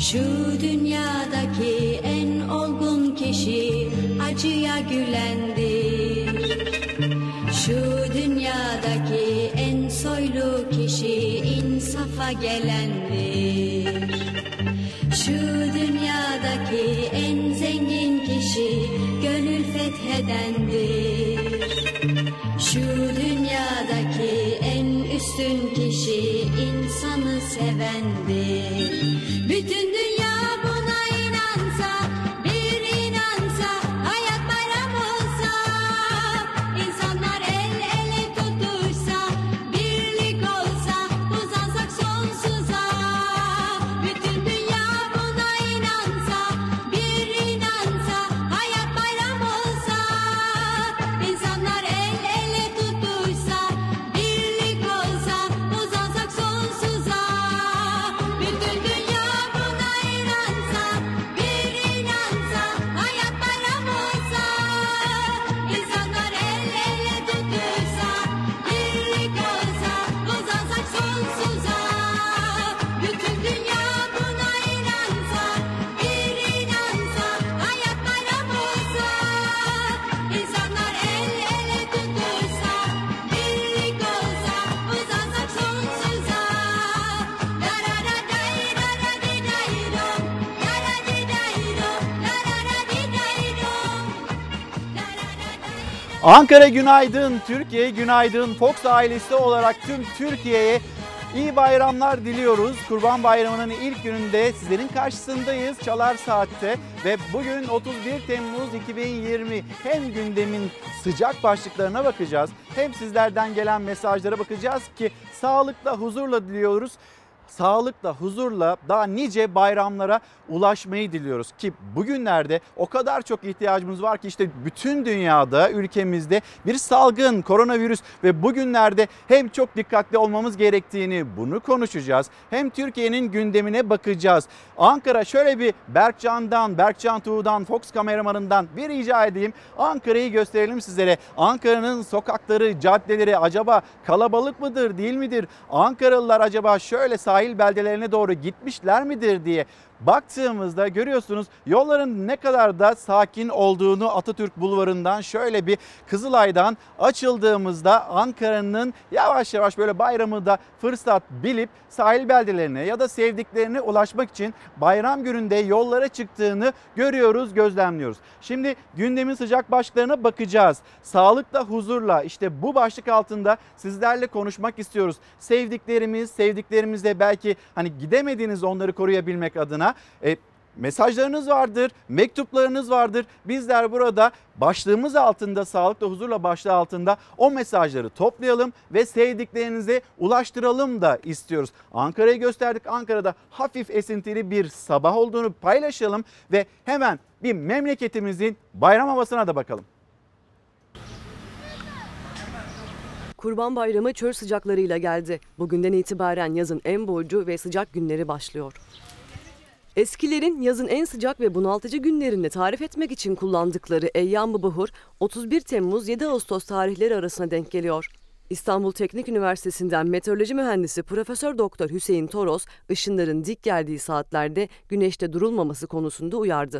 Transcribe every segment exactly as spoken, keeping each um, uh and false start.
Şu dünyadaki en olgun kişi acıya gülendir. Şu dünyadaki en soylu kişi insafa gelendir. Şu dünyadaki en zengin kişi gönül fethedendir. Şu dünyadaki en üstün kişi insanı sevendir. Bütün dünya buna inansa, bir inansa, hayat bayram olsa, insanlar el ele tutuşsa, birlik olsa, uzansak sonsuza. Bütün dünya buna inansa, bir inansa, hayat bayram olsa, insanlar el ele tutuşsa, birlik olsa, uzansak sonsuza. Bütün dünya buna inansa, bir inansa, hayat bayram olsa, insanlar el ele tutuşsa, birlik olsa, uzansak sonsuza. Bütün dünya buna inansa, bir inansa, hayat bayram olsa, insanlar el ele tutuşsa, birlik olsa, uzansak sonsuza. La la la day, la la di day dom, la la di day dom, la la la di day dom, la la la day. Ankara günaydın, Türkiye günaydın. Fox ailesi olarak tüm Türkiye'ye iyi bayramlar diliyoruz. Kurban Bayramı'nın ilk gününde sizlerin karşısındayız Çalar Saat'te ve bugün otuz bir Temmuz iki bin yirmi. Hem gündemin sıcak başlıklarına bakacağız, hem sizlerden gelen mesajlara bakacağız ki sağlıkla, huzurla diliyoruz. Sağlıkla, huzurla daha nice bayramlara ulaşmayı diliyoruz ki bugünlerde o kadar çok ihtiyacımız var ki işte bütün dünyada, ülkemizde bir salgın, koronavirüs ve bugünlerde hem çok dikkatli olmamız gerektiğini bunu konuşacağız, hem Türkiye'nin gündemine bakacağız. Ankara, şöyle bir Berkcan'dan, Berkcan Tuğ'dan, Fox kameramanından bir rica edeyim. Ankara'yı gösterelim sizlere. Ankara'nın sokakları, caddeleri acaba kalabalık mıdır, değil midir? Ankaralılar acaba şöyle sahil beldelerine doğru gitmişler midir diye baktığımızda görüyorsunuz yolların ne kadar da sakin olduğunu. Atatürk Bulvarı'ndan şöyle bir Kızılay'dan açıldığımızda Ankara'nın yavaş yavaş böyle bayramı da fırsat bilip sahil beldelerine ya da sevdiklerine ulaşmak için bayram gününde yollara çıktığını görüyoruz, gözlemliyoruz. Şimdi gündemin sıcak başlıklarına bakacağız. Sağlıkla, huzurla, işte bu başlık altında sizlerle konuşmak istiyoruz. Sevdiklerimiz, sevdiklerimizle belki hani gidemediğiniz onları koruyabilmek adına E, mesajlarınız vardır, mektuplarınız vardır. Bizler burada başlığımız altında, sağlıkla huzurla başlığı altında o mesajları toplayalım ve sevdiklerinize ulaştıralım da istiyoruz. Ankara'yı gösterdik. Ankara'da hafif esintili bir sabah olduğunu paylaşalım ve hemen bir memleketimizin bayram havasına da bakalım. Kurban Bayramı çöl sıcaklarıyla geldi. Bugünden itibaren yazın en boğucu ve sıcak günleri başlıyor. Eskilerin yazın en sıcak ve bunaltıcı günlerini tarif etmek için kullandıkları Eyyam-ı Buhur otuz bir Temmuz yedi Ağustos tarihleri arasına denk geliyor. İstanbul Teknik Üniversitesi'nden meteoroloji mühendisi Profesör Doktor Hüseyin Toros, ışınların dik geldiği saatlerde güneşte durulmaması konusunda uyardı.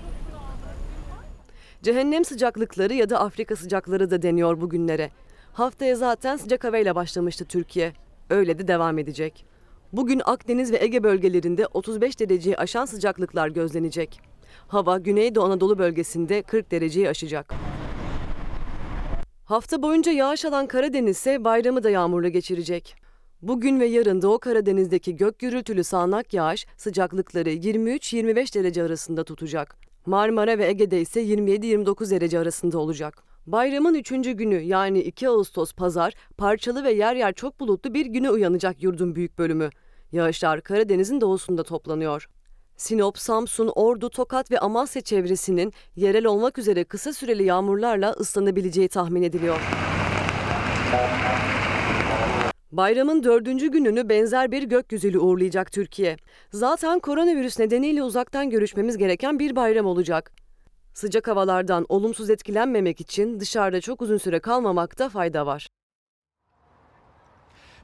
Cehennem sıcaklıkları ya da Afrika sıcakları da deniyor bugünlere. Haftaya zaten sıcak havayla başlamıştı Türkiye. Öyle de devam edecek. Bugün Akdeniz ve Ege bölgelerinde otuz beş dereceyi aşan sıcaklıklar gözlenecek. Hava Güneydoğu Anadolu bölgesinde kırk dereceyi aşacak. Hafta boyunca yağış alan Karadeniz ise bayramı da yağmurla geçirecek. Bugün ve yarın Doğu Karadeniz'deki gök gürültülü sağanak yağış sıcaklıkları yirmi üç yirmi beş derece arasında tutacak. Marmara ve Ege'de ise yirmi yedi yirmi dokuz derece arasında olacak. Bayramın üçüncü günü yani iki Ağustos Pazar parçalı ve yer yer çok bulutlu bir güne uyanacak yurdun büyük bölümü. Yağışlar Karadeniz'in doğusunda toplanıyor. Sinop, Samsun, Ordu, Tokat ve Amasya çevresinin yerel olmak üzere kısa süreli yağmurlarla ıslanabileceği tahmin ediliyor. Bayramın dördüncü gününü benzer bir gökyüzüyle uğurlayacak Türkiye. Zaten koronavirüs nedeniyle uzaktan görüşmemiz gereken bir bayram olacak. Sıcak havalardan olumsuz etkilenmemek için dışarıda çok uzun süre kalmamakta fayda var.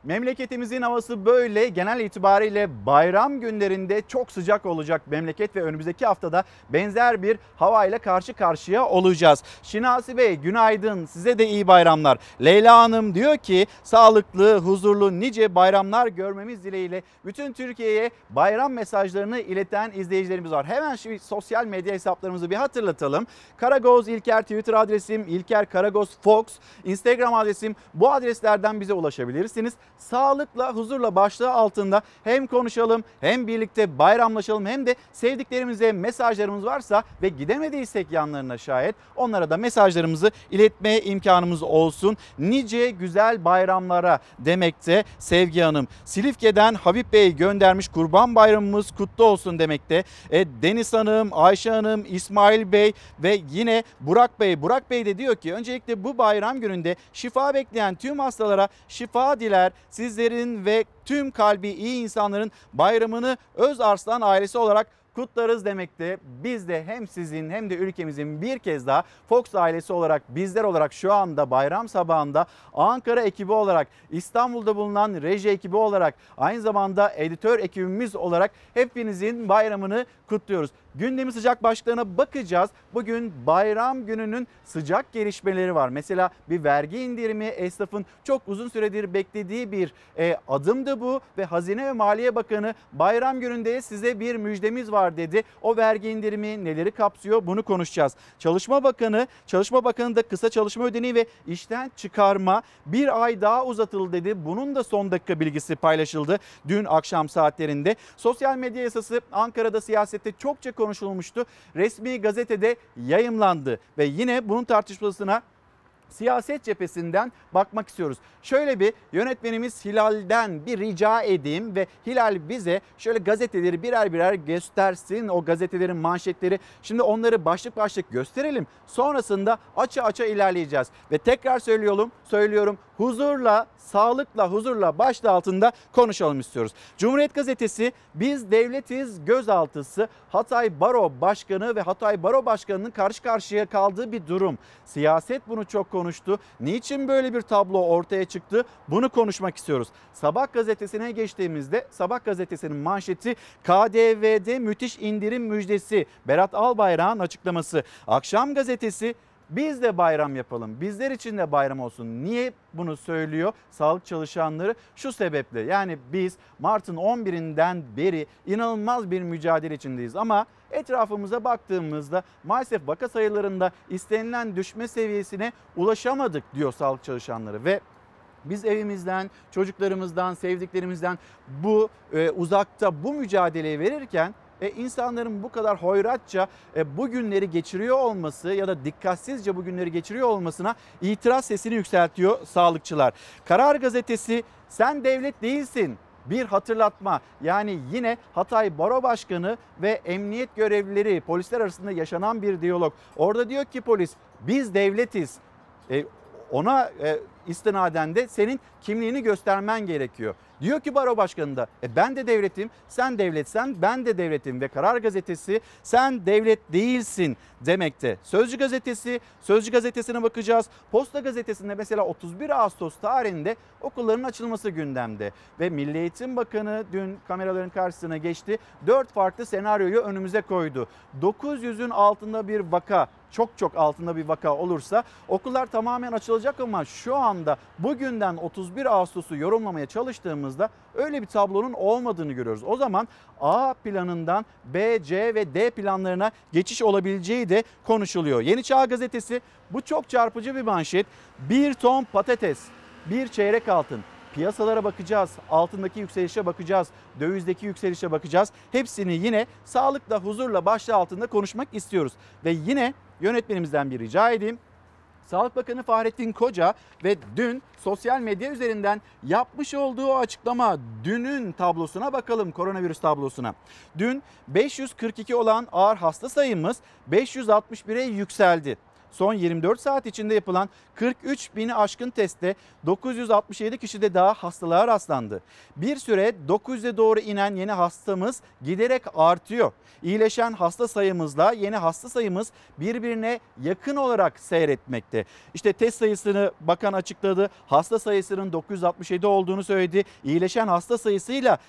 Memleketimizin havası böyle. Genel itibariyle bayram günlerinde çok sıcak olacak memleket ve önümüzdeki haftada benzer bir havayla karşı karşıya olacağız. Şinasi Bey günaydın, size de iyi bayramlar. Leyla Hanım diyor ki sağlıklı, huzurlu nice bayramlar görmemiz dileğiyle bütün Türkiye'ye bayram mesajlarını ileten izleyicilerimiz var. Hemen şu sosyal medya hesaplarımızı bir hatırlatalım. Karagoz İlker Twitter adresim, İlker Karagoz Fox, Instagram adresim, bu adreslerden bize ulaşabilirsiniz. Sağlıkla, huzurla başlığı altında hem konuşalım hem birlikte bayramlaşalım hem de sevdiklerimize mesajlarımız varsa ve gidemediysek yanlarına şayet onlara da mesajlarımızı iletmeye imkanımız olsun. Nice güzel bayramlara demekte Sevgi Hanım. Silifke'den Habib Bey göndermiş, Kurban Bayramımız kutlu olsun demekte. E, Deniz Hanım, Ayşe Hanım, İsmail Bey ve yine Burak Bey. Burak Bey de diyor ki öncelikle bu bayram gününde şifa bekleyen tüm hastalara şifa diler. Sizlerin ve tüm kalbi iyi insanların bayramını Özarslan ailesi olarak kutlarız demekte. Biz de hem sizin hem de ülkemizin bir kez daha Fox ailesi olarak, bizler olarak şu anda bayram sabahında Ankara ekibi olarak, İstanbul'da bulunan reji ekibi olarak, aynı zamanda editör ekibimiz olarak hepinizin bayramını kutluyoruz. Gündemin sıcak başlıklarına bakacağız. Bugün bayram gününün sıcak gelişmeleri var. Mesela bir vergi indirimi, esnafın çok uzun süredir beklediği bir e, adımdı bu ve Hazine ve Maliye Bakanı bayram gününde size bir müjdemiz var dedi. O vergi indirimi neleri kapsıyor bunu konuşacağız. Çalışma Bakanı, Çalışma Bakanı da kısa çalışma ödeneği ve işten çıkarma bir ay daha uzatıldı dedi. Bunun da son dakika bilgisi paylaşıldı dün akşam saatlerinde. Sosyal medya yasası Ankara'da siyasette çokça konuşulmuştu. Resmi gazetede yayımlandı ve yine bunun tartışmasına siyaset cephesinden bakmak istiyoruz. Şöyle bir yönetmenimiz Hilal'den bir rica edeyim ve Hilal bize şöyle gazeteleri birer birer göstersin, o gazetelerin manşetleri. Şimdi onları başlık başlık gösterelim. Sonrasında aça aça ilerleyeceğiz. Ve tekrar söylüyorum, söylüyorum huzurla, sağlıkla, huzurla başlığı altında konuşalım istiyoruz. Cumhuriyet Gazetesi biz devletiz gözaltısı, Hatay Baro Başkanı ve Hatay Baro Başkanı'nın karşı karşıya kaldığı bir durum. Siyaset bunu çok konuştu. Niçin böyle bir tablo ortaya çıktı? Bunu konuşmak istiyoruz. Sabah gazetesine geçtiğimizde Sabah gazetesinin manşeti K D V'de müthiş indirim müjdesi. Berat Albayrak'ın açıklaması. Akşam gazetesi biz de bayram yapalım. Bizler için de bayram olsun. Niye bunu söylüyor? Sağlık çalışanları şu sebeple. Yani biz Mart'ın on birinden beri inanılmaz bir mücadele içindeyiz. Ama etrafımıza baktığımızda maalesef vaka sayılarında istenilen düşme seviyesine ulaşamadık diyor sağlık çalışanları. Ve biz evimizden, çocuklarımızdan, sevdiklerimizden bu e, uzakta bu mücadeleyi verirken E, insanların bu kadar hoyratça e, bu günleri geçiriyor olması ya da dikkatsizce bu günleri geçiriyor olmasına itiraz sesini yükseltiyor sağlıkçılar. Karar Gazetesi sen devlet değilsin. Bir hatırlatma, yani yine Hatay Baro Başkanı ve emniyet görevlileri, polisler arasında yaşanan bir diyalog. Orada diyor ki polis biz devletiz. E, ona e, istinaden de senin kimliğini göstermen gerekiyor. Diyor ki baro başkanı da e ben de devletim, sen devletsen ben de devletim ve Karar Gazetesi sen devlet değilsin demekte. Sözcü Gazetesi, Sözcü Gazetesi'ne bakacağız. Posta Gazetesi'nde mesela otuz bir Ağustos tarihinde okulların açılması gündemde ve Milli Eğitim Bakanı dün kameraların karşısına geçti. dört farklı senaryoyu önümüze koydu. dokuz yüzün altında bir vaka, çok çok altında bir vaka olursa okullar tamamen açılacak ama şu anda bugünden otuz bir Ağustos'u yorumlamaya çalıştığımızda öyle bir tablonun olmadığını görüyoruz. O zaman A planından B, C ve D planlarına geçiş olabileceği de konuşuluyor. Yeni Çağ Gazetesi, bu çok çarpıcı bir manşet. Bir ton patates, bir çeyrek altın. Piyasalara bakacağız, altındaki yükselişe bakacağız, dövizdeki yükselişe bakacağız. Hepsini yine sağlıkla, huzurla başlığı altında konuşmak istiyoruz. Ve yine yönetmenimizden bir rica edeyim. Sağlık Bakanı Fahrettin Koca ve dün sosyal medya üzerinden yapmış olduğu açıklama, dünün tablosuna bakalım, koronavirüs tablosuna. Dün beş yüz kırk iki olan ağır hasta sayımız beş yüz altmış bire yükseldi. Son yirmi dört saat içinde yapılan kırk üç bini aşkın testte dokuz yüz altmış yedi kişide daha hastalığa rastlandı. Bir süre dokuz yüze doğru inen yeni hastamız giderek artıyor. İyileşen hasta sayımızla yeni hasta sayımız birbirine yakın olarak seyretmekte. İşte test sayısını bakan açıkladı. Hasta sayısının dokuz yüz altmış yedi olduğunu söyledi. İyileşen hasta sayısıyla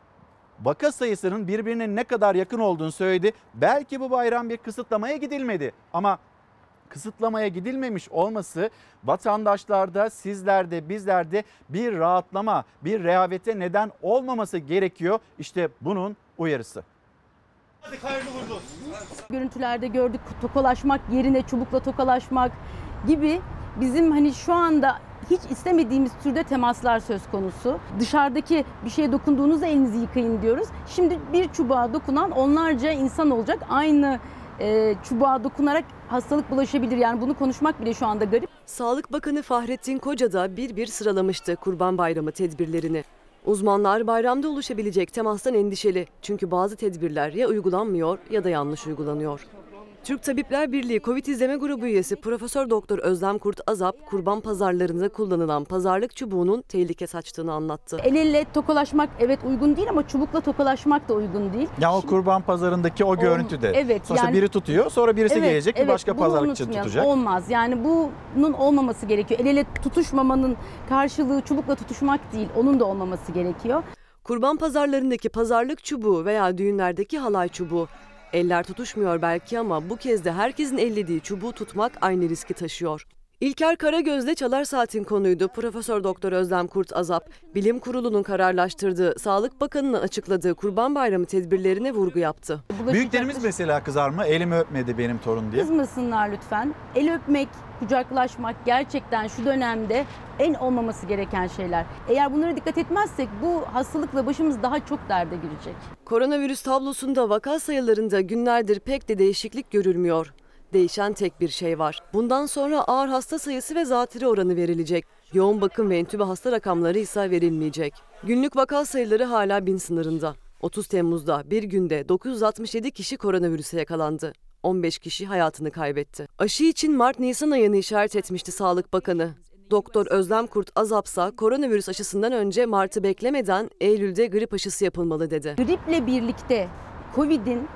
vaka sayısının birbirine ne kadar yakın olduğunu söyledi. Belki bu bayram bir kısıtlamaya gidilmedi ama kısıtlamaya gidilmemiş olması vatandaşlarda, sizlerde, bizlerde bir rahatlama, bir rehavete neden olmaması gerekiyor. İşte bunun uyarısı. Hadi hayırlı uğurlu olsun. Görüntülerde gördük, tokalaşmak yerine çubukla tokalaşmak gibi bizim hani şu anda hiç istemediğimiz türde temaslar söz konusu. Dışarıdaki bir şeye dokunduğunuzda elinizi yıkayın diyoruz. Şimdi bir çubuğa dokunan onlarca insan olacak. Aynı e, çubuğa dokunarak hastalık bulaşabilir. Yani bunu konuşmak bile şu anda garip. Sağlık Bakanı Fahrettin Koca da bir bir sıralamıştı Kurban Bayramı tedbirlerini. Uzmanlar bayramda oluşabilecek temastan endişeli. Çünkü bazı tedbirler ya uygulanmıyor ya da yanlış uygulanıyor. Türk Tabipler Birliği Covid İzleme Grubu üyesi Profesör Doktor Özlem Kurt Azap, kurban pazarlarında kullanılan pazarlık çubuğunun tehlike saçtığını anlattı. El ele tokalaşmak evet uygun değil ama çubukla tokalaşmak da uygun değil. Ya o kurban pazarındaki o görüntüde. Evet, Sonuçta yani- biri tutuyor, sonra birisi Evet, gelecek bir evet, başka bunu pazarlıkçı unutmayalım. tutacak. Olmaz. Yani bunun olmaması gerekiyor. El ele tutuşmamanın karşılığı çubukla tutuşmak değil. Onun da olmaması gerekiyor. Kurban pazarlarındaki pazarlık çubuğu veya düğünlerdeki halay çubuğu. Eller tutuşmuyor belki ama bu kez de herkesin ellediği çubuğu tutmak aynı riski taşıyor. İlker Karagöz'le Çalar Saat'in konuydu. Profesör Doktor Özlem Kurt Azap, Bilim Kurulu'nun kararlaştırdığı, Sağlık Bakanı'nın açıkladığı Kurban Bayramı tedbirlerine vurgu yaptı. Büyüklerimiz mesela kızar mı? Elimi öpmedi benim torun diye. Kızmasınlar lütfen. El öpmek, kucaklaşmak gerçekten şu dönemde en olmaması gereken şeyler. Eğer bunlara dikkat etmezsek bu hastalıkla başımız daha çok derde girecek. Koronavirüs tablosunda vaka sayılarında günlerdir pek de değişiklik görülmüyor. Değişen tek bir şey var. Bundan sonra ağır hasta sayısı ve zatürre oranı verilecek. Yoğun bakım ve entübe hasta rakamları ise verilmeyecek. Günlük vaka sayıları hala bin sınırında. otuz Temmuz'da bir günde dokuz yüz altmış yedi kişi koronavirüse yakalandı. on beş kişi hayatını kaybetti. Aşı için Mart-Nisan ayını işaret etmişti Sağlık Bakanı. Doktor Özlem Kurt Azapsa koronavirüs aşısından önce Mart'ı beklemeden Eylül'de grip aşısı yapılmalı dedi. Griple birlikte Covid'in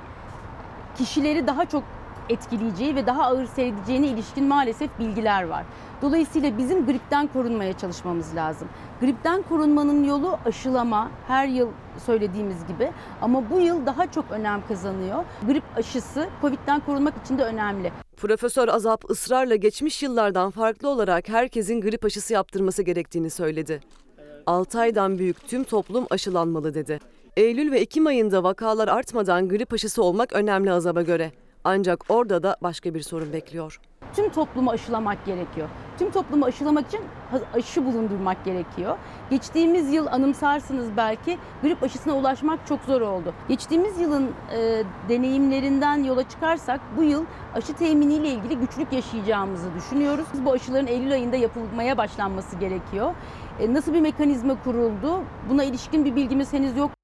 kişileri daha çok etkileyeceği ve daha ağır seyredeceğine ilişkin maalesef bilgiler var. Dolayısıyla bizim gripten korunmaya çalışmamız lazım. Gripten korunmanın yolu aşılama, her yıl söylediğimiz gibi, ama bu yıl daha çok önem kazanıyor. Grip aşısı Covid'den korunmak için de önemli. Profesör Azap ısrarla geçmiş yıllardan farklı olarak herkesin grip aşısı yaptırması gerektiğini söyledi. altı aydan büyük tüm toplum aşılanmalı dedi. Eylül ve Ekim ayında vakalar artmadan grip aşısı olmak önemli Azap'a göre. Ancak orada da başka bir sorun bekliyor. Tüm toplumu aşılamak gerekiyor. Tüm toplumu aşılamak için aşı bulundurmak gerekiyor. Geçtiğimiz yıl anımsarsınız belki, grip aşısına ulaşmak çok zor oldu. Geçtiğimiz yılın e, deneyimlerinden yola çıkarsak bu yıl aşı teminiyle ilgili güçlük yaşayacağımızı düşünüyoruz. Bu aşıların Eylül ayında yapılmaya başlanması gerekiyor. E, nasıl bir mekanizma kuruldu? Buna ilişkin bir bilgimiz henüz yok.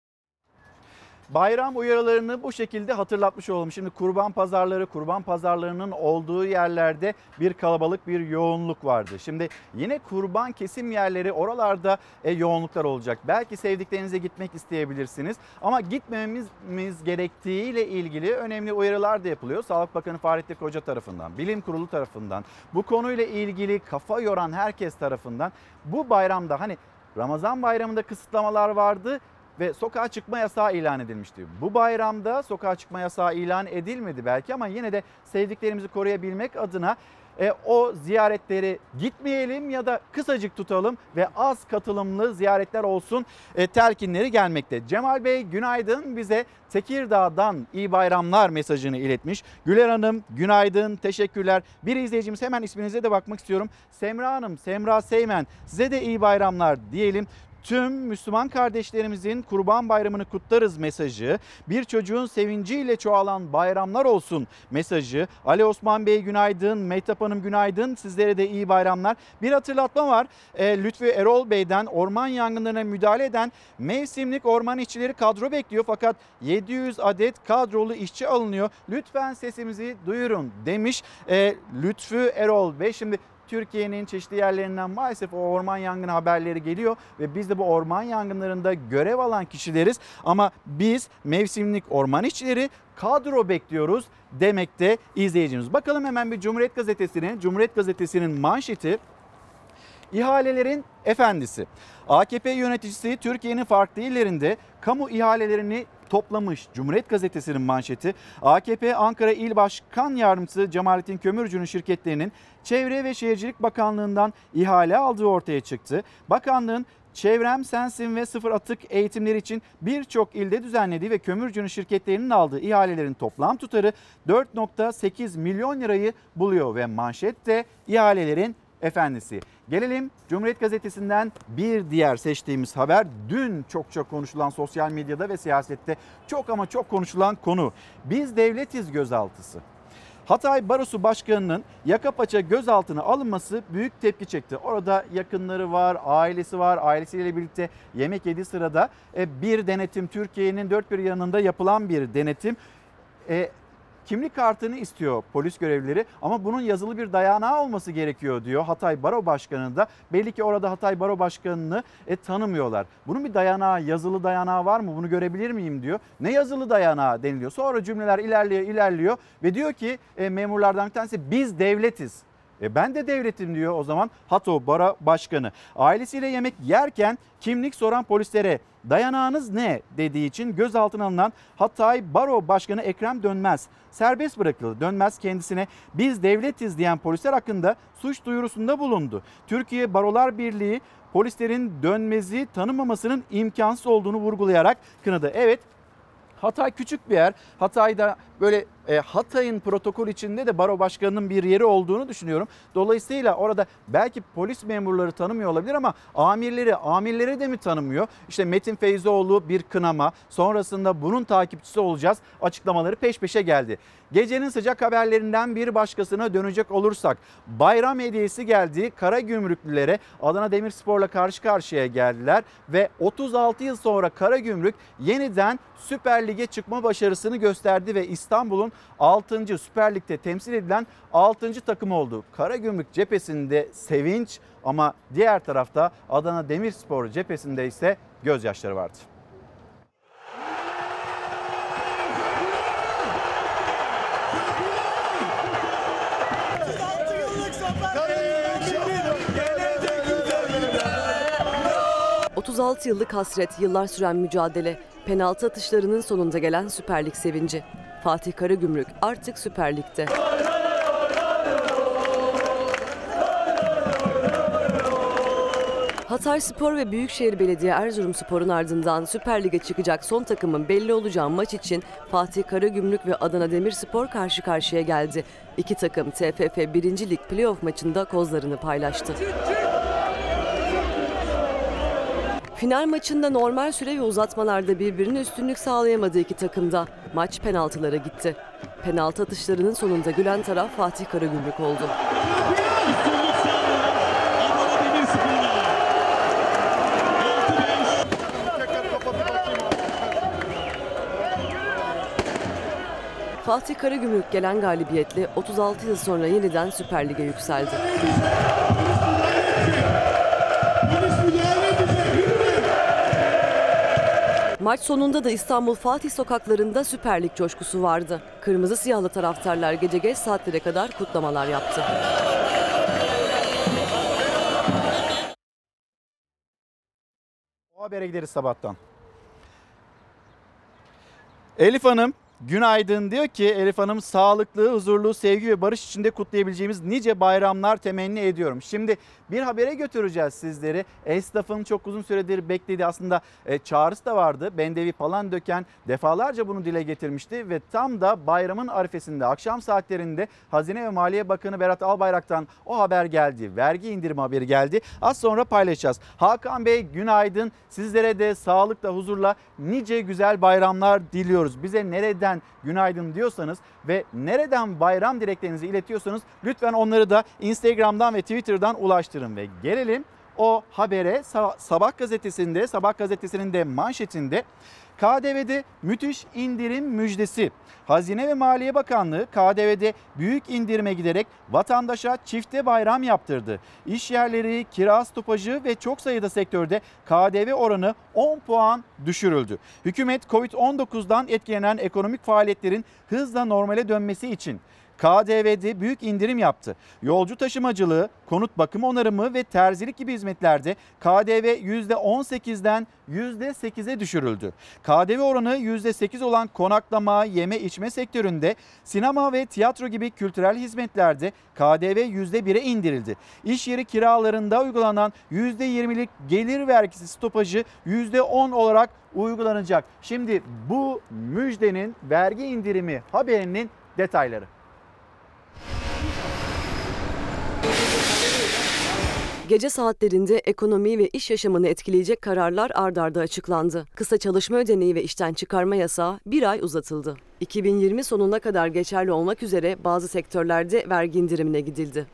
Bayram uyarılarını bu şekilde hatırlatmış olalım. Şimdi kurban pazarları, kurban pazarlarının olduğu yerlerde bir kalabalık, bir yoğunluk vardı. Şimdi yine kurban kesim yerleri, oralarda e, yoğunluklar olacak. Belki sevdiklerinize gitmek isteyebilirsiniz ama gitmememiz gerektiğiyle ilgili önemli uyarılar da yapılıyor. Sağlık Bakanı Fahrettin Koca tarafından, Bilim Kurulu tarafından, bu konuyla ilgili kafa yoran herkes tarafından bu bayramda, hani Ramazan bayramında kısıtlamalar vardı ve sokağa çıkma yasağı ilan edilmişti. Bu bayramda sokağa çıkma yasağı ilan edilmedi belki ama yine de sevdiklerimizi koruyabilmek adına e, o ziyaretleri gitmeyelim ya da kısacık tutalım ve az katılımlı ziyaretler olsun e, telkinleri gelmekte. Cemal Bey günaydın, bize Tekirdağ'dan iyi bayramlar mesajını iletmiş. Güler Hanım günaydın, teşekkürler. Bir izleyicimiz, hemen isminize de bakmak istiyorum. Semra Hanım, Semra Seymen, size de iyi bayramlar diyelim. tüm Müslüman kardeşlerimizin Kurban Bayramı'nı kutlarız mesajı, bir çocuğun sevinciyle çoğalan bayramlar olsun mesajı. Ali Osman Bey günaydın, Mehtap Hanım günaydın, sizlere de iyi bayramlar. Bir hatırlatma var, e, Lütfü Erol Bey'den orman yangınlarına müdahale eden mevsimlik orman işçileri kadro bekliyor fakat yedi yüz adet kadrolu işçi alınıyor. Lütfen sesimizi duyurun demiş e, Lütfü Erol Bey. Şimdi Türkiye'nin çeşitli yerlerinden maalesef o orman yangını haberleri geliyor ve biz de bu orman yangınlarında görev alan kişileriz ama biz mevsimlik orman işçileri kadro bekliyoruz demekte izleyicimiz. Bakalım hemen bir Cumhuriyet Gazetesi'nin, Cumhuriyet Gazetesi'nin manşeti. İhalelerin efendisi. A K P yöneticisi Türkiye'nin farklı illerinde kamu ihalelerini toplamış. Cumhuriyet Gazetesi'nin manşeti. A K P Ankara İl Başkan Yardımcısı Cemalettin Kömürcü'nün şirketlerinin Çevre ve Şehircilik Bakanlığı'ndan ihale aldığı ortaya çıktı. Bakanlığın Çevrem Sensin ve Sıfır Atık eğitimleri için birçok ilde düzenlediği ve Kömürcü'nün şirketlerinin aldığı ihalelerin toplam tutarı dört nokta sekiz milyon lirayı buluyor ve manşette ihalelerin efendisi. Gelelim Cumhuriyet Gazetesi'nden bir diğer seçtiğimiz haber. Dün çok çok konuşulan sosyal medyada ve siyasette çok ama çok konuşulan konu. Biz devletiz gözaltısı. Hatay Barosu Başkanı'nın yaka paça gözaltına alınması büyük tepki çekti. Orada yakınları var, ailesi var. Ailesiyle birlikte yemek yediği sırada bir denetim, Türkiye'nin dört bir yanında yapılan bir denetim. E, Kimlik kartını istiyor polis görevlileri ama bunun yazılı bir dayanağı olması gerekiyor diyor Hatay Baro Başkanı da. Belli ki orada Hatay Baro Başkanı'nı e, tanımıyorlar. Bunun bir dayanağı, yazılı dayanağı var mı? Bunu görebilir miyim diyor. Ne yazılı dayanağı deniliyor. Sonra cümleler ilerliyor ilerliyor ve diyor ki e, memurlardan bir tanesi biz devletiz. E ben de devletim diyor o zaman Hatay Baro Başkanı. Ailesiyle yemek yerken kimlik soran polislere dayanağınız ne dediği için gözaltına alınan Hatay Baro Başkanı Ekrem Dönmez serbest bırakıldı. Dönmez kendisine biz devletiz diyen polisler hakkında suç duyurusunda bulundu. Türkiye Barolar Birliği polislerin Dönmez'i tanımamasının imkansız olduğunu vurgulayarak kınadı. Evet, Hatay küçük bir yer. Hatay'da böyle e, Hatay'ın protokol içinde de baro başkanının bir yeri olduğunu düşünüyorum. Dolayısıyla orada belki polis memurları tanımıyor olabilir ama amirleri, amirleri de mi tanımıyor? İşte Metin Feyzoğlu bir kınama, sonrasında bunun takipçisi olacağız açıklamaları peş peşe geldi. Gecenin sıcak haberlerinden bir başkasına dönecek olursak bayram hediyesi geldi. Karagümrüklülere Adana Demirspor'la karşı karşıya geldiler ve otuz altı yıl sonra Karagümrük yeniden Süper Lig'e çıkma başarısını gösterdi ve İstanbul'un altıncı Süper Lig'de temsil edilen altıncı takım oldu. Karagümrük cephesinde sevinç ama diğer tarafta Adana Demirspor cephesinde ise gözyaşları vardı. otuz altı yıllık hasret, yıllar süren mücadele, penaltı atışlarının sonunda gelen Süper Lig sevinci. Fatih Karagümrük artık Süper Lig'de. Hatayspor ve Büyükşehir Belediye Erzurumspor'un ardından Süper Lig'e çıkacak son takımın belli olacağı maç için Fatih Karagümrük ve Adana Demirspor karşı karşıya geldi. İki takım T F F birinci Lig playoff maçında kozlarını paylaştı. Final maçında normal süre ve uzatmalarda birbirine üstünlük sağlayamadı iki takımda. Maç penaltılara gitti. Penaltı atışlarının sonunda gülen taraf Fatih Karagümrük oldu. Fatih Karagümrük gelen galibiyetle otuz altı yıl sonra yeniden Süper Lig'e yükseldi. Maç sonunda da İstanbul Fatih sokaklarında Süper Lig coşkusu vardı. Kırmızı siyahlı taraftarlar gece geç saatlere kadar kutlamalar yaptı. O habere gideriz sabahtan. Elif Hanım günaydın diyor ki Elif Hanım, sağlıklı, huzurlu, sevgi ve barış içinde kutlayabileceğimiz nice bayramlar temenni ediyorum. Şimdi bir habere götüreceğiz sizleri. Esnafın çok uzun süredir beklediği aslında e, çağrısı da vardı. Bendevi Palandöken defalarca bunu dile getirmişti ve tam da bayramın arifesinde akşam saatlerinde Hazine ve Maliye Bakanı Berat Albayrak'tan o haber geldi. Vergi indirimi haberi geldi. Az sonra paylaşacağız. Hakan Bey günaydın. Sizlere de sağlıkla, huzurla nice güzel bayramlar diliyoruz. Bize nereden günaydın diyorsanız ve nereden bayram dileklerinizi iletiyorsanız lütfen onları da Instagram'dan ve Twitter'dan ulaştırın ve gelelim o habere. Sabah gazetesinde, Sabah gazetesinin de manşetinde K D V'de müthiş indirim müjdesi. Hazine ve Maliye Bakanlığı K D V'de büyük indirime giderek vatandaşa çifte bayram yaptırdı. İş yerleri, kira stopajı ve çok sayıda sektörde K D V oranı on puan düşürüldü. Hükümet Covid on dokuzdan etkilenen ekonomik faaliyetlerin hızla normale dönmesi için K D V'de büyük indirim yaptı. Yolcu taşımacılığı, konut bakım onarımı ve terzilik gibi hizmetlerde K D V yüzde on sekizden yüzde sekize düşürüldü. K D V oranı yüzde sekiz olan konaklama, yeme içme sektöründe, sinema ve tiyatro gibi kültürel hizmetlerde K D V yüzde bire indirildi. İş yeri kiralarında uygulanan yüzde yirmilik gelir vergisi stopajı yüzde on olarak uygulanacak. Şimdi bu müjdenin, vergi indirimi haberinin detayları. Gece saatlerinde ekonomi ve iş yaşamını etkileyecek kararlar ard arda açıklandı. Kısa çalışma ödeneği ve işten çıkarma yasağı bir ay uzatıldı. iki bin yirmi sonuna kadar geçerli olmak üzere bazı sektörlerde vergi indirimine gidildi.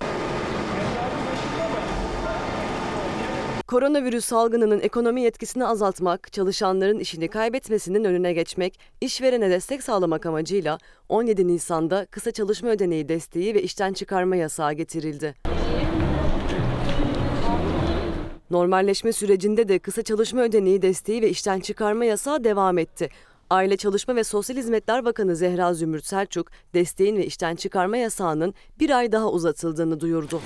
Koronavirüs salgınının ekonomi etkisini azaltmak, çalışanların işini kaybetmesinin önüne geçmek, işverene destek sağlamak amacıyla on yedi Nisan'da kısa çalışma ödeneği desteği ve işten çıkarma yasağı getirildi. Normalleşme sürecinde de kısa çalışma ödeneği desteği ve işten çıkarma yasağı devam etti. Aile Çalışma ve Sosyal Hizmetler Bakanı Zehra Zümrüt Selçuk, desteğin ve işten çıkarma yasağının bir ay daha uzatıldığını duyurdu.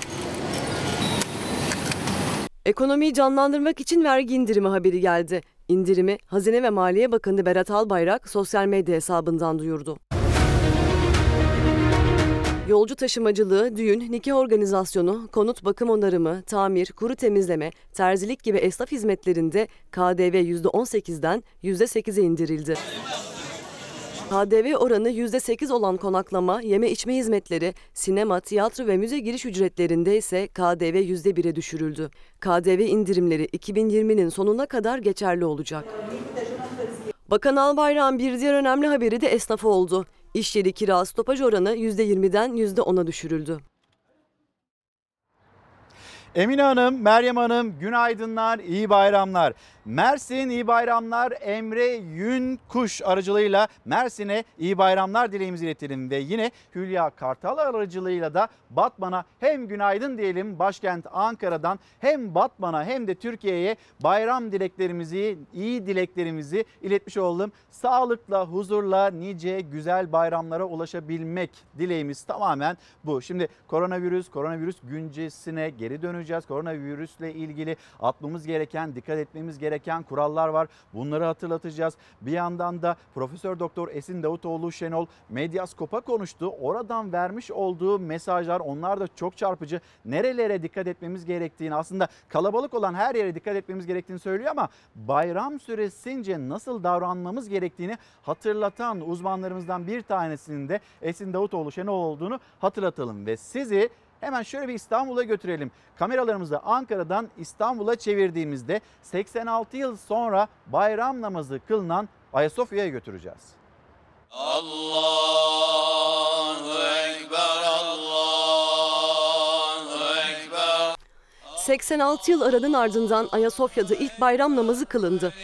Ekonomiyi canlandırmak için vergi indirimi haberi geldi. İndirimi Hazine ve Maliye Bakanı Berat Albayrak sosyal medya hesabından duyurdu. Yolcu taşımacılığı, düğün, nikah organizasyonu, konut bakım onarımı, tamir, kuru temizleme, terzilik gibi esnaf hizmetlerinde K D V yüzde on sekizden yüzde sekize indirildi. K D V oranı yüzde sekiz olan konaklama, yeme içme hizmetleri, sinema, tiyatro ve müze giriş ücretlerinde ise K D V yüzde bire düşürüldü. K D V indirimleri iki bin yirminin sonuna kadar geçerli olacak. Bakan Albayrak'ın bir diğer önemli haberi de esnafı oldu. İş yeri kira stopaj oranı yüzde yirmiden yüzde ona düşürüldü. Emine Hanım, Meryem Hanım günaydınlar, iyi bayramlar. Mersin iyi bayramlar, Emre Yünkuş aracılığıyla Mersin'e iyi bayramlar dileğimizi iletelim. Ve yine Hülya Kartal aracılığıyla da Batman'a hem günaydın diyelim, başkent Ankara'dan hem Batman'a hem de Türkiye'ye bayram dileklerimizi, iyi dileklerimizi iletmiş oldum. Sağlıkla, huzurla nice güzel bayramlara ulaşabilmek dileğimiz tamamen bu. Şimdi koronavirüs, koronavirüs güncesine geri döneceğiz. Koronavirüsle ilgili atmamız gereken, dikkat etmemiz gereken gereken kurallar var. Bunları hatırlatacağız. Bir yandan da Profesör Doktor Esin Davutoğlu Şenol Medyaskop'a konuştu. Oradan vermiş olduğu mesajlar, onlar da çok çarpıcı. Nerelere dikkat etmemiz gerektiğini, aslında kalabalık olan her yere dikkat etmemiz gerektiğini söylüyor ama bayram süresince nasıl davranmamız gerektiğini hatırlatan uzmanlarımızdan bir tanesinin de Esin Davutoğlu Şenol olduğunu hatırlatalım ve sizi hemen şöyle bir İstanbul'a götürelim. Kameralarımızı Ankara'dan İstanbul'a çevirdiğimizde seksen altı yıl sonra bayram namazı kılınan Ayasofya'ya götüreceğiz. Allahu Ekber, Allahu Ekber. seksen altı yıl aranın ardından Ayasofya'da ilk bayram namazı kılındı.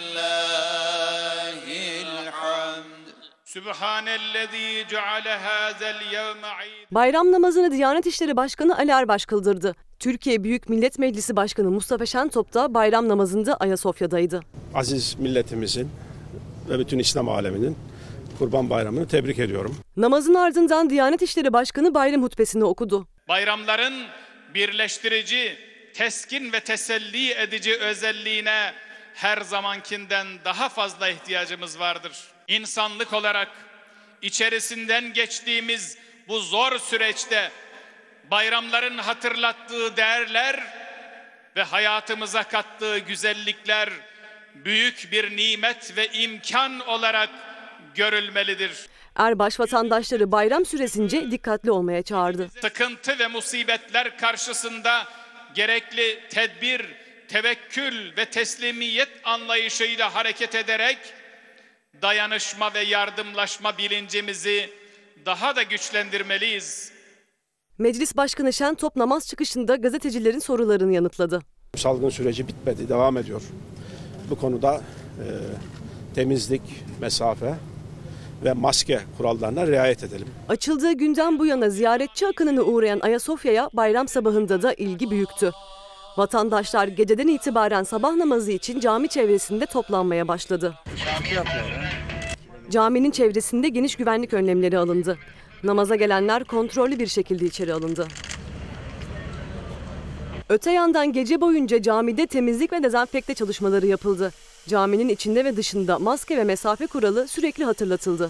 Bayram namazını Diyanet İşleri Başkanı Ali Erbaş kıldırdı. Türkiye Büyük Millet Meclisi Başkanı Mustafa Şentop da bayram namazında Ayasofya'daydı. Aziz milletimizin ve bütün İslam aleminin Kurban Bayramı'nı tebrik ediyorum. Namazın ardından Diyanet İşleri Başkanı bayram hutbesini okudu. Bayramların birleştirici, teskin ve teselli edici özelliğine her zamankinden daha fazla ihtiyacımız vardır. İnsanlık olarak içerisinden geçtiğimiz bu zor süreçte bayramların hatırlattığı değerler ve hayatımıza kattığı güzellikler büyük bir nimet ve imkan olarak görülmelidir. Erbaş vatandaşları bayram süresince dikkatli olmaya çağırdı. Sıkıntı ve musibetler karşısında gerekli tedbir, tevekkül ve teslimiyet anlayışıyla hareket ederek dayanışma ve yardımlaşma bilincimizi daha da güçlendirmeliyiz. Meclis Başkanı Şentop namaz çıkışında gazetecilerin sorularını yanıtladı. Salgın süreci bitmedi, devam ediyor. Bu konuda e, temizlik, mesafe ve maske kurallarına riayet edelim. Açıldığı günden bu yana ziyaretçi akınına uğrayan Ayasofya'ya bayram sabahında da ilgi büyüktü. Vatandaşlar geceden itibaren sabah namazı için cami çevresinde toplanmaya başladı. Caminin çevresinde geniş güvenlik önlemleri alındı. Namaza gelenler kontrollü bir şekilde içeri alındı. Öte yandan gece boyunca camide temizlik ve dezenfekte çalışmaları yapıldı. Caminin içinde ve dışında maske ve mesafe kuralı sürekli hatırlatıldı.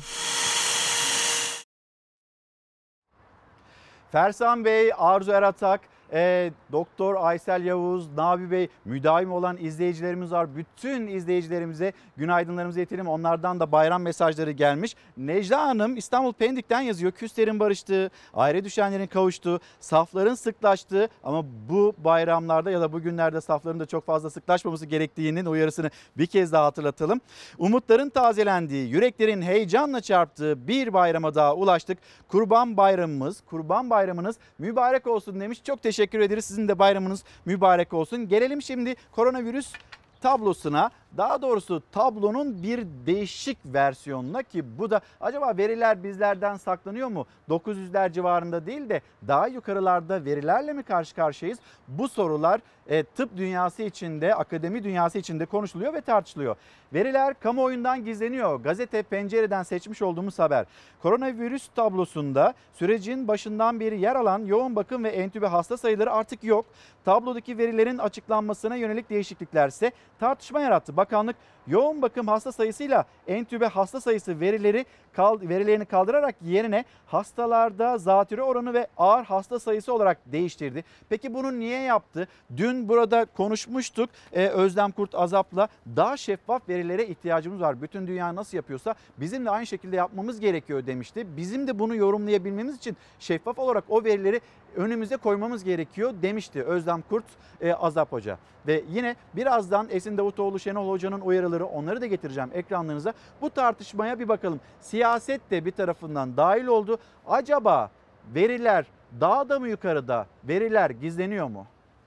Fersan Bey, Arzu Eratak, e, Doktor Aysel Yavuz, Nabi Bey, müdavim olan izleyicilerimiz var. Bütün izleyicilerimize günaydınlarımızı iletelim. Onlardan da bayram mesajları gelmiş. Necla Hanım İstanbul Pendik'ten yazıyor. Küslerin barıştığı, ayrı düşenlerin kavuştuğu, safların sıklaştığı ama bu bayramlarda ya da bugünlerde safların da çok fazla sıklaşmaması gerektiğinin uyarısını bir kez daha hatırlatalım. Umutların tazelendiği, yüreklerin heyecanla çarptığı bir bayrama daha ulaştık. Kurban Bayramımız, Kurban Bayramınız mübarek olsun demiş. Çok teşekkür ederiz. Sizin de bayramınız mübarek olsun. Gelelim şimdi koronavirüs tablosuna. Daha doğrusu tablonun bir değişik versiyonuna ki bu da acaba veriler bizlerden saklanıyor mu? dokuz yüzler civarında değil de daha yukarılarda verilerle mi karşı karşıyayız? Bu sorular e, tıp dünyası içinde, akademi dünyası içinde konuşuluyor ve tartışılıyor. Veriler kamuoyundan gizleniyor. Gazete Pencere'den seçmiş olduğumuz haber. Koronavirüs tablosunda sürecin başından beri yer alan yoğun bakım ve entübe hasta sayıları artık yok. Tablodaki verilerin açıklanmasına yönelik değişiklikler ise tartışma yarattı. Bakanlık yoğun bakım hasta sayısıyla entübe hasta sayısı verileri verilerini kaldırarak yerine hastalarda zatürre oranı ve ağır hasta sayısı olarak değiştirdi. Peki bunu niye yaptı? Dün burada konuşmuştuk ee, Özlem Kurt Azap'la. Daha şeffaf verilere ihtiyacımız var. Bütün dünya nasıl yapıyorsa bizim de aynı şekilde yapmamız gerekiyor demişti. Bizim de bunu yorumlayabilmemiz için şeffaf olarak o verileri önümüze koymamız gerekiyor demişti Özlem Kurt e, Azap Hoca. Ve yine birazdan Esin Davutoğlu Şenol Hoca'nın uyarıları, onları da getireceğim ekranlarınıza. Bu tartışmaya bir bakalım. Siyaset de bir tarafından dahil oldu. Acaba veriler daha da mı yukarıda? Veriler gizleniyor mu?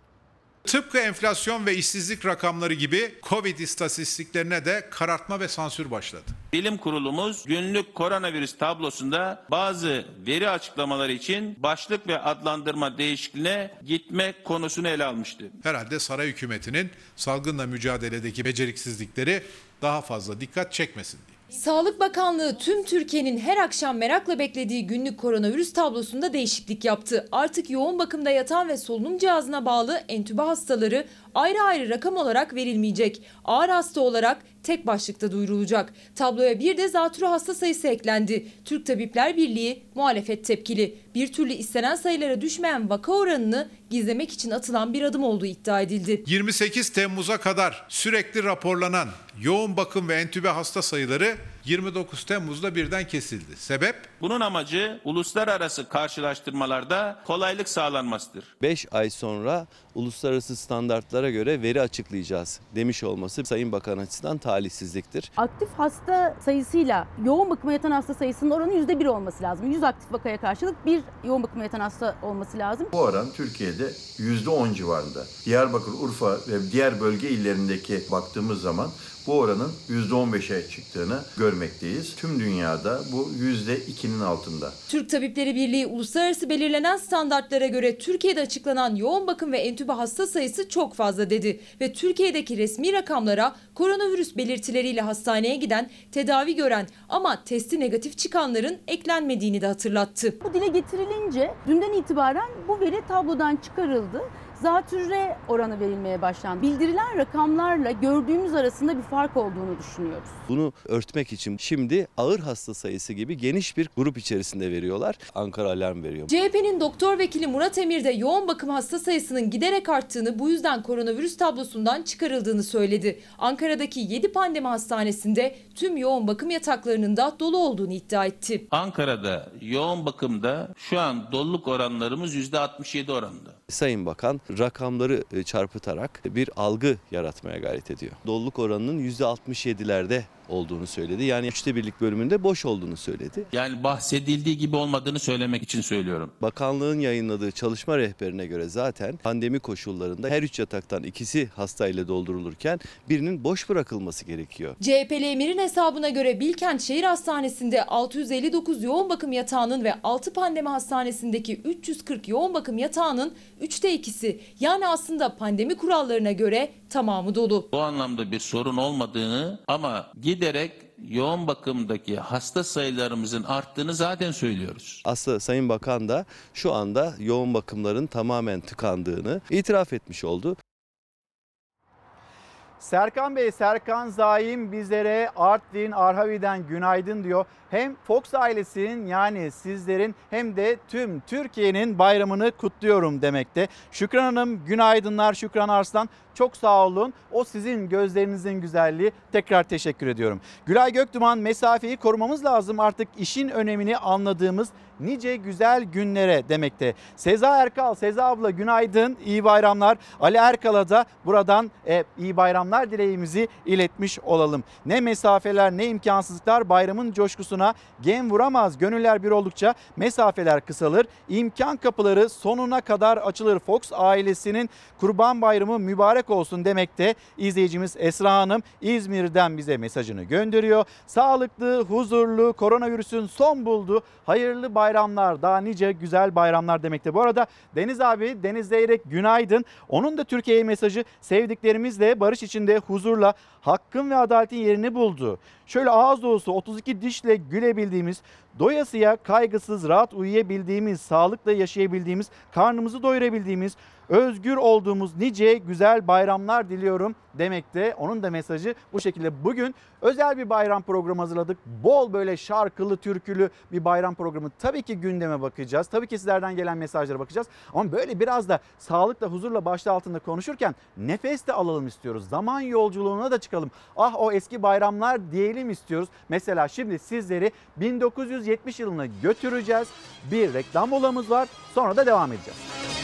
Tıpkı enflasyon ve işsizlik rakamları gibi Covid istatistiklerine de karartma ve sansür başladı. Bilim kurulumuz günlük koronavirüs tablosunda bazı veri açıklamaları için başlık ve adlandırma değişikliğine gitme konusunu ele almıştı. Herhalde saray hükümetinin salgınla mücadeledeki beceriksizlikleri daha fazla dikkat çekmesin diye. Sağlık Bakanlığı tüm Türkiye'nin her akşam merakla beklediği günlük koronavirüs tablosunda değişiklik yaptı. Artık yoğun bakımda yatan ve solunum cihazına bağlı entübe hastaları ayrı ayrı rakam olarak verilmeyecek. Ağır hasta olarak tek başlıkta duyurulacak. Tabloya bir de zatürre hasta sayısı eklendi. Türk Tabipler Birliği muhalefet tepkili. Bir türlü istenen sayılara düşmeyen vaka oranını gizlemek için atılan bir adım olduğu iddia edildi. yirmi sekiz Temmuz'a kadar sürekli raporlanan yoğun bakım ve entübe hasta sayıları yirmi dokuz Temmuz'da birden kesildi. Sebep? Bunun amacı uluslararası karşılaştırmalarda kolaylık sağlanmasıdır. beş ay sonra uluslararası standartlara göre veri açıklayacağız demiş olması Sayın Bakan açısından talihsizliktir. Aktif hasta sayısıyla yoğun bakıma yatan hasta sayısının oranı yüzde bir olması lazım. yüz aktif vakaya karşılık bir yoğun bakıma yatan hasta olması lazım. Bu oran Türkiye'de yüzde on civarında. Diyarbakır, Urfa ve diğer bölge illerindeki baktığımız zaman bu oranın yüzde on beşe çıktığını görmekteyiz. Tüm dünyada bu yüzde ikinin altında. Türk Tabipleri Birliği uluslararası belirlenen standartlara göre Türkiye'de açıklanan yoğun bakım ve entübe hasta sayısı çok fazla dedi. Ve Türkiye'deki resmi rakamlara koronavirüs belirtileriyle hastaneye giden, tedavi gören ama testi negatif çıkanların eklenmediğini de hatırlattı. Bu dile getirilince dünden itibaren bu veri tablodan çıkarıldı zatürre oranı verilmeye başlandı. Bildirilen rakamlarla gördüğümüz arasında bir fark olduğunu düşünüyoruz. Bunu örtmek için şimdi ağır hasta sayısı gibi geniş bir grup içerisinde veriyorlar. Ankara alarm veriyor. C H P'nin doktor vekili Murat Emir de yoğun bakım hasta sayısının giderek arttığını, bu yüzden koronavirüs tablosundan çıkarıldığını söyledi. Ankara'daki yedi pandemi hastanesinde tüm yoğun bakım yataklarının da dolu olduğunu iddia etti. Ankara'da yoğun bakımda şu an doluluk oranlarımız yüzde altmış yedi oranında. Sayın Bakan rakamları çarpıtarak bir algı yaratmaya gayret ediyor. Doluluk oranının yüzde altmış yedilerde olduğunu söyledi. Yani üçte birlik bölümünde boş olduğunu söyledi. Yani bahsedildiği gibi olmadığını söylemek için söylüyorum. Bakanlığın yayınladığı çalışma rehberine göre zaten pandemi koşullarında her üç yataktan ikisi hastayla doldurulurken birinin boş bırakılması gerekiyor. C H P'li Emir'in hesabına göre Bilkent Şehir Hastanesi'nde altı yüz elli dokuz yoğun bakım yatağının ve altı pandemi hastanesindeki üç yüz kırk yoğun bakım yatağının üçte ikisi, yani aslında pandemi kurallarına göre tamamı dolu. Bu anlamda bir sorun olmadığını ama giderek yoğun bakımdaki hasta sayılarımızın arttığını zaten söylüyoruz. Aslında Sayın Bakan da şu anda yoğun bakımların tamamen tıkandığını itiraf etmiş oldu. Serkan Bey, Serkan Zaim bizlere Artvin, Arhavi'den günaydın diyor. Hem Fox ailesinin, yani sizlerin, hem de tüm Türkiye'nin bayramını kutluyorum demekte. Şükran Hanım günaydınlar. Şükran Arslan, çok sağ olun. O sizin gözlerinizin güzelliği. Tekrar teşekkür ediyorum. Gülay Göktuman, mesafeyi korumamız lazım, artık işin önemini anladığımız nice güzel günlere demekte. Seza Erkal, Seza abla günaydın, iyi bayramlar. Ali Erkal'a da buradan e, iyi bayramlar dileğimizi iletmiş olalım. Ne mesafeler ne imkansızlıklar, bayramın coşkusuna gem vuramaz. Gönüller bir oldukça mesafeler kısalır. İmkan kapıları sonuna kadar açılır. Fox ailesinin Kurban Bayramı mübarek olsun demekte. İzleyicimiz Esra Hanım İzmir'den bize mesajını gönderiyor. Sağlıklı, huzurlu, koronavirüsün son bulduğu hayırlı bayramlar, daha nice güzel bayramlar demekte. Bu arada Deniz abi, Deniz Zeyrek günaydın. Onun da Türkiye'ye mesajı: sevdiklerimizle barış içinde, huzurla, hakkın ve adaletin yerini buldu. Şöyle ağız dolusu otuz iki dişle gülebildiğimiz, doyasıya kaygısız rahat uyuyabildiğimiz, sağlıkla yaşayabildiğimiz, karnımızı doyurabildiğimiz, özgür olduğumuz nice güzel bayramlar diliyorum demekte. Onun da mesajı bu şekilde. Bugün özel bir bayram programı hazırladık. Bol böyle şarkılı, türkülü bir bayram programı. Tabii ki gündeme bakacağız. Tabii ki sizlerden gelen mesajlara bakacağız. Ama böyle biraz da sağlıkla, huzurla başlığı altında konuşurken nefes de alalım istiyoruz. Zaman yolculuğuna da çıkalım. Ah o eski bayramlar diyelim istiyoruz. Mesela şimdi sizleri bin dokuz yüz yetmiş yılına götüreceğiz. Bir reklam molamız var. Sonra da devam edeceğiz.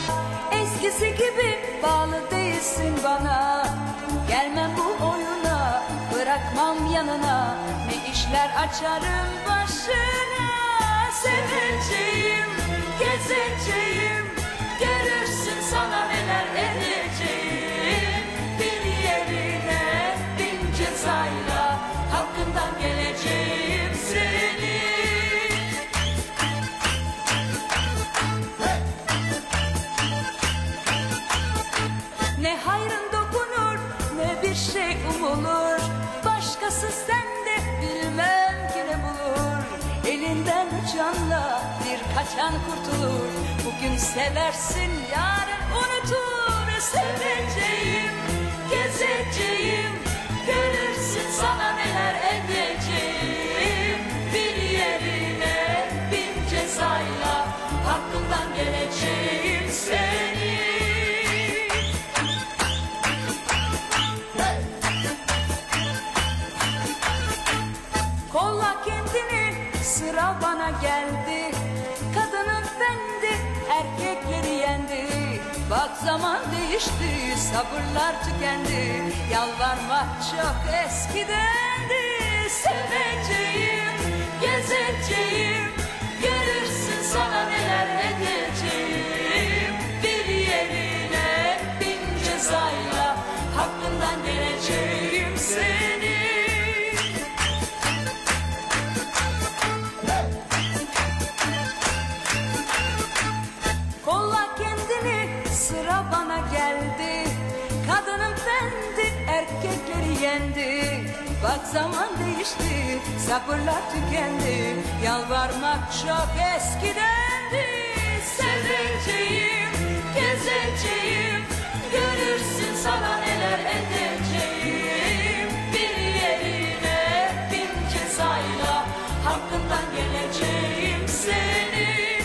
Eskisi gibi bağlı değilsin bana, gelmem bu oyuna, bırakmam yanına, ne işler açarım başına. Seveceğim, gezeceğim, görürsün sana neler edeceğim. Bir yerine bin cezayla hakkından geleceğim seni. Ne hayrın dokunur, ne bir şey umulur, başkası sende bilmem ki ne bulur. Elinden uçanla bir kaçan kurtulur, bugün seversin yarın unutur. Seveceğim, gezeceğim, görürsün sana neler edeceğim. Bir yerine bin cezayla hakkından geleceğim seni. Kolla kendini, sıra bana geldi. Kadının bendi, erkekleri yendi. Bak zaman değişti, sabırlar tükendi. Yalvarmak çok eskidendi. Seveceğim, gezeceğim, görürsün sana neler edeceğim. Bir yerine bin cezayla hakkından geleceğim seni. Kolla kendini, sıra bana geldi. Kadının bendi, erkekleri yendi. Bak zaman değişti, sabırlar tükendi. Yalvarmak çok eskidendi. Seveceğim, gezeceğim, sana neler edeceğim. Bir yerine bin cezayla hakkından geleceğim, seni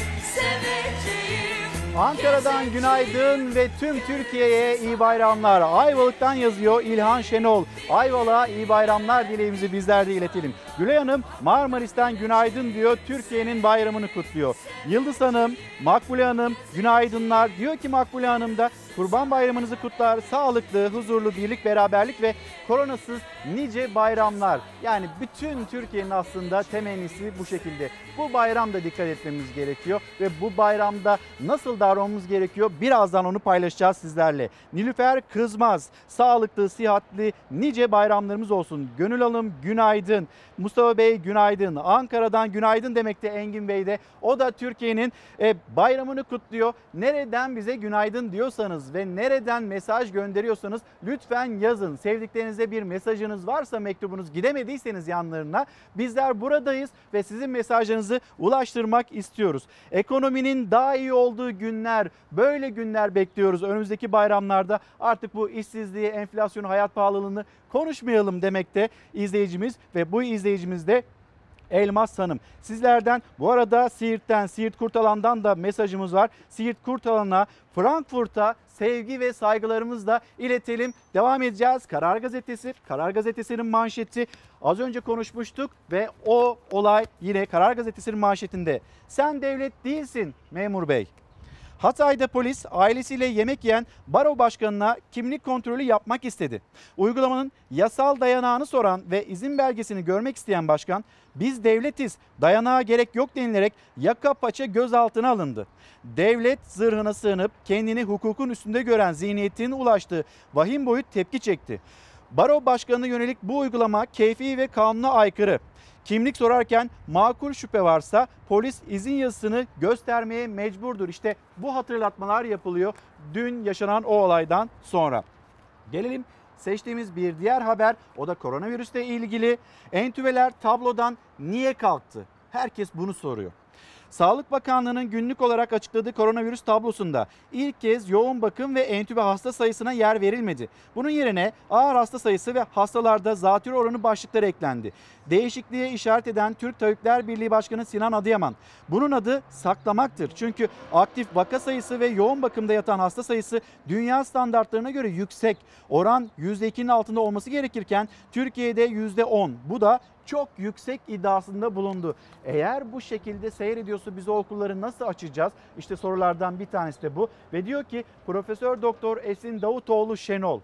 seveceğim. Ankara'dan günaydın ve tüm Türkiye'ye iyi bayramlar. Ayvalık'tan yazıyor İlhan Şenol. Ayvalık'a iyi bayramlar dileğimizi bizler de iletelim. Gülay Hanım Marmaris'ten günaydın diyor. Türkiye'nin bayramını kutluyor. Yıldız Hanım, Makbule Hanım günaydınlar. Diyor ki Makbule Hanım da Kurban Bayramınızı kutlar. Sağlıklı, huzurlu, birlik, beraberlik ve koronasız nice bayramlar. Yani bütün Türkiye'nin aslında temennisi bu şekilde. Bu bayramda dikkat etmemiz gerekiyor ve bu bayramda nasıl davranmamız gerekiyor? Birazdan onu paylaşacağız sizlerle. Nilüfer Kızmaz, sağlıklı, sıhhatli nice bayramlarımız olsun. Gönül Hanım günaydın. Mustafa Bey günaydın. Ankara'dan günaydın demekte Engin Bey de. O da Türkiye'nin e, bayramını kutluyor. Nereden bize günaydın diyorsanız ve nereden mesaj gönderiyorsanız lütfen yazın. Sevdiklerinize bir mesajınız varsa, mektubunuz gidemediyseniz yanlarına, bizler buradayız ve sizin mesajlarınızı ulaştırmak istiyoruz. Ekonominin daha iyi olduğu günler, böyle günler bekliyoruz. Önümüzdeki bayramlarda artık bu işsizliği, enflasyonu, hayat pahalılığını konuşmayalım demekte izleyicimiz ve bu izleyicimiz de Elmas Hanım. Sizlerden bu arada Siirt'ten, Siirt Kurtalan'dan da mesajımız var. Siirt Kurtalan'a, Frankfurt'a sevgi ve saygılarımızla iletelim. Devam edeceğiz. Karar Gazetesi, Karar Gazetesi'nin manşeti. Az önce konuşmuştuk ve o olay yine Karar Gazetesi'nin manşetinde. Sen devlet değilsin memur bey. Hatay'da polis ailesiyle yemek yiyen baro başkanına kimlik kontrolü yapmak istedi. Uygulamanın yasal dayanağını soran ve izin belgesini görmek isteyen başkan, biz devletiz, dayanağa gerek yok denilerek yaka paça gözaltına alındı. Devlet zırhına sığınıp kendini hukukun üstünde gören zihniyetin ulaştığı vahim boyut tepki çekti. Baro başkanına yönelik bu uygulama keyfi ve kanuna aykırı. Kimlik sorarken makul şüphe varsa polis izin yazısını göstermeye mecburdur. İşte bu hatırlatmalar yapılıyor dün yaşanan o olaydan sonra. Gelelim seçtiğimiz bir diğer haber, o da koronavirüsle ilgili. Entübeler tablodan niye kalktı? Herkes bunu soruyor. Sağlık Bakanlığı'nın günlük olarak açıkladığı koronavirüs tablosunda ilk kez yoğun bakım ve entübe hasta sayısına yer verilmedi. Bunun yerine ağır hasta sayısı ve hastalarda zatürre oranı başlıkları eklendi. Değişikliğe işaret eden Türk Tabipler Birliği Başkanı Sinan Adıyaman, bunun adı saklamaktır. Çünkü aktif vaka sayısı ve yoğun bakımda yatan hasta sayısı dünya standartlarına göre yüksek. Oran yüzde ikinin altında olması gerekirken Türkiye'de yüzde on. Bu da çok yüksek iddiasında bulundu. Eğer bu şekilde seyrediyorsa biz o okulları nasıl açacağız? İşte sorulardan bir tanesi de bu. Ve diyor ki Profesör Doktor Esin Davutoğlu Şenol,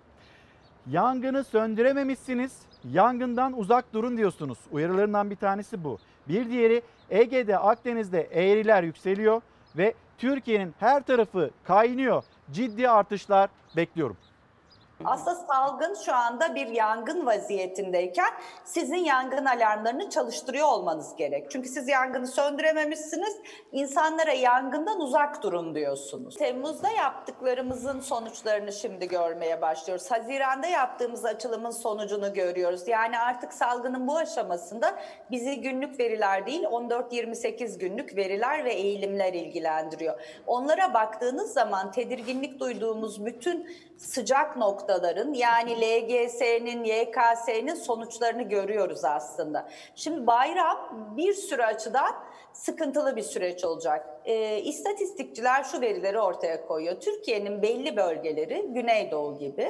yangını söndürememişsiniz, yangından uzak durun diyorsunuz. Uyarılarından bir tanesi bu. Bir diğeri, Ege'de, Akdeniz'de eğriler yükseliyor ve Türkiye'nin her tarafı kaynıyor. Ciddi artışlar bekliyorum. Aslında salgın şu anda bir yangın vaziyetindeyken sizin yangın alarmlarını çalıştırıyor olmanız gerek. Çünkü siz yangını söndürememişsiniz, insanlara yangından uzak durun diyorsunuz. Temmuz'da yaptıklarımızın sonuçlarını şimdi görmeye başlıyoruz. Haziran'da yaptığımız açılımın sonucunu görüyoruz. Yani artık salgının bu aşamasında bizi günlük veriler değil, on dört yirmi sekiz günlük veriler ve eğilimler ilgilendiriyor. Onlara baktığınız zaman tedirginlik duyduğumuz bütün sıcak noktaların, yani L G S'nin, Y K S'nin sonuçlarını görüyoruz aslında. Şimdi bayram bir sürü açıdan sıkıntılı bir süreç olacak. E, istatistikçiler şu verileri ortaya koyuyor. Türkiye'nin belli bölgeleri, Güneydoğu gibi,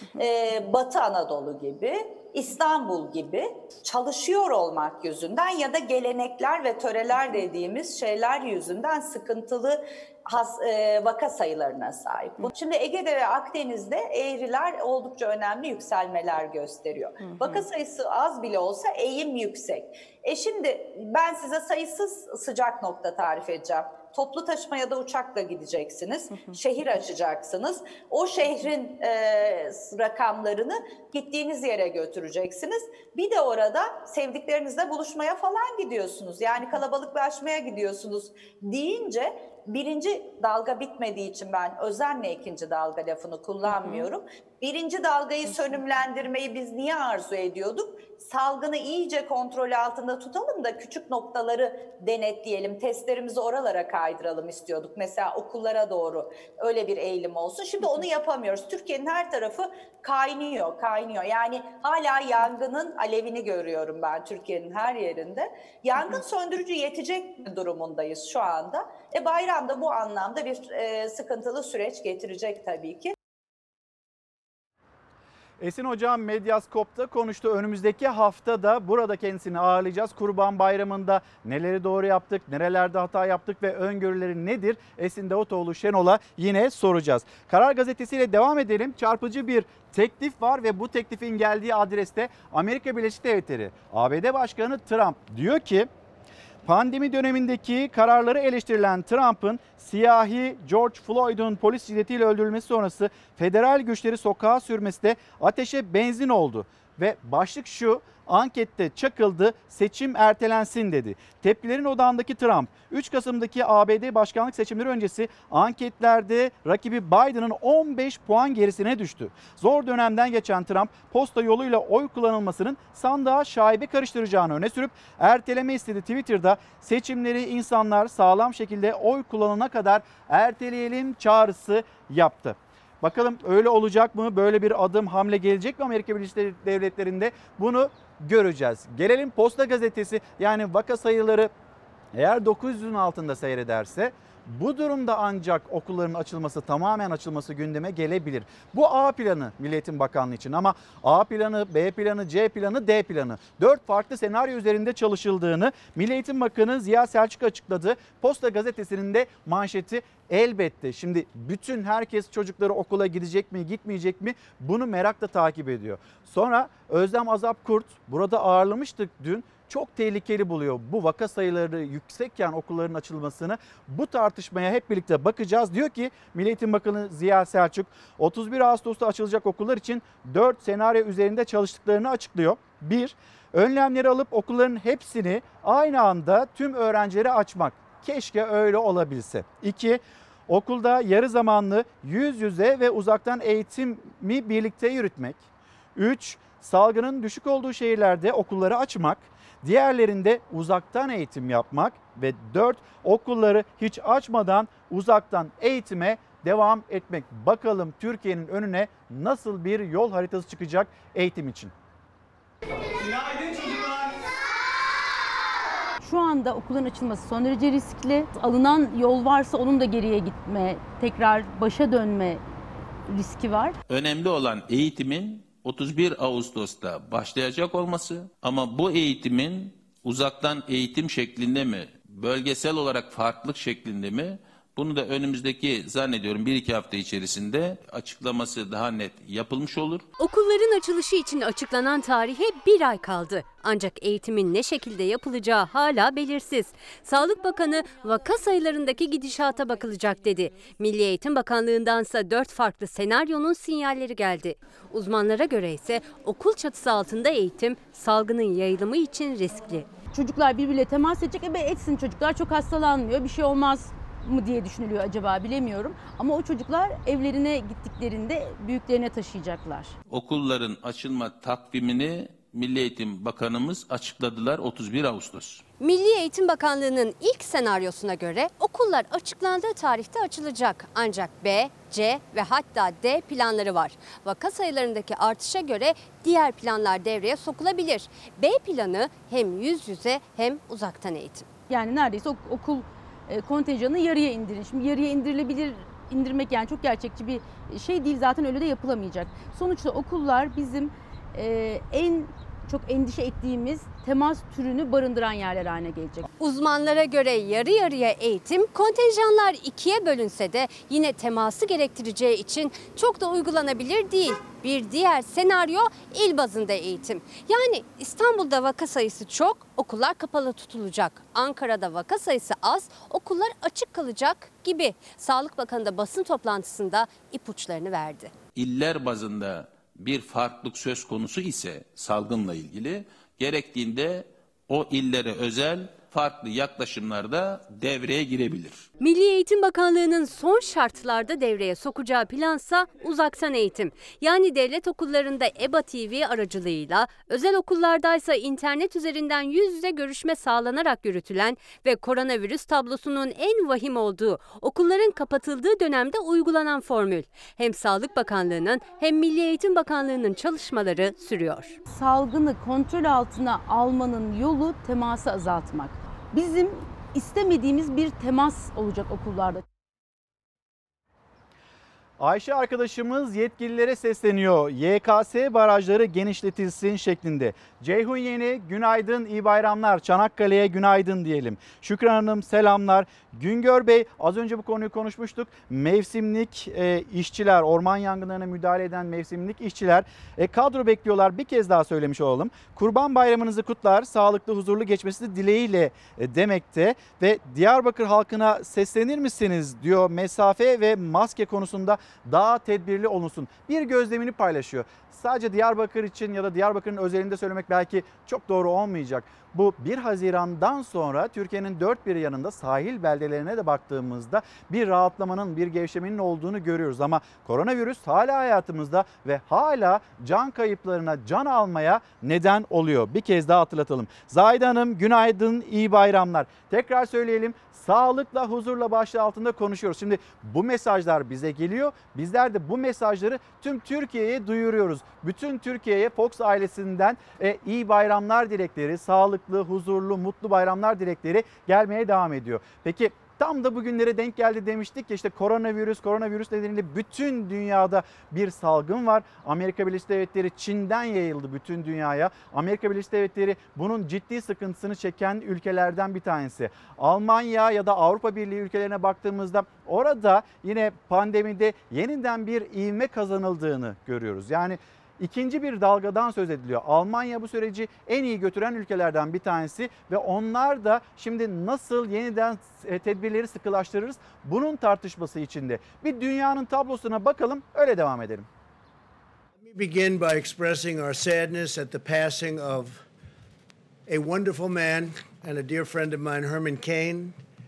e, Batı Anadolu gibi, İstanbul gibi çalışıyor olmak yüzünden ya da gelenekler ve töreler dediğimiz şeyler yüzünden sıkıntılı has, e, vaka sayılarına sahip. Şimdi Ege'de ve Akdeniz'de eğriler oldukça önemli yükselmeler gösteriyor. Hı hı. Vaka sayısı az bile olsa eğim yüksek. E şimdi ben size sayısız sıcak nokta tarif edeceğim. Toplu taşıma ya da uçakla gideceksiniz, hı hı. şehir açacaksınız. O şehrin e, rakamlarını gittiğiniz yere götüreceksiniz. Bir de orada sevdiklerinizle buluşmaya falan gidiyorsunuz. Yani kalabalıklaşmaya gidiyorsunuz deyince birinci dalga bitmediği için ben özenle ikinci dalga lafını kullanmıyorum. Birinci dalgayı sönümlendirmeyi biz niye arzu ediyorduk? Salgını iyice kontrol altında tutalım da küçük noktaları denetleyelim, testlerimizi oralara kaydıralım istiyorduk. Mesela okullara doğru öyle bir eğilim olsun. Şimdi onu yapamıyoruz. Türkiye'nin her tarafı kaynıyor, kaynıyor. Yani hala yangının alevini görüyorum ben Türkiye'nin her yerinde. Yangın söndürücü yetecek durumundayız şu anda. E bayramda bu anlamda bir e, sıkıntılı süreç getirecek tabii ki. Esin Hocam Medyaskop'ta konuştu. Önümüzdeki hafta da burada kendisini ağırlayacağız. Kurban Bayramı'nda neleri doğru yaptık, nerelerde hata yaptık ve öngörüleri nedir? Esin Davutoğlu Şenol'a yine soracağız. Karar Gazetesi ile devam edelim. Çarpıcı bir teklif var ve bu teklifin geldiği adreste Amerika Birleşik Devletleri. A B D Başkanı Trump diyor ki, pandemi dönemindeki kararları eleştirilen Trump'ın siyahi George Floyd'un polis şiddetiyle öldürülmesi sonrası federal güçleri sokağa sürmesi de ateşe benzin oldu. Ve başlık şu: ankette çakıldı, seçim ertelensin dedi. Tepkilerin odağındaki Trump, üç Kasım'daki A B D başkanlık seçimleri öncesi anketlerde rakibi Biden'ın on beş puan gerisine düştü. Zor dönemden geçen Trump, posta yoluyla oy kullanılmasının sandığa şaibe karıştıracağını öne sürüp erteleme istedi. Twitter'da seçimleri insanlar sağlam şekilde oy kullanana kadar erteleyelim çağrısı yaptı. Bakalım öyle olacak mı? Böyle bir adım, hamle gelecek mi Amerika Birleşik Devletleri'nde? Bunu göreceğiz. Gelelim Posta Gazetesi, yani vaka sayıları eğer dokuz yüzün altında seyrederse bu durumda ancak okulların açılması, tamamen açılması gündeme gelebilir. Bu A planı Milli Eğitim Bakanlığı için, ama A planı, B planı, C planı, D planı, dört farklı senaryo üzerinde çalışıldığını Milli Eğitim Bakanı Ziya Selçuk açıkladı. Posta Gazetesi'nin de manşeti elbette. Şimdi bütün herkes çocukları okula gidecek mi, gitmeyecek mi, bunu merakla takip ediyor. Sonra Özlem Azap Kurt, burada ağırlamıştık dün, çok tehlikeli buluyor bu vaka sayıları yüksekken okulların açılmasını. Bu tartışmaya hep birlikte bakacağız. Diyor ki Milli Eğitim Bakanı Ziya Selçuk, otuz bir Ağustos'ta açılacak okullar için dört senaryo üzerinde çalıştıklarını açıklıyor. bir Önlemleri alıp okulların hepsini aynı anda tüm öğrencilere açmak. Keşke öyle olabilse. iki Okulda yarı zamanlı yüz yüze ve uzaktan eğitimi birlikte yürütmek. üç Salgının düşük olduğu şehirlerde okulları açmak, diğerlerinde uzaktan eğitim yapmak ve dört Okulları hiç açmadan uzaktan eğitime devam etmek. Bakalım Türkiye'nin önüne nasıl bir yol haritası çıkacak eğitim için. Günaydın çocuklar. Şu anda okulun açılması son derece riskli. Alınan yol varsa onun da geriye gitme, tekrar başa dönme riski var. Önemli olan eğitimin otuz bir Ağustos'ta başlayacak olması, ama bu eğitimin uzaktan eğitim şeklinde mi, bölgesel olarak farklılık şeklinde mi, bunu da önümüzdeki zannediyorum bir iki hafta içerisinde açıklaması daha net yapılmış olur. Okulların açılışı için açıklanan tarihe bir ay kaldı. Ancak eğitimin ne şekilde yapılacağı hala belirsiz. Sağlık Bakanı vaka sayılarındaki gidişata bakılacak dedi. Milli Eğitim Bakanlığı'ndansa dört farklı senaryonun sinyalleri geldi. Uzmanlara göre ise okul çatısı altında eğitim salgının yayılımı için riskli. Çocuklar birbiriyle temas edecek, ebe etsin çocuklar, çok hastalanmıyor, bir şey olmaz mı diye düşünülüyor acaba, bilemiyorum. Ama o çocuklar evlerine gittiklerinde büyüklerine taşıyacaklar. Okulların açılma takvimini Milli Eğitim Bakanımız açıkladılar, otuz bir Ağustos. Milli Eğitim Bakanlığı'nın ilk senaryosuna göre okullar açıklandığı tarihte açılacak. Ancak B, C ve hatta D planları var. Vaka sayılarındaki artışa göre diğer planlar devreye sokulabilir. B planı hem yüz yüze hem uzaktan eğitim. Yani neredeyse okul kontenjanı yarıya indirin. Şimdi yarıya indirilebilir, indirmek yani çok gerçekçi bir şey değil. Zaten öyle de yapılamayacak. Sonuçta okullar bizim e, en çok endişe ettiğimiz temas türünü barındıran yerler haline gelecek. Uzmanlara göre yarı yarıya eğitim, kontenjanlar ikiye bölünse de yine teması gerektireceği için çok da uygulanabilir değil. Bir diğer senaryo il bazında eğitim. Yani İstanbul'da vaka sayısı çok, okullar kapalı tutulacak. Ankara'da vaka sayısı az, okullar açık kalacak gibi. Sağlık Bakanı da basın toplantısında ipuçlarını verdi. İller bazında bir farklılık söz konusu ise salgınla ilgili, gerektiğinde o illere özel farklı yaklaşımlarda devreye girebilir. Milli Eğitim Bakanlığı'nın son şartlarda devreye sokacağı plansa uzaktan eğitim. Yani devlet okullarında E B A T V aracılığıyla, özel okullardaysa internet üzerinden yüz yüze görüşme sağlanarak yürütülen ve koronavirüs tablosunun en vahim olduğu okulların kapatıldığı dönemde uygulanan formül. Hem Sağlık Bakanlığı'nın hem Milli Eğitim Bakanlığı'nın çalışmaları sürüyor. Salgını kontrol altına almanın yolu teması azaltmak. Bizim istemediğimiz bir temas olacak okullarda. Ayşe arkadaşımız yetkililere sesleniyor. Y K S barajları genişletilsin şeklinde. Ceyhun Yeni günaydın, iyi bayramlar. Çanakkale'ye günaydın diyelim. Şükran Hanım selamlar. Güngör Bey, az önce bu konuyu konuşmuştuk. Mevsimlik e, işçiler, orman yangınlarına müdahale eden mevsimlik işçiler e, kadro bekliyorlar. Bir kez daha söylemiş olalım. Kurban Bayramınızı kutlar, sağlıklı, huzurlu geçmesi dileğiyle e, demekte. Ve Diyarbakır halkına seslenir misiniz diyor, mesafe ve maske konusunda daha tedbirli olunsun. Bir gözlemini paylaşıyor. Sadece Diyarbakır için ya da Diyarbakır'ın özelinde söylemek belki çok doğru olmayacak. Bu bir Haziran'dan sonra Türkiye'nin dört bir yanında sahil beldelerine de baktığımızda bir rahatlamanın, bir gevşemenin olduğunu görüyoruz. Ama koronavirüs hala hayatımızda ve hala can kayıplarına, can almaya neden oluyor. Bir kez daha hatırlatalım. Zahide Hanım günaydın, iyi bayramlar. Tekrar söyleyelim. Sağlıkla, huzurla başlığı altında konuşuyoruz. Şimdi bu mesajlar bize geliyor. Bizler de bu mesajları tüm Türkiye'ye duyuruyoruz. Bütün Türkiye'ye Fox ailesinden e, iyi bayramlar dilekleri, sağlıklı, huzurlu, mutlu bayramlar dilekleri gelmeye devam ediyor. Peki tam da bugünlere denk geldi demiştik ya, işte koronavirüs, koronavirüs nedeniyle bütün dünyada bir salgın var. Amerika Birleşik Devletleri Çin'den yayıldı bütün dünyaya. Amerika Birleşik Devletleri bunun ciddi sıkıntısını çeken ülkelerden bir tanesi. Almanya ya da Avrupa Birliği ülkelerine baktığımızda orada yine pandemide yeniden bir ivme kazanıldığını görüyoruz. Yani İkinci bir dalgadan söz ediliyor. Almanya bu süreci en iyi götüren ülkelerden bir tanesi ve onlar da şimdi nasıl yeniden tedbirleri sıkılaştırırız bunun tartışması içinde. Bir dünyanın tablosuna bakalım, öyle devam edelim. Let me begin by expressing our sadness at the passing of a wonderful man and a dear friend of mine, Herman Cain.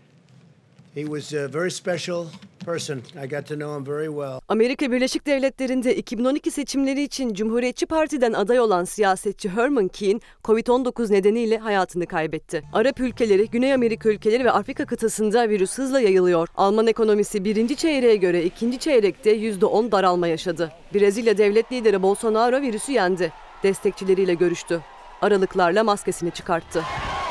He was a very special person. I got to know him very well. Amerika Birleşik Devletleri'nde iki bin on iki seçimleri için Cumhuriyetçi Parti'den aday olan siyasetçi Herman Cain, kovid on dokuz nedeniyle hayatını kaybetti. Arap ülkeleri, Güney Amerika ülkeleri ve Afrika kıtasında virüs hızla yayılıyor. Alman ekonomisi birinci çeyreğe göre ikinci çeyrekte yüzde on daralma yaşadı. Brezilya devlet lideri Bolsonaro virüsü yendi. Destekçileriyle görüştü. Aralıklarla maskesini çıkarttı.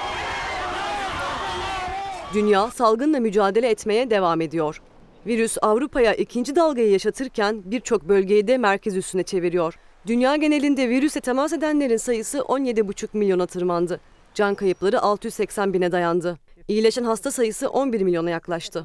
Dünya salgınla mücadele etmeye devam ediyor. Virüs Avrupa'ya ikinci dalgayı yaşatırken birçok bölgeyi de merkez üssüne çeviriyor. Dünya genelinde virüse temas edenlerin sayısı on yedi buçuk milyona tırmandı. Can kayıpları altı yüz seksen bine dayandı. İyileşen hasta sayısı on bir milyona yaklaştı.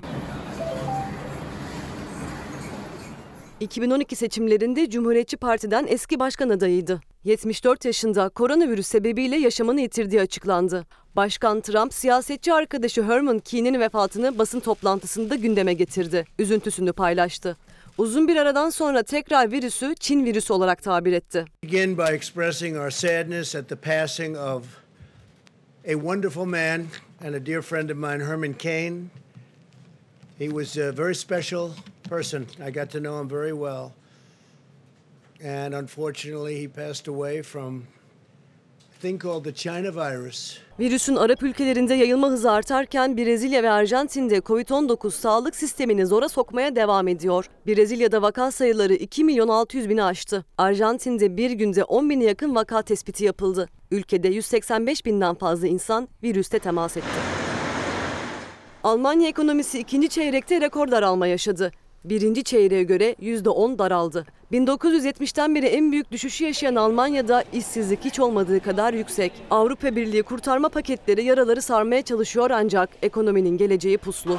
iki bin on iki seçimlerinde Cumhuriyetçi Parti'den eski başkan adayıydı. yetmiş dört yaşında koronavirüs sebebiyle yaşamını yitirdiği açıklandı. Başkan Trump, siyasetçi arkadaşı Herman Cain'in vefatını basın toplantısında gündeme getirdi. Üzüntüsünü paylaştı. Uzun bir aradan sonra tekrar virüsü Çin virüsü olarak tabir etti. Begin by expressing our sadness at the passing of a wonderful man and a dear friend of mine, Herman Cain. He was a very special person. I got to know him very well. And unfortunately he passed away from a thing called the China virus. Virüsün Arap ülkelerinde yayılma hızı artarken Brezilya ve Arjantin'de kovid on dokuz sağlık sistemini zora sokmaya devam ediyor. Brezilya'da vaka sayıları iki milyon altı yüz bini aştı. Arjantin'de bir günde on bine yakın vaka tespiti yapıldı. Ülkede yüz seksen beş binden fazla insan virüste temas etti. Almanya ekonomisi ikinci çeyrekte rekor daralma yaşadı. Birinci çeyreğe göre yüzde on daraldı. bin dokuz yüz yetmişten beri en büyük düşüşü yaşayan Almanya'da işsizlik hiç olmadığı kadar yüksek. Avrupa Birliği kurtarma paketleri yaraları sarmaya çalışıyor ancak ekonominin geleceği puslu.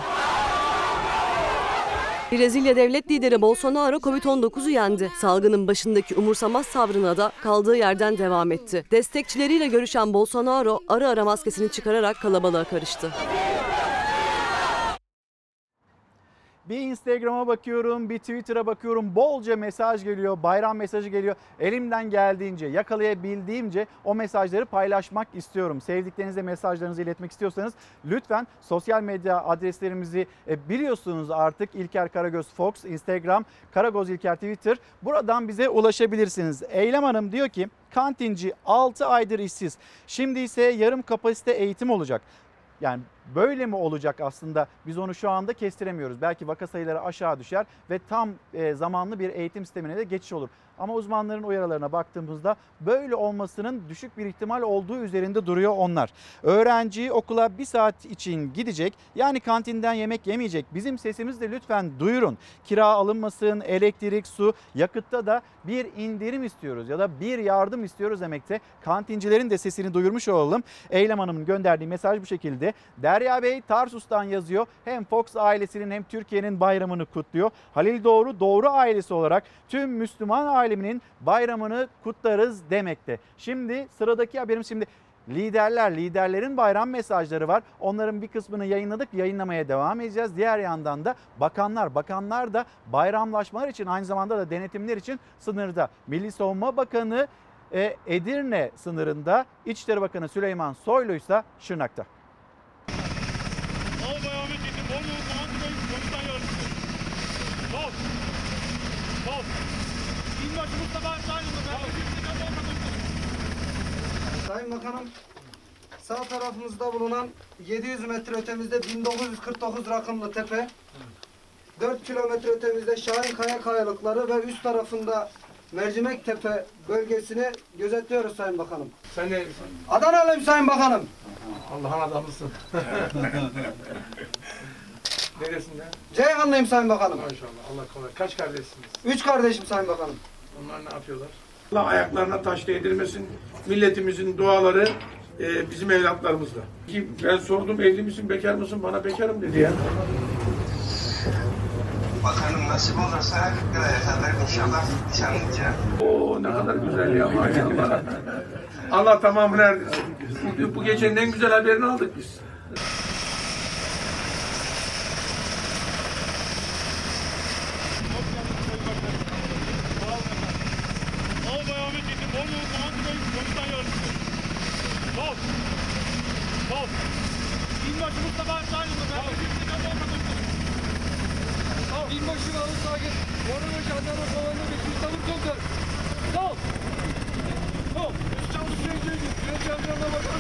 Brezilya devlet lideri Bolsonaro kovid on dokuzu yendi. Salgının başındaki umursamaz tavrına da kaldığı yerden devam etti. Destekçileriyle görüşen Bolsonaro ara ara maskesini çıkararak kalabalığa karıştı. Bir Instagram'a bakıyorum, bir Twitter'a bakıyorum. Bolca mesaj geliyor, bayram mesajı geliyor. Elimden geldiğince, yakalayabildiğimce o mesajları paylaşmak istiyorum. Sevdiklerinize mesajlarınızı iletmek istiyorsanız lütfen sosyal medya adreslerimizi biliyorsunuz artık. İlker Karagöz Fox, Instagram, Karagöz İlker Twitter. Buradan bize ulaşabilirsiniz. Eylem Hanım diyor ki kantinci altı aydır işsiz. Şimdi ise yarım kapasite eğitim olacak. Yani böyle mi olacak aslında, biz onu şu anda kestiremiyoruz. Belki vaka sayıları aşağı düşer ve tam zamanlı bir eğitim sistemine de geçiş olur. Ama uzmanların uyarılarına baktığımızda böyle olmasının düşük bir ihtimal olduğu üzerinde duruyor onlar. Öğrenci okula bir saat için gidecek, yani kantinden yemek yemeyecek. Bizim sesimizi de lütfen duyurun. Kira alınmasın, elektrik, su, yakıtta da bir indirim istiyoruz ya da bir yardım istiyoruz demekte. Kantincilerin de sesini duyurmuş olalım. Eylem Hanım'ın gönderdiği mesaj bu şekilde. Derya Bey Tarsus'tan yazıyor. Hem Fox ailesinin hem Türkiye'nin bayramını kutluyor. Halil Doğru, Doğru ailesi olarak tüm Müslüman aleminin bayramını kutlarız demekte. Şimdi sıradaki haberim, şimdi liderler, liderlerin bayram mesajları var. Onların bir kısmını yayınladık, yayınlamaya devam edeceğiz. Diğer yandan da bakanlar, bakanlar da bayramlaşmalar için, aynı zamanda da denetimler için sınırda. Milli Savunma Bakanı Edirne sınırında, İçişleri Bakanı Süleyman Soylu ise Şırnak'ta. Sayın Bakanım, sağ tarafımızda bulunan yedi yüz metre ötemizde bin dokuz yüz kırk dokuz rakımlı tepe, dört kilometre ötemizde Şahinkaya kayalıkları ve üst tarafında Mercimek Tepe bölgesini gözetliyoruz Sayın Bakanım. Sen ne? Adanalıyım Sayın Bakanım. Allah'ın adamısın. Neresinde? Ceyhanlıyım Sayın Bakanım. Maşallah, Allah kolay. Kaç kardeşsiniz? Üç kardeşim Sayın Bakanım. Onlar ne yapıyorlar? Allah ayaklarına taş değdirmesin. Milletimizin duaları e, bizim evlatlarımızla. Ki ben sordum, evli misin, bekar mısın? Bana bekarım dedi ya. Bakanım nasip olursa kırk liraya kadar inşallah nişanlayacağım. Oo ne kadar güzel ya maşallah. Allah tamamını erdirsin. Bu, bu gecenin en güzel haberini aldık biz. Binbaşı Alın Sakin, Orada Jandarma Komandanı Bekir Tavuk Komutanı. Sağ ol. Sağ ol. Üst çavuşu yöneteceğiz. Yöneteceğimlerine bakalım.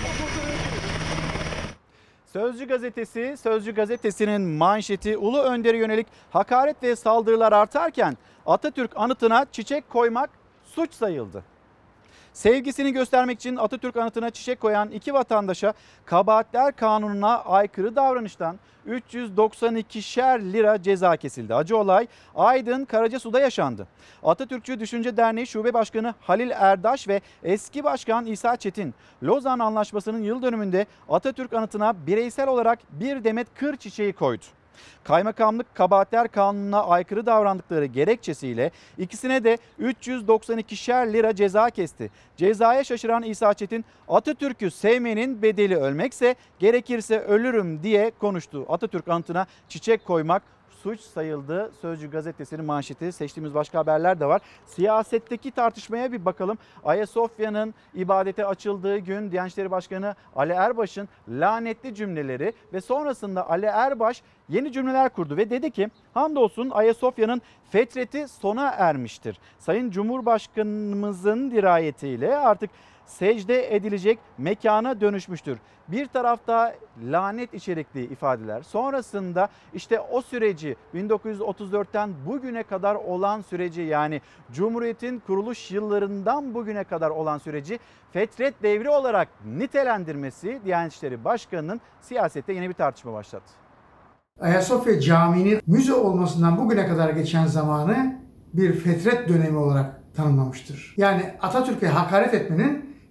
Sözcü gazetesi, Sözcü gazetesinin manşeti Ulu Önder'e yönelik hakaret ve saldırılar artarken Atatürk anıtına çiçek koymak suç sayıldı. Sevgisini göstermek için Atatürk anıtına çiçek koyan iki vatandaşa Kabahatler Kanunu'na aykırı davranıştan üç yüz doksan ikişer lira ceza kesildi. Acı olay Aydın Karacasu'da yaşandı. Atatürkçü Düşünce Derneği Şube Başkanı Halil Erdaş ve eski başkan İsa Çetin, Lozan Anlaşması'nın yıl dönümünde Atatürk anıtına bireysel olarak bir demet kır çiçeği koydu. Kaymakamlık Kabahatler Kanunu'na aykırı davrandıkları gerekçesiyle ikisine de üç yüz doksan ikişer lira ceza kesti. Cezaya şaşıran İsa Çetin, Atatürk'ü sevmenin bedeli ölmekse gerekirse ölürüm diye konuştu. Atatürk anıtına çiçek koymak suç sayıldı. Sözcü gazetesinin manşeti. Seçtiğimiz başka haberler de var. Siyasetteki tartışmaya bir bakalım. Ayasofya'nın ibadete açıldığı gün Diyanet İşleri Başkanı Ali Erbaş'ın lanetli cümleleri ve sonrasında Ali Erbaş yeni cümleler kurdu ve dedi ki hamdolsun Ayasofya'nın fetreti sona ermiştir. Sayın Cumhurbaşkanımızın dirayetiyle artık secde edilecek mekana dönüşmüştür. Bir tarafta lanet içerikli ifadeler, sonrasında işte o süreci bin dokuz yüz otuz dörtten bugüne kadar olan süreci, yani Cumhuriyet'in kuruluş yıllarından bugüne kadar olan süreci fetret devri olarak nitelendirmesi Diyanet İşleri Başkanı'nın siyasette yeni bir tartışma başlattı. Ayasofya Camii'nin müze olmasından bugüne kadar geçen zamanı bir fetret dönemi olarak tanımlamıştır. Yani Atatürk'e hakaret etmenin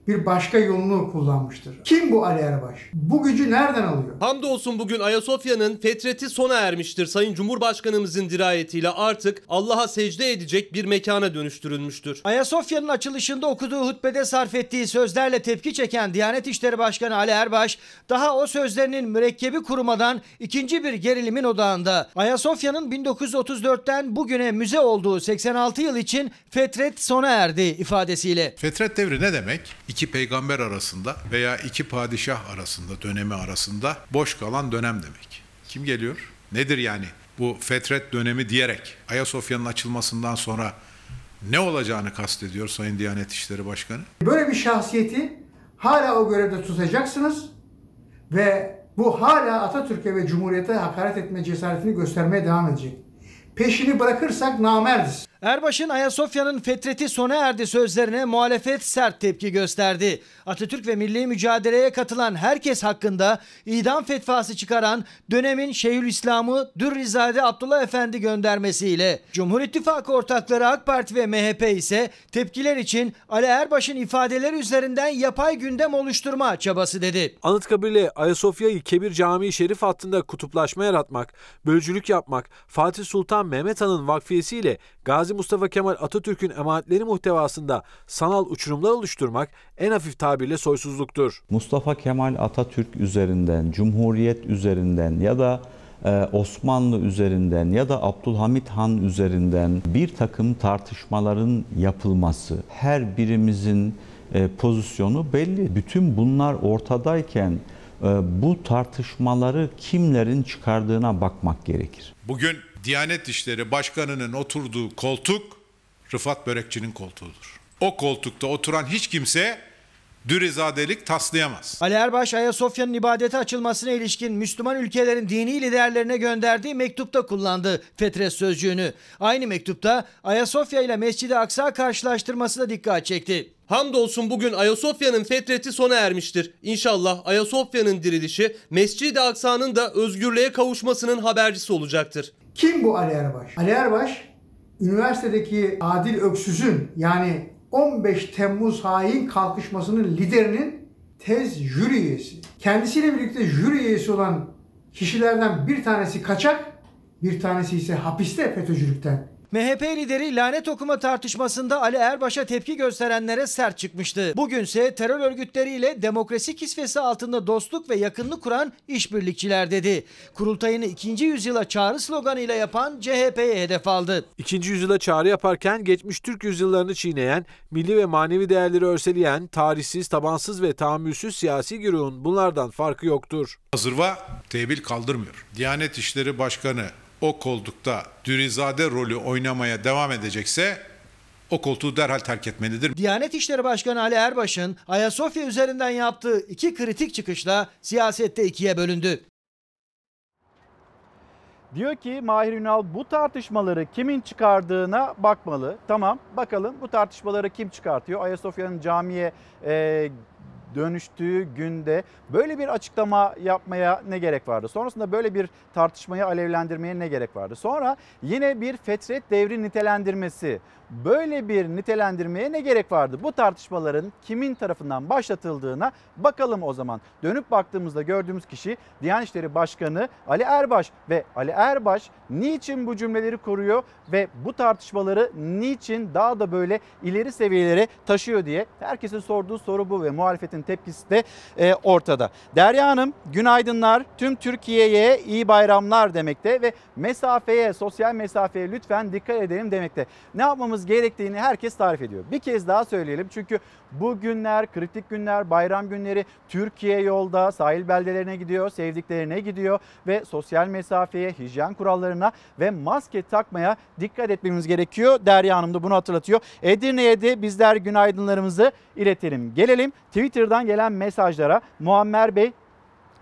bir başka yolunu kullanmıştır. Kim bu Ali Erbaş? Bu gücü nereden alıyor? Hamdolsun bugün Ayasofya'nın fetreti sona ermiştir. Sayın Cumhurbaşkanımızın dirayetiyle artık Allah'a secde edecek bir mekana dönüştürülmüştür. Ayasofya'nın açılışında okuduğu hutbede sarf ettiği sözlerle tepki çeken Diyanet İşleri Başkanı Ali Erbaş, daha o sözlerinin mürekkebi kurumadan ikinci bir gerilimin odağında. Ayasofya'nın bin dokuz yüz otuz dörtten bugüne müze olduğu seksen altı yıl için fetret sona erdi ifadesiyle. Fetret devri ne demek? İki peygamber arasında veya iki padişah arasında, dönemi arasında boş kalan dönem demek. Kim geliyor? Nedir yani bu fetret dönemi diyerek Ayasofya'nın açılmasından sonra ne olacağını kastediyor Sayın Diyanet İşleri Başkanı? Böyle bir şahsiyeti hala o görevde tutacaksınız ve bu hala Atatürk'e ve Cumhuriyet'e hakaret etme cesaretini göstermeye devam edecek. Peşini bırakırsak namerdiz. Erbaş'ın Ayasofya'nın fetreti sona erdi sözlerine muhalefet sert tepki gösterdi. Atatürk ve milli mücadeleye katılan herkes hakkında idam fetvası çıkaran dönemin Şeyhülislam'ı Dürrizade Abdullah Efendi göndermesiyle Cumhur İttifakı ortakları AK Parti ve M H P ise tepkiler için Ali Erbaş'ın ifadeleri üzerinden yapay gündem oluşturma çabası dedi. Anıtkabir'le Ayasofya'yı Kebir Camii Şerif hattında kutuplaşma yaratmak, bölücülük yapmak, Fatih Sultan Mehmet Han'ın vakfiyesiyle Gazi Mustafa Kemal Atatürk'ün emanetleri muhtevasında sanal uçurumlar oluşturmak en hafif tabirle soysuzluktur. Mustafa Kemal Atatürk üzerinden, Cumhuriyet üzerinden ya da e, Osmanlı üzerinden ya da Abdülhamit Han üzerinden bir takım tartışmaların yapılması, her birimizin e, pozisyonu belli. Bütün bunlar ortadayken e, bu tartışmaları kimlerin çıkardığına bakmak gerekir. Bugün Diyanet İşleri Başkanı'nın oturduğu koltuk Rıfat Börekçi'nin koltuğudur. O koltukta oturan hiç kimse Dürrizadelik taslayamaz. Ali Erbaş, Ayasofya'nın ibadete açılmasına ilişkin Müslüman ülkelerin dini liderlerine gönderdiği mektupta kullandı fetret sözcüğünü. Aynı mektupta Ayasofya ile Mescid-i Aksa karşılaştırması da dikkat çekti. Hamdolsun bugün Ayasofya'nın fetreti sona ermiştir. İnşallah Ayasofya'nın dirilişi Mescid-i Aksa'nın da özgürlüğe kavuşmasının habercisi olacaktır. Kim bu Ali Erbaş? Ali Erbaş, üniversitedeki Adil Öksüz'ün yani on beş Temmuz hain kalkışmasının liderinin tez jüri üyesi. Kendisiyle birlikte jüri üyesi olan kişilerden bir tanesi kaçak, bir tanesi ise hapiste FETÖ'cülükten. M H P lideri lanet okuma tartışmasında Ali Erbaş'a tepki gösterenlere sert çıkmıştı. Bugünse terör örgütleriyle demokrasi kisvesi altında dostluk ve yakınlık kuran işbirlikçiler dedi. Kurultayını ikinci yüzyıla çağrı sloganıyla yapan C H P'ye hedef aldı. İkinci yüzyıla çağrı yaparken geçmiş Türk yüzyıllarını çiğneyen, milli ve manevi değerleri örseleyen, tarihsiz, tabansız ve tahammülsüz siyasi güruhun bunlardan farkı yoktur. Zırva tebil kaldırmıyor. Diyanet İşleri Başkanı o koltukta Dürrizade rolü oynamaya devam edecekse o koltuğu derhal terk etmelidir. Diyanet İşleri Başkanı Ali Erbaş'ın Ayasofya üzerinden yaptığı iki kritik çıkışla siyasette ikiye bölündü. Diyor ki Mahir Ünal, bu tartışmaları kimin çıkardığına bakmalı. Tamam, bakalım bu tartışmaları kim çıkartıyor? Ayasofya'nın camiye e, dönüştüğü günde böyle bir açıklama yapmaya ne gerek vardı? Sonrasında böyle bir tartışmayı alevlendirmeye ne gerek vardı? Sonra yine bir fetret devri nitelendirmesi. Böyle bir nitelendirmeye ne gerek vardı? Bu tartışmaların kimin tarafından başlatıldığına bakalım o zaman. Dönüp baktığımızda gördüğümüz kişi Diyanet İşleri Başkanı Ali Erbaş ve Ali Erbaş niçin bu cümleleri kuruyor ve bu tartışmaları niçin daha da böyle ileri seviyelere taşıyor diye herkesin sorduğu soru bu ve muhalefetin tepkisi de e, ortada. Derya Hanım, günaydınlar. Tüm Türkiye'ye iyi bayramlar demekte ve mesafeye, sosyal mesafeye lütfen dikkat edelim demekte. Ne yapmamız gerektiğini herkes tarif ediyor. Bir kez daha söyleyelim çünkü bu günler, kritik günler, bayram günleri, Türkiye yolda, sahil beldelerine gidiyor, sevdiklerine gidiyor ve sosyal mesafeye, hijyen kurallarına ve maske takmaya dikkat etmemiz gerekiyor. Derya Hanım da bunu hatırlatıyor. Edirne'ye de bizler günaydınlarımızı iletelim. Gelelim Twitter'dan gelen mesajlara. Muammer Bey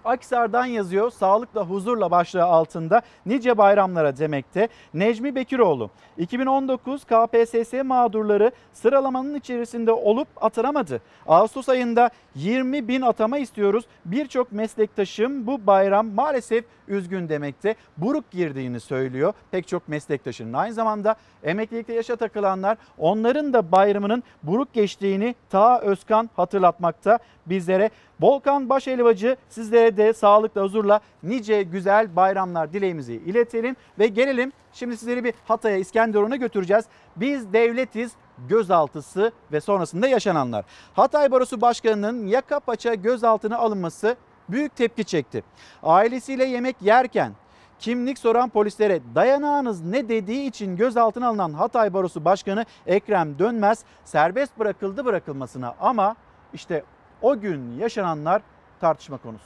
Akhisar'dan yazıyor, sağlıkla huzurla başlığı altında nice bayramlara demekte. Necmi Bekiroğlu, iki bin on dokuz K P S S mağdurları sıralamanın içerisinde olup atanamadı. Ağustos ayında yirmi bin atama istiyoruz. Birçok meslektaşım bu bayram maalesef üzgün demekte. Buruk girdiğini söylüyor pek çok meslektaşının. Aynı zamanda emeklilikte yaşa takılanlar, onların da bayramının buruk geçtiğini Taha Özkan hatırlatmakta bizlere. Volkan Başhelvacı, sizlere de sağlıkla, huzurla nice güzel bayramlar dileğimizi iletelim ve gelelim şimdi sizleri bir Hatay'a, İskenderun'a götüreceğiz. Biz devletiz gözaltısı ve sonrasında yaşananlar. Hatay Barosu Başkanı'nın yaka paça gözaltına alınması büyük tepki çekti. Ailesiyle yemek yerken kimlik soran polislere dayanağınız ne dediği için gözaltına alınan Hatay Barosu Başkanı Ekrem Dönmez serbest bırakıldı bırakılmasına, ama işte o gün yaşananlar tartışma konusu.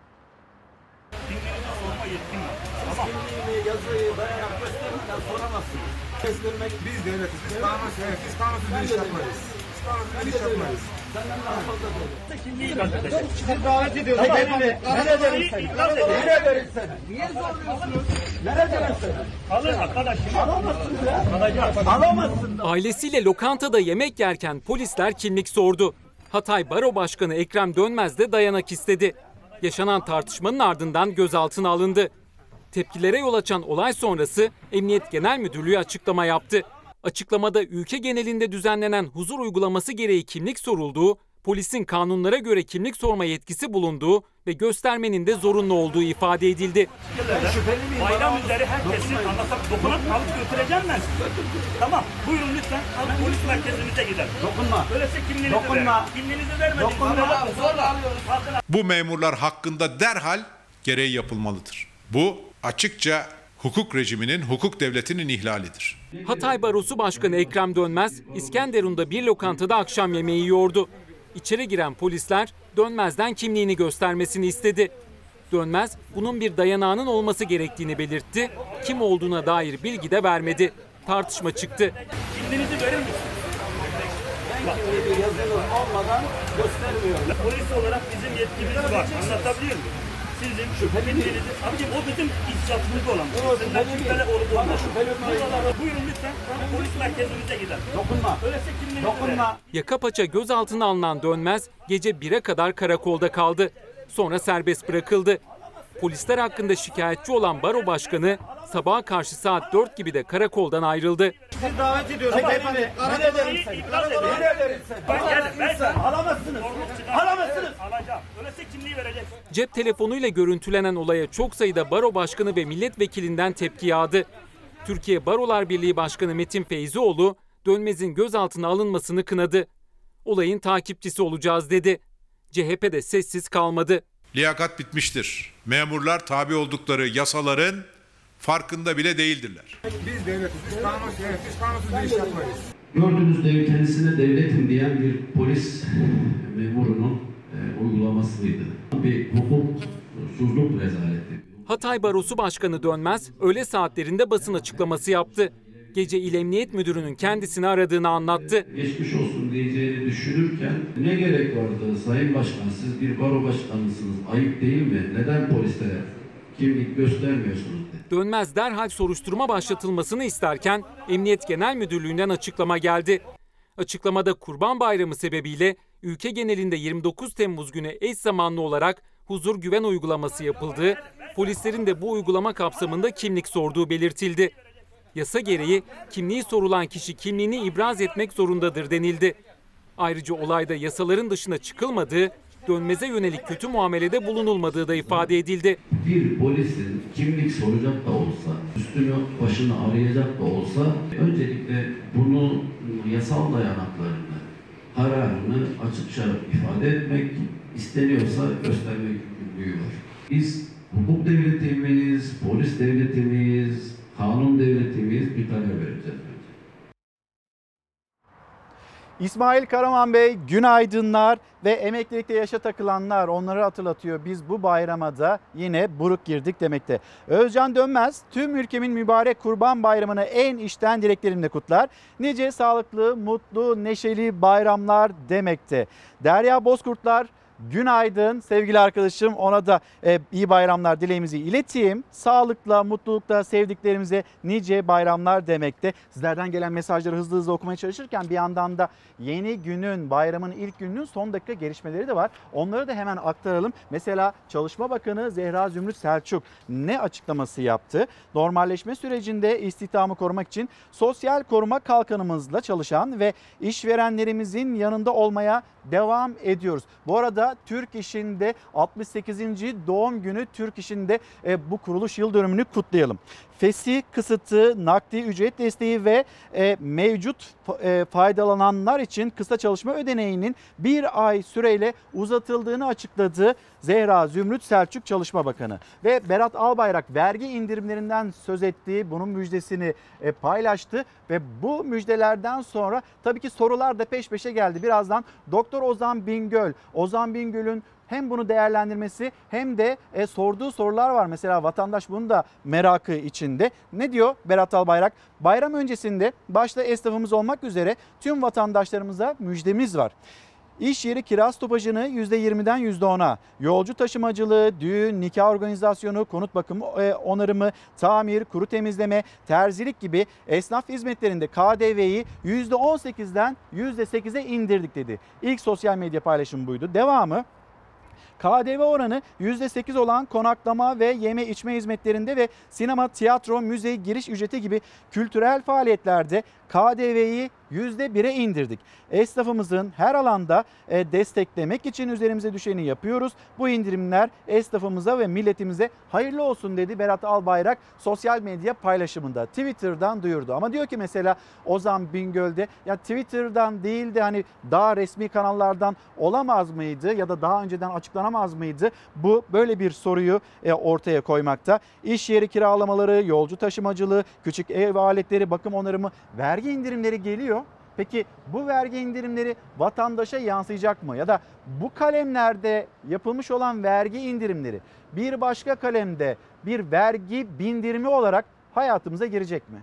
Kimliğini, yazıyı, dayanak göstermeden soramazsınız. Kestirmek biz devletiz. Biz kanunsuz, biz kanunsuz bir iş yapmayız. Biz kanunsuz bir iş yapmayız. Senden daha fazla devlet. Kimliği kardeşim. Sizi davet ediyoruz. Nereye verin seni? Nereye verin seni? Niye zorluyorsunuz? Nereye verin seni? Alın arkadaşım. Alamazsınız ya. Alamazsınız. Ailesiyle lokantada yemek yerken polisler kimlik sordu. Hatay Baro Başkanı Ekrem Dönmez de dayanak istedi. Yaşanan tartışmanın ardından gözaltına alındı. Tepkilere yol açan olay sonrası Emniyet Genel Müdürlüğü açıklama yaptı. Açıklamada ülke genelinde düzenlenen huzur uygulaması gereği kimlik sorulduğu, polisin kanunlara göre kimlik sorma yetkisi bulunduğu ve göstermenin de zorunlu olduğu ifade edildi. Bayram üzeri herkesi anlasak dokunup alıp götüreceğim ben. Tamam, buyurun lütfen alıp polis merkezimize gidelim. Dokunma. Öyleyse kimliğinizi Dokunma. verin. Kimliğinizi vermediniz. Dokunma. Zorla alıyoruz. Bu memurlar hakkında derhal gereği yapılmalıdır. Bu açıkça hukuk rejiminin, hukuk devletinin ihlalidir. Hatay Barosu Başkanı Ekrem Dönmez, İskenderun'da bir lokantada akşam yemeği yiyordu. İçeri giren polisler Dönmez'den kimliğini göstermesini istedi. Dönmez, bunun bir dayanağının olması gerektiğini belirtti. Kim olduğuna dair bilgi de vermedi. Tartışma çıktı. Kimliğinizi verir misiniz? Ben kimliği yazılı olmadan göstermiyorum. Polis olarak bizim yetkimiz var. Anlatabiliyor muyum? Sizin şüphelinizi, abicim o bizim ihtiyacımız olan. Sizden şüpheli olup olmaz. Buyurun lütfen polis merkezimize gidelim. Dokunma. Öyleyse kimliğinizi Dokunma. Yaka paça gözaltına alınan Dönmez gece bire kadar karakolda kaldı. Sonra serbest bırakıldı. Polisler hakkında şikayetçi olan baro başkanı sabaha karşı saat dört gibi de karakoldan ayrıldı. Sizi davet ediyoruz. Beyefendi. Nereye verin seni? Nereye verin seni? Alamazsınız. Alamazsınız. Alacağım. Öyleyse kimliği vereceğiz. Cep telefonuyla görüntülenen olaya çok sayıda baro başkanı ve milletvekilinden tepki yağdı. Türkiye Barolar Birliği Başkanı Metin Feyzioğlu, Dönmez'in gözaltına alınmasını kınadı. Olayın takipçisi olacağız dedi. C H P de sessiz kalmadı. Liyakat bitmiştir. Memurlar tabi oldukları yasaların farkında bile değildirler. Biz devletiz. Biz kanunsuz, biz kanunsuz bir iş yapmayız. Gördüğünüz dev kendisine devletim diyen bir polis memurunun e, uygulamasıydı. Bir hukuksuzluk rezaleti. Hatay Barosu Başkanı Dönmez öğle saatlerinde basın açıklaması yaptı. Gece İl Emniyet Müdürü'nün kendisini aradığını anlattı. Geçmiş olsun diyeceğini düşünürken ne gerek vardı Sayın Başkan, siz bir baro başkanısınız, ayıp değil mi? Neden polislere kimlik göstermiyorsunuz dedi. Dönmez derhal soruşturma başlatılmasını isterken Emniyet Genel Müdürlüğü'nden açıklama geldi. Açıklamada Kurban Bayramı sebebiyle ülke genelinde yirmi dokuz Temmuz günü eş zamanlı olarak huzur güven uygulaması yapıldığı, polislerin de bu uygulama kapsamında kimlik sorduğu belirtildi. Yasa gereği kimliği sorulan kişi kimliğini ibraz etmek zorundadır denildi. Ayrıca olayda yasaların dışına çıkılmadığı, Dönmez'e yönelik kötü muamelede bulunulmadığı da ifade edildi. Bir polisin kimlik soracak da olsa, üstünü başını arayacak da olsa öncelikle bunu yasal dayanaklarını, kararını açıkça ifade etmek, isteniyorsa göstermek yükümlülüğü var. Biz hukuk devleti miyiz, polis devleti miyiz, kanun devleti miyiz, bir karar vereceğiz. İsmail Karaman Bey, günaydınlar ve emeklilikte yaşa takılanlar, onları hatırlatıyor. Biz bu bayrama da yine buruk girdik demekte. Özcan Dönmez, tüm ülkemin mübarek Kurban Bayramı'nı en içten dileklerimle kutlar. Nice sağlıklı, mutlu, neşeli bayramlar demekte. Derya Bozkurtlar, günaydın sevgili arkadaşım. Ona da e, iyi bayramlar dileğimizi ileteyim. Sağlıkla, mutlulukla sevdiklerimize nice bayramlar demekte. Sizlerden gelen mesajları hızlı hızlı okumaya çalışırken bir yandan da yeni günün, bayramın ilk gününün son dakika gelişmeleri de var. Onları da hemen aktaralım. Mesela Çalışma Bakanı Zehra Zümrüt Selçuk ne açıklaması yaptı? Normalleşme sürecinde istihdamı korumak için sosyal koruma kalkanımızla çalışan ve işverenlerimizin yanında olmaya devam ediyoruz. Bu arada Türk İş'in de altmış sekizinci doğum günü, Türk İş'in de e, bu kuruluş yıl dönümünü kutlayalım. Fesih kısıtı, nakdi ücret desteği ve e, mevcut e, faydalananlar için kısa çalışma ödeneğinin bir ay süreyle uzatıldığını açıkladı Zehra Zümrüt Selçuk Çalışma Bakanı. Ve Berat Albayrak vergi indirimlerinden söz etti, bunun müjdesini e, paylaştı ve bu müjdelerden sonra tabii ki sorular da peş peşe geldi. Birazdan Doktor Ozan Bingöl, Ozan Bingöl'ün hem bunu değerlendirmesi hem de e, sorduğu sorular var. Mesela vatandaş bunun da merakı içinde. Ne diyor Berat Albayrak? Bayram öncesinde başta esnafımız olmak üzere tüm vatandaşlarımıza müjdemiz var. İş yeri kira stopajını yüzde yirmiden yüzde ona, yolcu taşımacılığı, düğün, nikah organizasyonu, konut bakımı onarımı, tamir, kuru temizleme, terzilik gibi esnaf hizmetlerinde K D V'yi yüzde on sekizden yüzde sekize indirdik dedi. İlk sosyal medya paylaşımı buydu. Devamı, K D V oranı yüzde sekiz olan konaklama ve yeme içme hizmetlerinde ve sinema, tiyatro, müze, giriş ücreti gibi kültürel faaliyetlerde K D V'yi yüzde bire indirdik. Esnafımızın her alanda desteklemek için üzerimize düşeni yapıyoruz. Bu indirimler esnafımıza ve milletimize hayırlı olsun dedi Berat Albayrak sosyal medya paylaşımında. Twitter'dan duyurdu. Ama diyor ki mesela Ozan Bingöl'de, ya Twitter'dan değil de hani daha resmi kanallardan olamaz mıydı ya da daha önceden açıklanamaz mıydı? Bu böyle bir soruyu ortaya koymakta. İş yeri kiralamaları, yolcu taşımacılığı, küçük ev aletleri, bakım onarımı, vergi indirimleri geliyor. Peki bu vergi indirimleri vatandaşa yansıyacak mı? Ya da bu kalemlerde yapılmış olan vergi indirimleri bir başka kalemde bir vergi bindirimi olarak hayatımıza girecek mi?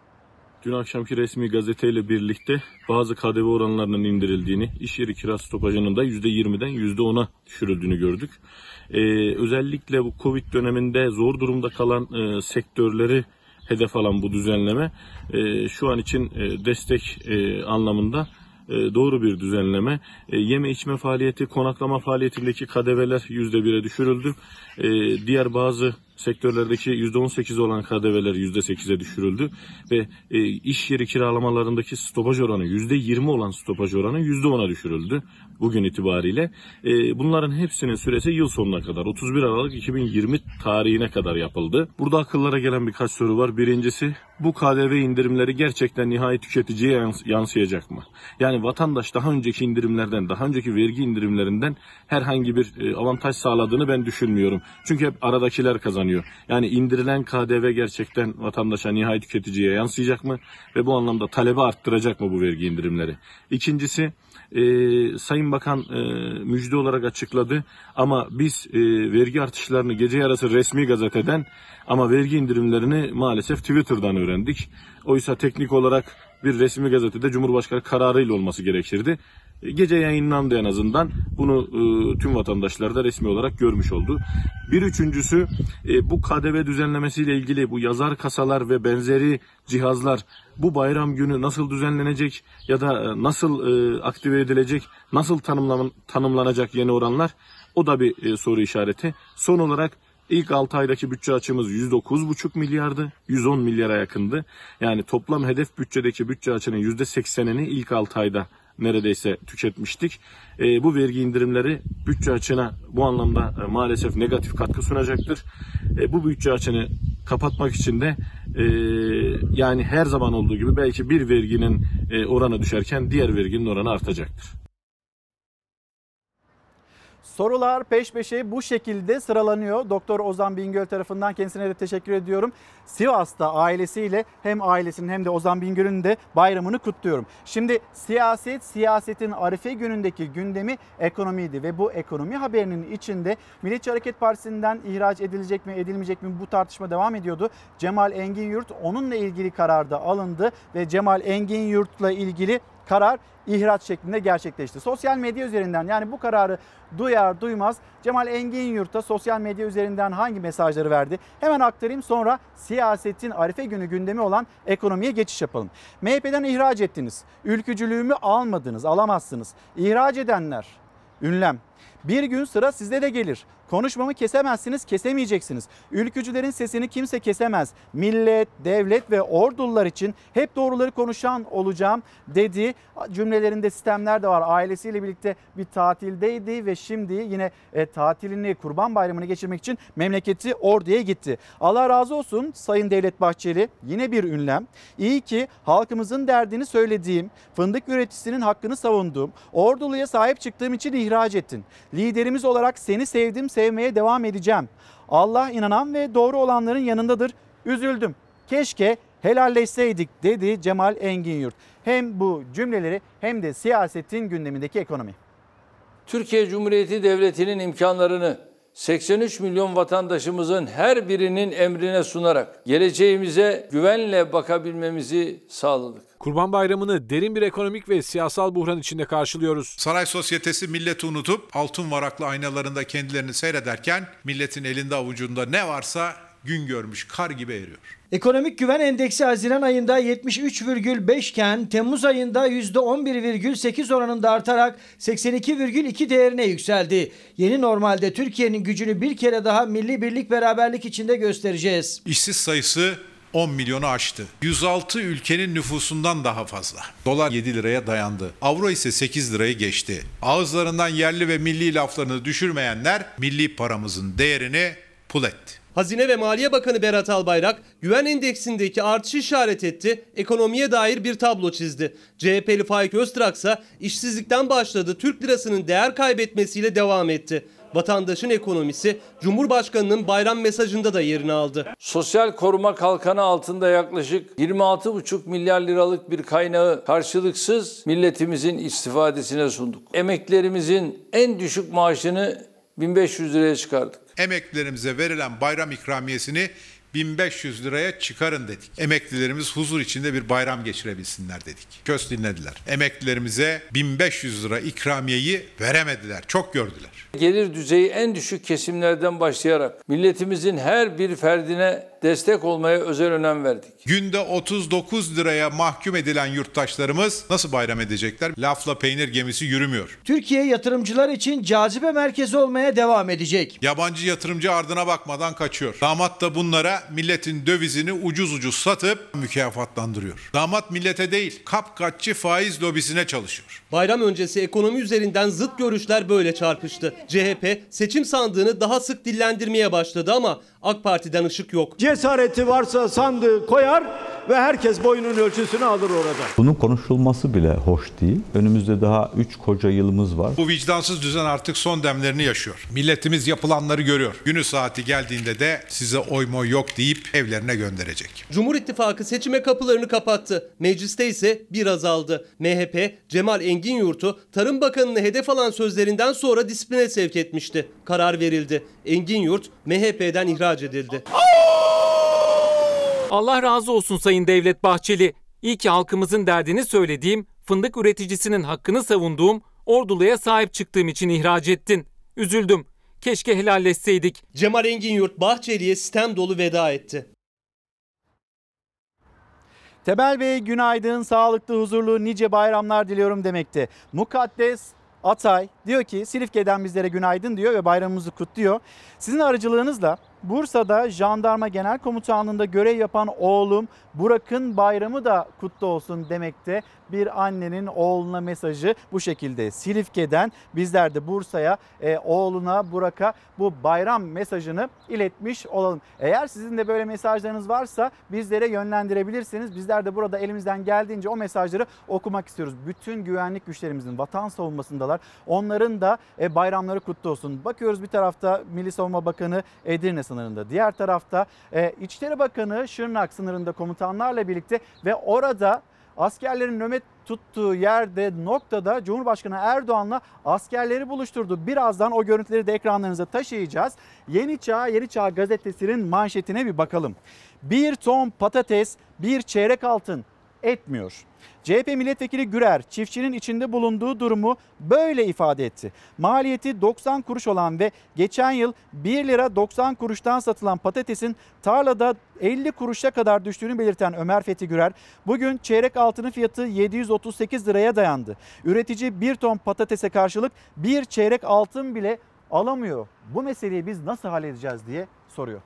Dün akşamki resmi gazeteyle birlikte bazı K D V oranlarının indirildiğini, iş yeri kira stopajının da yüzde yirmiden yüzde ona düşürüldüğünü gördük. Ee, özellikle bu Covid döneminde zor durumda kalan e, sektörleri hedef alan bu düzenleme e, şu an için e, destek e, anlamında e, doğru bir düzenleme. E, yeme içme faaliyeti, konaklama faaliyetindeki K D V'ler yüzde bire düşürüldü. E, diğer bazı sektörlerdeki yüzde on sekiz olan K D V'ler yüzde sekize düşürüldü ve e, iş yeri kiralamalarındaki stopaj oranı yüzde yirmi olan stopaj oranı yüzde ona düşürüldü bugün itibariyle. E, bunların hepsinin süresi yıl sonuna kadar, otuz bir Aralık iki bin yirmi tarihine kadar yapıldı. Burada akıllara gelen birkaç soru var. Birincisi, bu K D V indirimleri gerçekten nihai tüketiciye yans- yansıyacak mı? Yani vatandaş daha önceki indirimlerden, daha önceki vergi indirimlerinden herhangi bir e, avantaj sağladığını ben düşünmüyorum. Çünkü hep aradakiler kazanıyor. Yani indirilen K D V gerçekten vatandaşa, nihai tüketiciye yansıyacak mı? Ve bu anlamda talebi arttıracak mı bu vergi indirimleri? İkincisi, e, Sayın Bakan e, müjde olarak açıkladı ama biz e, vergi artışlarını gece yarısı resmi gazeteden ama vergi indirimlerini maalesef Twitter'dan öğrendik. Oysa teknik olarak bir resmi gazetede Cumhurbaşkanı kararıyla olması gerekirdi. Gece yayınlandı en azından. Bunu e, tüm vatandaşlar da resmi olarak görmüş oldu. Bir üçüncüsü, e, bu K D V düzenlemesiyle ilgili bu yazar kasalar ve benzeri cihazlar bu bayram günü nasıl düzenlenecek ya da e, nasıl e, aktive edilecek, nasıl tanımlan tanımlanacak yeni oranlar, o da bir e, soru işareti. Son olarak ilk altı aydaki bütçe açığımız yüz dokuz buçuk milyardı, yüz on milyara yakındı. Yani toplam hedef bütçedeki bütçe açığının yüzde seksenini ilk altı ayda neredeyse tüketmiştik. E, bu vergi indirimleri bütçe açığına bu anlamda e, maalesef negatif katkı sunacaktır. E, bu bütçe açığını kapatmak için de e, yani her zaman olduğu gibi belki bir verginin e, oranı düşerken diğer verginin oranı artacaktır. Sorular peş peşe bu şekilde sıralanıyor. Doktor Ozan Bingöl tarafından kendisine de teşekkür ediyorum. Sivas'ta ailesiyle hem ailesinin hem de Ozan Bingöl'ün de bayramını kutluyorum. Şimdi siyaset, siyasetin Arife günündeki gündemi ekonomiydi ve bu ekonomi haberinin içinde Milliyetçi Hareket Partisi'nden ihraç edilecek mi edilmeyecek mi bu tartışma devam ediyordu. Cemal Engin Yurt, onunla ilgili karar da alındı ve Cemal Engin Yurt'la ilgili karar ihraç şeklinde gerçekleşti. Sosyal medya üzerinden, yani bu kararı duyar duymaz Cemal Engin-Yurt'a sosyal medya üzerinden hangi mesajları verdi? Hemen aktarayım, sonra siyasetin Arife günü gündemi olan ekonomiye geçiş yapalım. M H P'den ihraç ettiniz. Ülkücülüğümü almadınız, alamazsınız. İhraç edenler, ünlem. Bir gün sıra sizde de gelir. Konuşmamı kesemezsiniz, kesemeyeceksiniz. Ülkücülerin sesini kimse kesemez. Millet, devlet ve ordular için hep doğruları konuşan olacağım dedi. Cümlelerinde sistemler de var. Ailesiyle birlikte bir tatildeydi ve şimdi yine e, tatilini, Kurban Bayramı'nı geçirmek için memleketi Ordu'ya gitti. Allah razı olsun Sayın Devlet Bahçeli, yine bir ünlem. İyi ki halkımızın derdini söylediğim, fındık üreticisinin hakkını savunduğum, Ordulu'ya sahip çıktığım için ihraç ettin. Liderimiz olarak seni sevdim, sevmeye devam edeceğim. Allah inanan ve doğru olanların yanındadır. Üzüldüm. Keşke helalleşseydik dedi Cemal Engin-Yurt. Hem bu cümleleri hem de siyasetin gündemindeki ekonomi. Türkiye Cumhuriyeti Devleti'nin imkanlarını seksen üç milyon vatandaşımızın her birinin emrine sunarak geleceğimize güvenle bakabilmemizi sağladık. Kurban Bayramı'nı derin bir ekonomik ve siyasal buhran içinde karşılıyoruz. Saray sosyetesi milleti unutup altın varaklı aynalarında kendilerini seyrederken milletin elinde avucunda ne varsa gün görmüş kar gibi eriyor. Ekonomik güven endeksi Haziran ayında yetmiş üç virgül beş iken Temmuz ayında yüzde on bir virgül sekiz oranında artarak seksen iki virgül iki değerine yükseldi. Yeni normalde Türkiye'nin gücünü bir kere daha milli birlik beraberlik içinde göstereceğiz. İşsiz sayısı on milyonu aştı. yüz altı ülkenin nüfusundan daha fazla. Dolar yedi liraya dayandı. Avro ise sekiz lirayı geçti. Ağızlarından yerli ve milli laflarını düşürmeyenler milli paramızın değerini pul etti. Hazine ve Maliye Bakanı Berat Albayrak güven endeksindeki artışı işaret etti, ekonomiye dair bir tablo çizdi. C H P'li Faik Öztrak ise işsizlikten başladı, Türk lirasının değer kaybetmesiyle devam etti. Vatandaşın ekonomisi Cumhurbaşkanı'nın bayram mesajında da yerini aldı. Sosyal koruma kalkanı altında yaklaşık yirmi altı buçuk milyar liralık bir kaynağı karşılıksız milletimizin istifadesine sunduk. Emeklilerimizin en düşük maaşını bin beş yüz liraya çıkardık. Emeklilerimize verilen bayram ikramiyesini bin beş yüz liraya çıkarın dedik. Emeklilerimiz huzur içinde bir bayram geçirebilsinler dedik. Köz dinlediler. Emeklilerimize bin beş yüz lira ikramiyeyi veremediler. Çok gördüler. Gelir düzeyi en düşük kesimlerden başlayarak milletimizin her bir ferdine destek olmaya özel önem verdik. Günde otuz dokuz liraya mahkum edilen yurttaşlarımız nasıl bayram edecekler? Lafla peynir gemisi yürümüyor. Türkiye yatırımcılar için cazibe merkezi olmaya devam edecek. Yabancı yatırımcı ardına bakmadan kaçıyor. Damat da bunlara milletin dövizini ucuz ucuz satıp mükafatlandırıyor. Damat millete değil, kapkaççı faiz lobisine çalışıyor. Bayram öncesi ekonomi üzerinden zıt görüşler böyle çarpıştı. C H P seçim sandığını daha sık dillendirmeye başladı ama AK Parti'den ışık yok. Cesareti varsa sandığı koyar ve herkes boyunun ölçüsünü alır orada. Bunun konuşulması bile hoş değil. Önümüzde daha üç koca yılımız var. Bu vicdansız düzen artık son demlerini yaşıyor. Milletimiz yapılanları görüyor. Günü saati geldiğinde de size oy moy yok deyip evlerine gönderecek. Cumhur İttifakı seçime kapılarını kapattı. Mecliste ise bir azaldı. M H P Cemal Engin-Yurt'u Tarım Bakanı'nı hedef alan sözlerinden sonra disipline sevk etmişti. Karar verildi. Engin-Yurt M H P'den ihraç edildi. Allah razı olsun Sayın Devlet Bahçeli. İyi ki halkımızın derdini söylediğim, fındık üreticisinin hakkını savunduğum, Ordulu'ya sahip çıktığım için ihraç ettin. Üzüldüm. Keşke helalleşseydik. Cemal Engin-Yurt Bahçeli'ye sistem dolu veda etti. Temel Bey günaydın, sağlıklı, huzurlu, nice bayramlar diliyorum demekte. Mukaddes Atay diyor ki Silifke'den bizlere günaydın diyor ve bayramımızı kutluyor. Sizin aracılığınızla Bursa'da Jandarma Genel Komutanlığı'nda görev yapan oğlum Burak'ın bayramı da kutlu olsun demekte. Bir annenin oğluna mesajı bu şekilde. Silifke'den bizler de Bursa'ya e, oğluna Burak'a bu bayram mesajını iletmiş olalım. Eğer sizin de böyle mesajlarınız varsa bizlere yönlendirebilirsiniz. Bizler de burada elimizden geldiğince o mesajları okumak istiyoruz. Bütün güvenlik güçlerimizin vatan savunmasındalar. Onların da e, bayramları kutlu olsun. Bakıyoruz bir tarafta Milli Savunma Bakanı Edirne sınırında. Diğer tarafta e, İçişleri Bakanı Şırnak sınırında komutanlarla birlikte ve orada askerlerin nöbet tuttuğu yerde noktada Cumhurbaşkanı Erdoğan'la askerleri buluşturdu. Birazdan o görüntüleri de ekranlarınıza taşıyacağız. Yeni Çağ, Yeni Çağ gazetesinin manşetine bir bakalım. Bir ton patates, bir çeyrek altın. etmiyor. C H P milletvekili Gürer çiftçinin içinde bulunduğu durumu böyle ifade etti. Maliyeti doksan kuruş olan ve geçen yıl bir lira doksan kuruştan satılan patatesin tarlada elli kuruşa kadar düştüğünü belirten Ömer Fethi Gürer, bugün çeyrek altının fiyatı yedi yüz otuz sekiz liraya dayandı. Üretici bir ton patatese karşılık bir çeyrek altın bile alamıyor. Bu meseleyi biz nasıl halledeceğiz diye soruyor.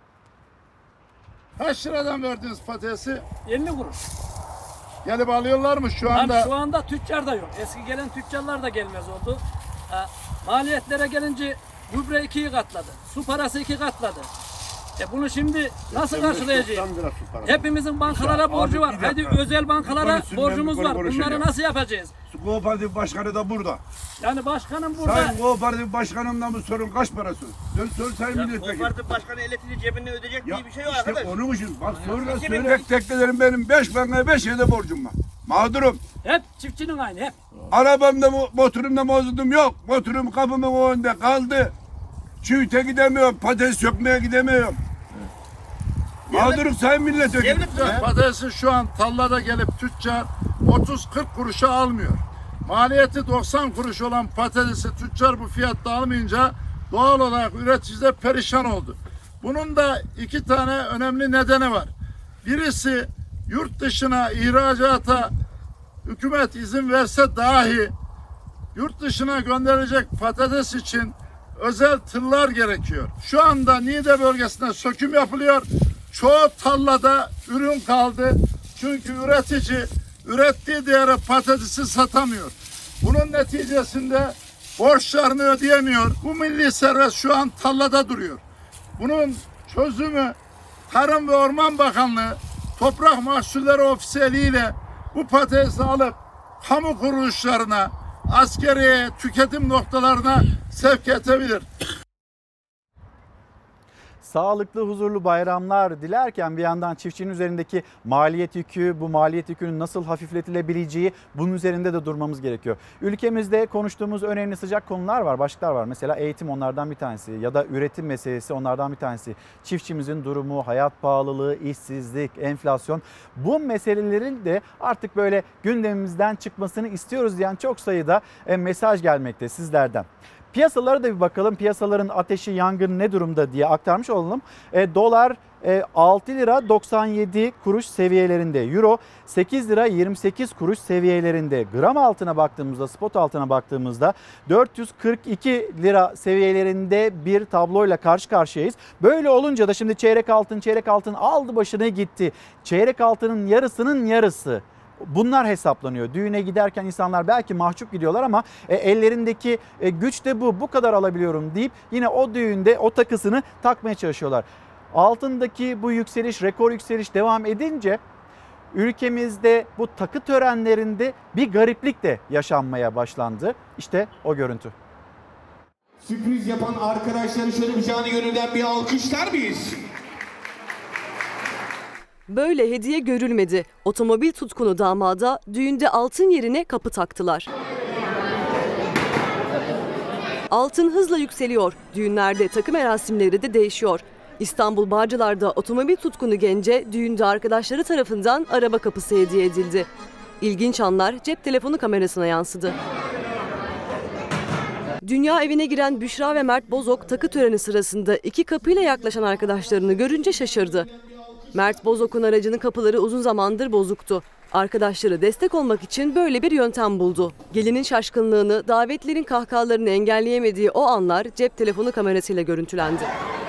Kaç liradan verdiniz patatesi? elli kuruş. Gelip alıyorlar mı şu anda? Yani şu anda tüccar da yok. Eski gelen tüccarlar da gelmez oldu. Ha, maliyetlere gelince gübre ikiyi katladı. Su parası iki katladı. E bunu şimdi nasıl karşılayacağız? Hepimizin bankalara Ya, borcu abi, var. bir dakika. Hadi özel bankalara Konuşsun, borcumuz ben var. bu Bunları konuşacağım. nasıl yapacağız? Kooperatif başkanı da burada. Yani başkanım burada. Sayın kooperatif başkanımdan bu sorun kaç parası? Sor, sor sayın milletvekili. Kooperatif başkanı elektriği cebinde ödeyecek Ya diye bir şey yok işte arkadaş. onun için bak sonra İki söyle. bin- Tek tek dedim benim beş bankaya beş yerde borcum var. Mağdurum. Hep çiftçinin aynı hep. Arabamda mo- motorumda bozdum yok. Motorum kapımın önünde kaldı. Çiğite gidemiyorum. Patates sökmeye gidemiyorum. Mağdurum sayın milletvekili. Patatesi şu an tallada gelip tüccar otuz kırk kuruşa almıyor. Maliyeti doksan kuruş olan patatesi tüccar bu fiyatta almayınca doğal olarak üretici de perişan oldu. Bunun da iki tane önemli nedeni var. Birisi yurt dışına ihracata hükümet izin verse dahi yurt dışına gönderilecek patates için özel tırlar gerekiyor. Şu anda Niğde bölgesinde söküm yapılıyor. Çoğu tarlada ürün kaldı. Çünkü üretici ürettiği değere patatesi satamıyor. Bunun neticesinde borçlarını ödeyemiyor. Bu milli servet şu an tarlada duruyor. Bunun çözümü Tarım ve Orman Bakanlığı Toprak Mahsulleri Ofisi eliyle bu patatesi alıp kamu kuruluşlarına, askeriye, tüketim noktalarına sevk edebilir. Sağlıklı, huzurlu bayramlar dilerken bir yandan çiftçinin üzerindeki maliyet yükü, bu maliyet yükünün nasıl hafifletilebileceği, bunun üzerinde de durmamız gerekiyor. Ülkemizde konuştuğumuz önemli sıcak konular var, başlıklar var. Mesela eğitim onlardan bir tanesi ya da üretim meselesi onlardan bir tanesi. Çiftçimizin durumu, hayat pahalılığı, işsizlik, enflasyon, bu meselelerin de artık böyle gündemimizden çıkmasını istiyoruz diyen çok sayıda mesaj gelmekte sizlerden. Piyasalara da bir bakalım. Piyasaların ateşi, yangın ne durumda diye aktarmış olalım. E, dolar e, altı lira doksan yedi kuruş seviyelerinde. Euro sekiz lira yirmi sekiz kuruş seviyelerinde. Gram altına baktığımızda, spot altına baktığımızda dört yüz kırk iki lira seviyelerinde bir tabloyla karşı karşıyayız. Böyle olunca da şimdi çeyrek altın, çeyrek altın aldı başını gitti. Çeyrek altının yarısının yarısı. Bunlar hesaplanıyor. Düğüne giderken insanlar belki mahcup gidiyorlar ama e, ellerindeki e, güç de bu. Bu kadar alabiliyorum deyip yine o düğünde o takısını takmaya çalışıyorlar. Altındaki bu yükseliş, rekor yükseliş devam edince ülkemizde bu takı törenlerinde bir gariplik de yaşanmaya başlandı. İşte o görüntü. Sürpriz yapan arkadaşları şöyle bir canı gönülden bir alkışlar mıyız? Böyle hediye görülmedi. Otomobil tutkunu damada düğünde altın yerine kapı taktılar. Altın hızla yükseliyor. Düğünlerde takı merasimleri de değişiyor. İstanbul Bağcılar'da otomobil tutkunu gence düğünde arkadaşları tarafından araba kapısı hediye edildi. İlginç anlar cep telefonu kamerasına yansıdı. Dünya evine giren Büşra ve Mert Bozok takı töreni sırasında iki kapıyla yaklaşan arkadaşlarını görünce şaşırdı. Mert Bozok'un aracının kapıları uzun zamandır bozuktu. Arkadaşları destek olmak için böyle bir yöntem buldu. Gelinin şaşkınlığını, davetlerin kahkahalarını engelleyemediği o anlar cep telefonu kamerasıyla görüntülendi.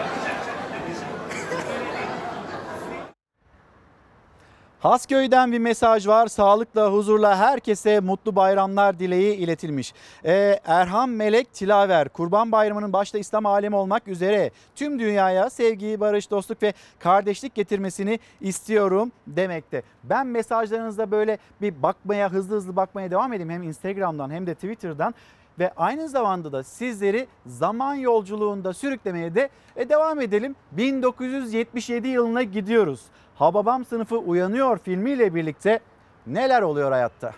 Hasköy'den bir mesaj var. Sağlıkla, huzurla herkese mutlu bayramlar dileği iletilmiş. Ee, Erhan Melek Tilaver, Kurban Bayramı'nın başta İslam alemi olmak üzere tüm dünyaya sevgi, barış, dostluk ve kardeşlik getirmesini istiyorum demekte. Ben mesajlarınızda böyle bir bakmaya, hızlı hızlı bakmaya devam edeyim. Hem Instagram'dan hem de Twitter'dan. Ve aynı zamanda da sizleri zaman yolculuğunda sürüklemeye de devam edelim. bin dokuz yüz yetmiş yedi yılına gidiyoruz. Hababam Sınıfı Uyanıyor filmiyle birlikte neler oluyor hayatta?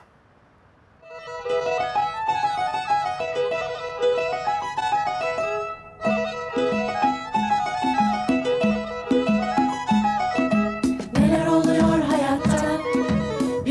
Neler oluyor hayatta?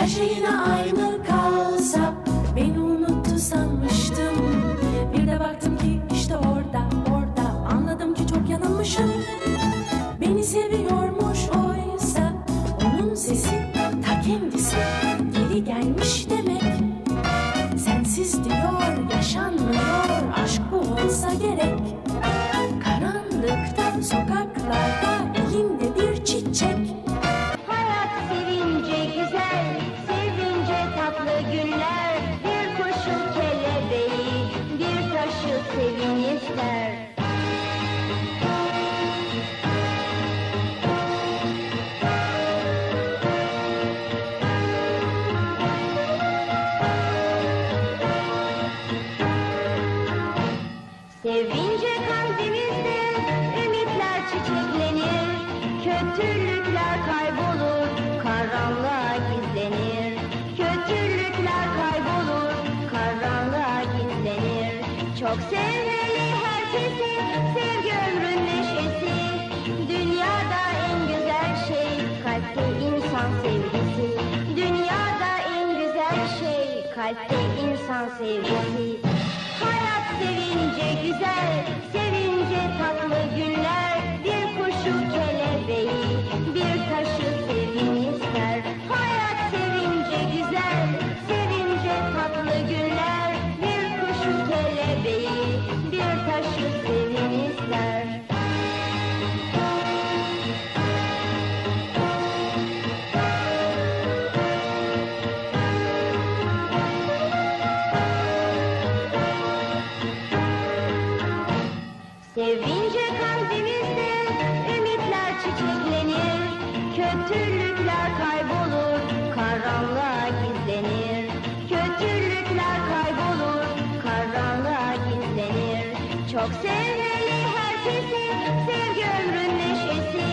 Her şey yine aynı kalsa, beni unuttu sanmıştım. Bir de baktım ki işte orada, orada, anladım ki çok yanılmışım. Beni seviyormuş oysa, onun sesi ta kendisi geri gelmiş demek. Sensiz diyor yaşanmıyor, aşk bu olsa gerek. Karanlıkta, sokaklarda, elinde bir çiçek. Hayat sevince güzel, sevince tatlı günler. Bir kuşun kelebeği, bir taşı sevin ister. Sevince kalbimizde ümitler çiçeklenir, kötülükler kaybolur, karanlığa gizlenir. Kötülükler kaybolur, karanlığa gizlenir. Çok sevmeli herkesi, sevgi ömrün neşesi. Dünyada en güzel şey, kalpte insan sevgisi. Dünyada en güzel şey, kalpte insan sevgisi. Hayat sevince güzel, sevince tatlı günler. Bir kuşu kelebeği, bir taşı sevin ister. Hayat sevince güzel, sevince tatlı günler. Bir kuşu kelebeği, bir taşı sevin ister. Sevince kalbimizde ümitler çiçeklenir, kötülükler kaybolur, karanlığa gizlenir. Kötülükler kaybolur, karanlığa gizlenir. Çok sevmeli herkesi, sevgi ömrün neşesi.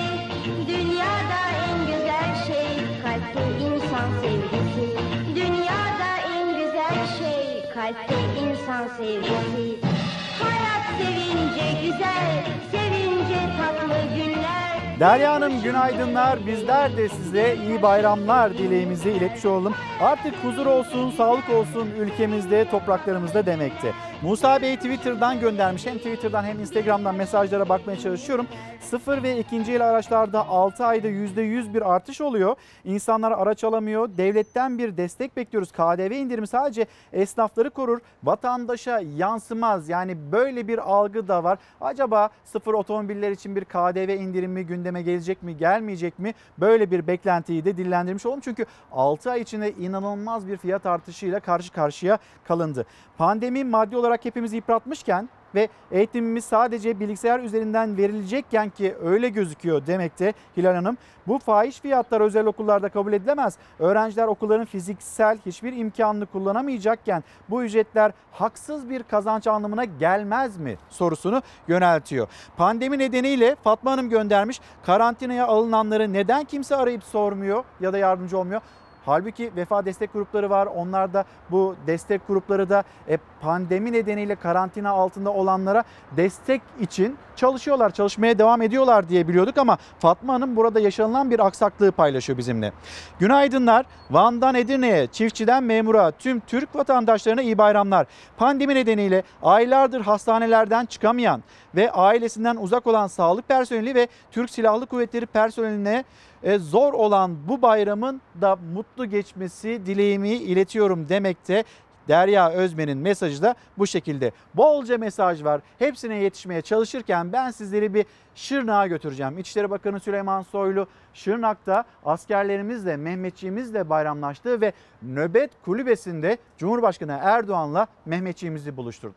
Dünyada en güzel şey, kalpte insan sevgisi. Dünyada en güzel şey, kalpte insan sevgisi. Hayat sevince güzel, sevince tatlı günler. Derya Hanım günaydınlar. Bizler de size iyi bayramlar dileğimizi iletmiş olalım. Artık huzur olsun, sağlık olsun ülkemizde, topraklarımızda demekti. Musa Bey Twitter'dan göndermiş. Hem Twitter'dan hem Instagram'dan mesajlara bakmaya çalışıyorum. Sıfır ve ikinci el araçlarda altı ayda yüzde yüz bir artış oluyor. İnsanlar araç alamıyor. Devletten bir destek bekliyoruz. K D V indirimi sadece esnafları korur. Vatandaşa yansımaz. Yani böyle bir algı da var. Acaba sıfır otomobiller için bir K D V indirimi gündeme gelecek mi, gelmeyecek mi? Böyle bir beklentiyi de dillendirmiş olalım. Çünkü altı ay içinde inanılmaz bir fiyat artışıyla karşı karşıya kalındı. Pandemi maddi olarak hepimizi yıpratmışken ve eğitimimiz sadece bilgisayar üzerinden verilecekken ki öyle gözüküyor demekte Hilal Hanım. Bu fahiş fiyatlar özel okullarda kabul edilemez. Öğrenciler okulların fiziksel hiçbir imkanını kullanamayacakken bu ücretler haksız bir kazanç anlamına gelmez mi sorusunu yöneltiyor. Pandemi nedeniyle Fatma Hanım göndermiş, karantinaya alınanları neden kimse arayıp sormuyor ya da yardımcı olmuyor? Halbuki vefa destek grupları var. Onlar da bu destek grupları da e, pandemi nedeniyle karantina altında olanlara destek için çalışıyorlar, çalışmaya devam ediyorlar diye biliyorduk ama Fatma Hanım burada yaşanılan bir aksaklığı paylaşıyor bizimle. Günaydınlar. Van'dan Edirne'ye, çiftçiden memura, tüm Türk vatandaşlarına iyi bayramlar. Pandemi nedeniyle aylardır hastanelerden çıkamayan ve ailesinden uzak olan sağlık personeli ve Türk Silahlı Kuvvetleri personeline E, zor olan bu bayramın da mutlu geçmesi dileğimi iletiyorum demekte. Derya Özmen'in mesajı da bu şekilde. Bolca mesaj var. Hepsine yetişmeye çalışırken ben sizleri bir Şırnak'a götüreceğim. İçişleri Bakanı Süleyman Soylu Şırnak'ta askerlerimizle, Mehmetçiğimizle bayramlaştı ve nöbet kulübesinde Cumhurbaşkanı Erdoğan'la Mehmetçiğimizi buluşturdu.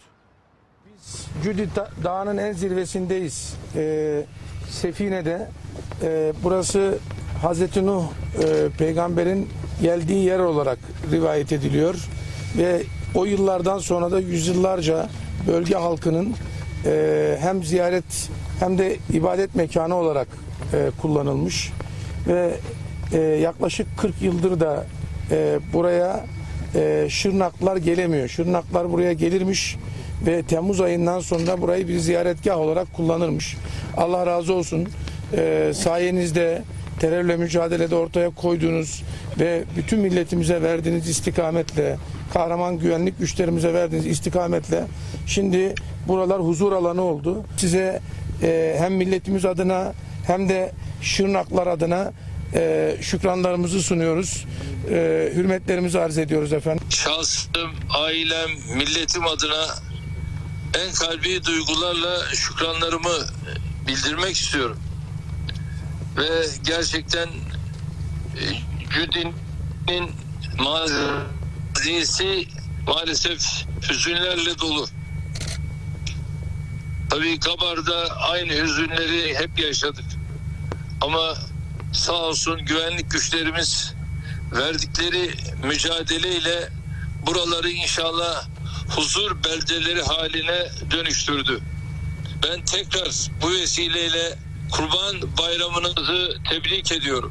Biz Cüdi Dağı'nın en zirvesindeyiz. Ee, Sefine'de. Ee, burası Hazreti Nuh e, peygamberin geldiği yer olarak rivayet ediliyor. Ve o yıllardan sonra da yüzyıllarca bölge halkının e, hem ziyaret hem de ibadet mekanı olarak e, kullanılmış. Ve e, yaklaşık kırk yıldır da e, buraya e, Şırnaklılar gelemiyor. Şırnaklılar buraya gelirmiş ve Temmuz ayından sonra burayı bir ziyaretgah olarak kullanırmış. Allah razı olsun. E, sayenizde terörle mücadelede ortaya koyduğunuz ve bütün milletimize verdiğiniz istikametle, kahraman güvenlik güçlerimize verdiğiniz istikametle şimdi buralar huzur alanı oldu. Size e, hem milletimiz adına hem de Şırnaklar adına e, şükranlarımızı sunuyoruz. E, hürmetlerimizi arz ediyoruz efendim. Şahsım, ailem, milletim adına en kalbi duygularla şükranlarımı bildirmek istiyorum. Ve gerçekten e, Cüdi'nin mazisi maalesef hüzünlerle dolu. Tabii Kabar'da aynı hüzünleri hep yaşadık. Ama sağ olsun güvenlik güçlerimiz verdikleri mücadeleyle buraları inşallah huzur beldeleri haline dönüştürdü. Ben tekrar bu vesileyle Kurban Bayramınızı tebrik ediyorum.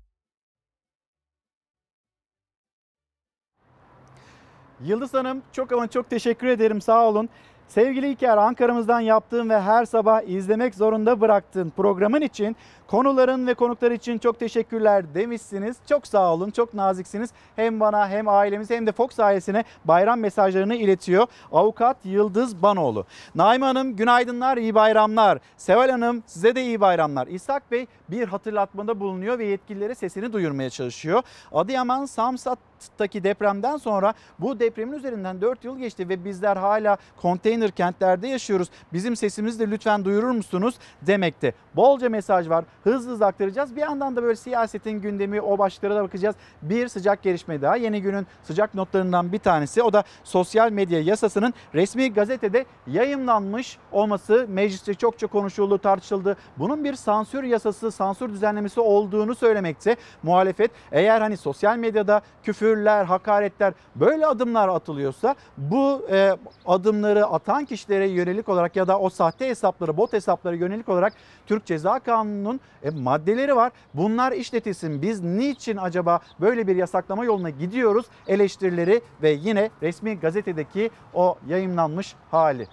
Yıldız Hanım çok ama çok teşekkür ederim, sağ olun. Sevgili İlker, Ankara'mızdan yaptığın ve her sabah izlemek zorunda bıraktığın programın için, konuların ve konuklar için çok teşekkürler demişsiniz. Çok sağ olun, çok naziksiniz. Hem bana hem ailemize hem de Fox ailesine bayram mesajlarını iletiyor Avukat Yıldız Banoğlu. Naime Hanım günaydınlar, iyi bayramlar. Seval Hanım size de iyi bayramlar. İshak Bey bir hatırlatmada bulunuyor ve yetkililere sesini duyurmaya çalışıyor. Adıyaman Samsat'taki depremden sonra bu depremin üzerinden dört yıl geçti ve bizler hala konteyner kentlerde yaşıyoruz. Bizim sesimizi de lütfen duyurur musunuz demekte. Bolca mesaj var. Hızlı hızlı aktaracağız. Bir yandan da böyle siyasetin gündemi, o başlıklara da bakacağız. Bir sıcak gelişme daha. Yeni günün sıcak notlarından bir tanesi. O da sosyal medya yasasının resmi gazetede yayımlanmış olması. Mecliste çokça konuşuldu, tartışıldı. Bunun bir sansür yasası, sansür düzenlemesi olduğunu söylemekte muhalefet. Eğer hani sosyal medyada küfürler, hakaretler, böyle adımlar atılıyorsa bu e, adımları atan kişilere yönelik olarak ya da o sahte hesapları, bot hesaplara yönelik olarak Türk Ceza Kanunu'nun e, maddeleri var. Bunlar işletilsin. Biz niçin acaba böyle bir yasaklama yoluna gidiyoruz eleştirileri ve yine resmi gazetedeki o yayımlanmış hali.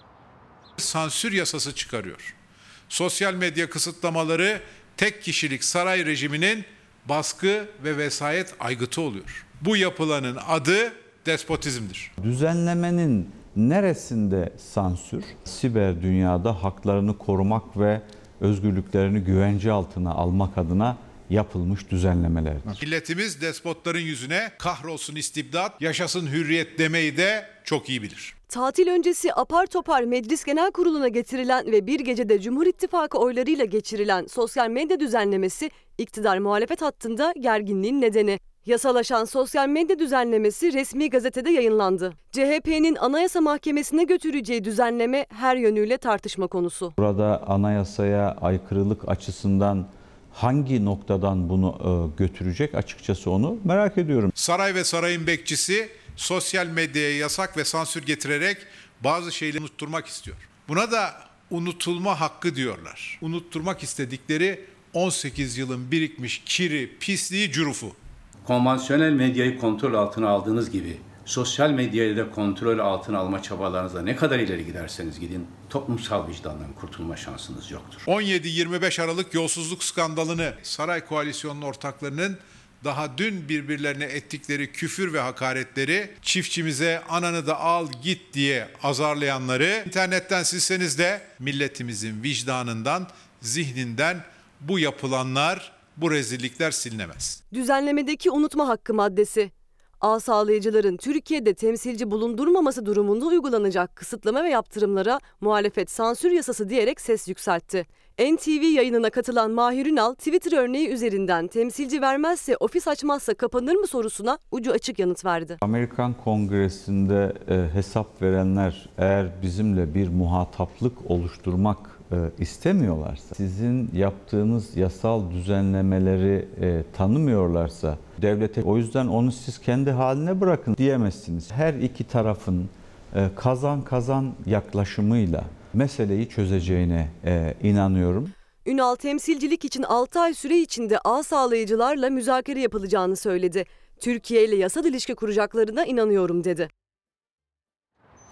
Sansür yasası çıkarıyor. Sosyal medya kısıtlamaları tek kişilik saray rejiminin baskı ve vesayet aygıtı oluyor. Bu yapılanın adı despotizmdir. Düzenlemenin neresinde sansür? Siber dünyada haklarını korumak ve özgürlüklerini güvence altına almak adına yapılmış düzenlemelerdir. Milletimiz despotların yüzüne kahrolsun istibdat, yaşasın hürriyet demeyi de çok iyi bilir. Tatil öncesi apar topar Meclis Genel Kurulu'na getirilen ve bir gecede Cumhur İttifakı oylarıyla geçirilen sosyal medya düzenlemesi iktidar muhalefet hattında gerginliğin nedeni. Yasalaşan sosyal medya düzenlemesi resmi gazetede yayınlandı. C H P'nin Anayasa Mahkemesi'ne götüreceği düzenleme her yönüyle tartışma konusu. Burada anayasaya aykırılık açısından hangi noktadan bunu götürecek, açıkçası onu merak ediyorum. Saray ve sarayın bekçisi sosyal medyaya yasak ve sansür getirerek bazı şeyleri unutturmak istiyor. Buna da unutulma hakkı diyorlar. Unutturmak istedikleri on sekiz yılın birikmiş kiri, pisliği, cürufu. Konvansiyonel medyayı kontrol altına aldığınız gibi sosyal medyayı da kontrol altına alma çabalarınızda ne kadar ileri giderseniz gidin toplumsal vicdandan kurtulma şansınız yoktur. on yedi yirmi beş Aralık yolsuzluk skandalını saray koalisyonunun ortaklarının daha dün birbirlerine ettikleri küfür ve hakaretleri, çiftçimize ananı da al git diye azarlayanları internetten silseniz de milletimizin vicdanından, zihninden bu yapılanlar, bu rezillikler silinemez. Düzenlemedeki unutma hakkı maddesi. Ağ sağlayıcıların Türkiye'de temsilci bulundurmaması durumunda uygulanacak kısıtlama ve yaptırımlara muhalefet sansür yasası diyerek ses yükseltti. N T V yayınına katılan Mahir Ünal, Twitter örneği üzerinden temsilci vermezse, ofis açmazsa kapanır mı sorusuna ucu açık yanıt verdi. Amerikan Kongresi'nde e, hesap verenler eğer bizimle bir muhataplık oluşturmak e, istemiyorlarsa, sizin yaptığınız yasal düzenlemeleri e, tanımıyorlarsa, devlete o yüzden onu siz kendi haline bırakın diyemezsiniz. Her iki tarafın e, kazan kazan yaklaşımıyla meseleyi çözeceğine e, inanıyorum. Ünal temsilcilik için altı ay süre içinde ağ sağlayıcılarla müzakere yapılacağını söyledi. Türkiye ile yasal ilişki kuracaklarına inanıyorum dedi.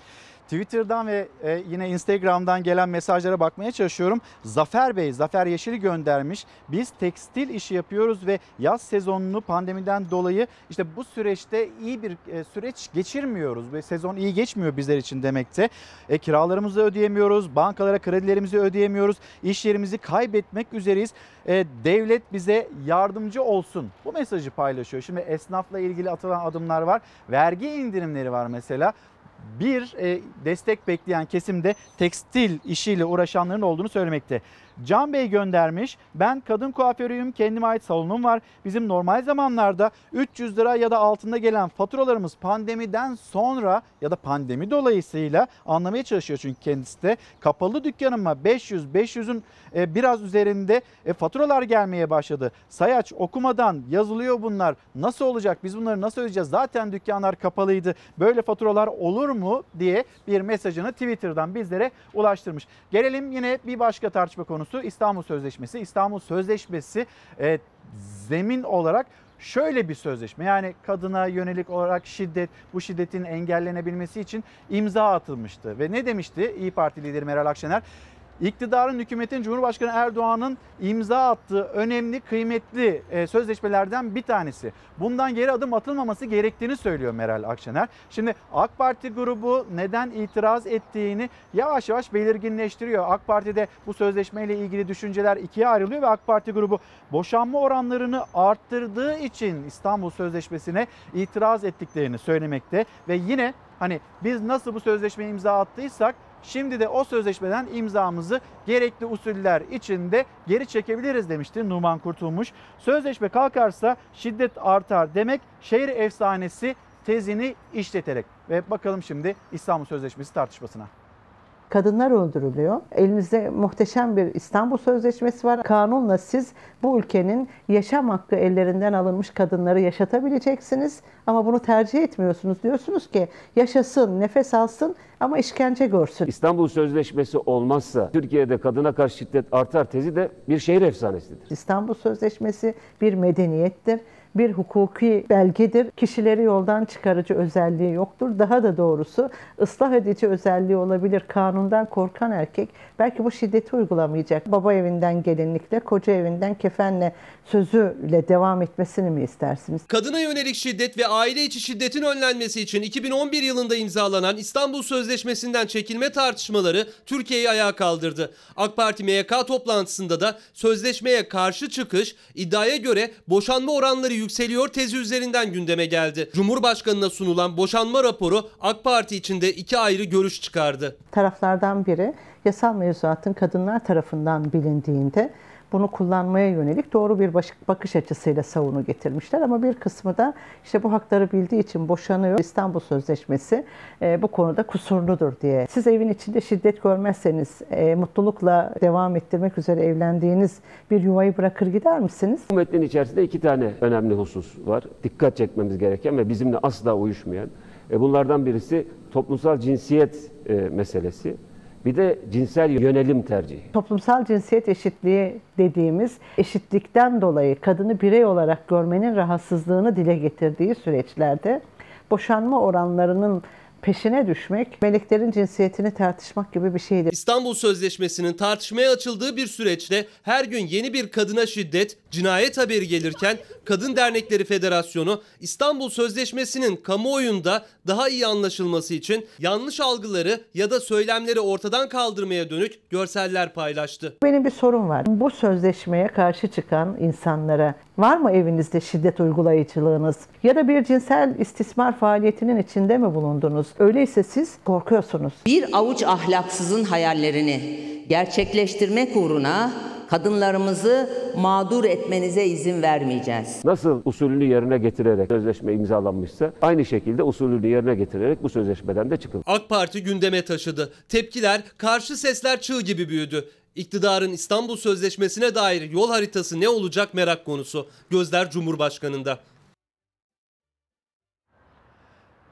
Twitter'dan ve e, yine Instagram'dan gelen mesajlara bakmaya çalışıyorum. Zafer Bey, Zafer Yeşil'i göndermiş. Biz tekstil işi yapıyoruz ve yaz sezonunu pandemiden dolayı işte bu süreçte iyi bir e, süreç geçirmiyoruz ve sezon iyi geçmiyor bizler için demekte. E, kiralarımızı ödeyemiyoruz, bankalara kredilerimizi ödeyemiyoruz, iş yerimizi kaybetmek üzereyiz. E, devlet bize yardımcı olsun. Bu mesajı paylaşıyor. Şimdi esnafla ilgili atılan adımlar var. Vergi indirimleri var mesela. Bir e, destek bekleyen kesimde tekstil işiyle uğraşanların olduğunu söylemekte. Can Bey göndermiş. Ben kadın kuaförüyüm. Kendime ait salonum var. Bizim normal zamanlarda üç yüz lira ya da altında gelen faturalarımız pandemiden sonra ya da pandemi dolayısıyla anlamaya çalışıyor çünkü kendisi de. Kapalı dükkanıma beş yüz beş yüzün e, biraz üzerinde e, faturalar gelmeye başladı. Sayaç okumadan yazılıyor bunlar. Nasıl olacak? Biz bunları nasıl ödeyeceğiz? Zaten dükkanlar kapalıydı. Böyle faturalar olur mu diye bir mesajını Twitter'dan bizlere ulaştırmış. Gelelim yine bir başka tartışma konusu. İstanbul Sözleşmesi. İstanbul Sözleşmesi e, zemin olarak şöyle bir sözleşme. Yani kadına yönelik olarak şiddet, bu şiddetin engellenebilmesi için imza atılmıştı. Ve ne demişti İYİ Parti lideri Meral Akşener? İktidarın, hükümetin, Cumhurbaşkanı Erdoğan'ın imza attığı önemli, kıymetli e, sözleşmelerden bir tanesi. Bundan geri adım atılmaması gerektiğini söylüyor Meral Akşener. Şimdi AK Parti grubu neden itiraz ettiğini yavaş yavaş belirginleştiriyor. AK Parti'de bu sözleşmeyle ilgili düşünceler ikiye ayrılıyor ve AK Parti grubu boşanma oranlarını arttırdığı için İstanbul Sözleşmesi'ne itiraz ettiklerini söylemekte. Ve yine hani biz nasıl bu sözleşmeye imza attıysak şimdi de o sözleşmeden imzamızı gerekli usuller içinde geri çekebiliriz demişti Numan Kurtulmuş. Sözleşme kalkarsa şiddet artar demek şehir efsanesi tezini işleterek. Ve bakalım şimdi İstanbul Sözleşmesi tartışmasına. Kadınlar öldürülüyor. Elinizde muhteşem bir İstanbul Sözleşmesi var. Kanunla siz bu ülkenin yaşam hakkı ellerinden alınmış kadınları yaşatabileceksiniz. Ama bunu tercih etmiyorsunuz. Diyorsunuz ki yaşasın, nefes alsın ama işkence görsün. İstanbul Sözleşmesi olmazsa Türkiye'de kadına karşı şiddet artar tezi de bir şehir efsanesidir. İstanbul Sözleşmesi bir medeniyettir. Bir hukuki belgedir. Kişileri yoldan çıkarıcı özelliği yoktur. Daha da doğrusu ıslah edici özelliği olabilir. Kanundan korkan erkek belki bu şiddeti uygulamayacak. Baba evinden gelinlikle, koca evinden kefenle sözüyle devam etmesini mi istersiniz? Kadına yönelik şiddet ve aile içi şiddetin önlenmesi için iki bin on bir yılında imzalanan İstanbul Sözleşmesi'nden çekilme tartışmaları Türkiye'yi ayağa kaldırdı. AK Parti M Y K toplantısında da sözleşmeye karşı çıkış iddiaya göre boşanma oranları yükseliyor tezi üzerinden gündeme geldi. Cumhurbaşkanına sunulan boşanma raporu AK Parti içinde iki ayrı görüş çıkardı. Taraflardan biri yasal mevzuatın kadınlar tarafından bilindiğinde bunu kullanmaya yönelik doğru bir bakış açısıyla savunu getirmişler. Ama bir kısmı da işte bu hakları bildiği için boşanıyor. İstanbul Sözleşmesi e, bu konuda kusurludur diye. Siz evin içinde şiddet görmezseniz e, mutlulukla devam ettirmek üzere evlendiğiniz bir yuvayı bırakır gider misiniz? Bu metnin içerisinde iki tane önemli husus var. Dikkat çekmemiz gereken ve bizimle asla uyuşmayan. E, bunlardan birisi toplumsal cinsiyet e, meselesi. Bir de cinsel yönelim tercihi. Toplumsal cinsiyet eşitliği dediğimiz eşitlikten dolayı kadını birey olarak görmenin rahatsızlığını dile getirdiği süreçlerde boşanma oranlarının peşine düşmek, meleklerin cinsiyetini tartışmak gibi bir şeydir. İstanbul Sözleşmesi'nin tartışmaya açıldığı bir süreçte her gün yeni bir kadına şiddet, cinayet haberi gelirken Kadın Dernekleri Federasyonu İstanbul Sözleşmesi'nin kamuoyunda daha iyi anlaşılması için yanlış algıları ya da söylemleri ortadan kaldırmaya dönük görseller paylaştı. Benim bir sorum var. Bu sözleşmeye karşı çıkan insanlara var mı evinizde şiddet uygulayıcılığınız ya da bir cinsel istismar faaliyetinin içinde mi bulundunuz? Öyleyse siz korkuyorsunuz. Bir avuç ahlaksızın hayallerini gerçekleştirmek uğruna kadınlarımızı mağdur etmenize izin vermeyeceğiz. Nasıl usulünü yerine getirerek sözleşme imzalanmışsa aynı şekilde usulünü yerine getirerek bu sözleşmeden de çıkılır. AK Parti gündeme taşıdı. Tepkiler, karşı sesler çığ gibi büyüdü. İktidarın İstanbul Sözleşmesi'ne dair yol haritası ne olacak merak konusu. Gözler Cumhurbaşkanı'nda.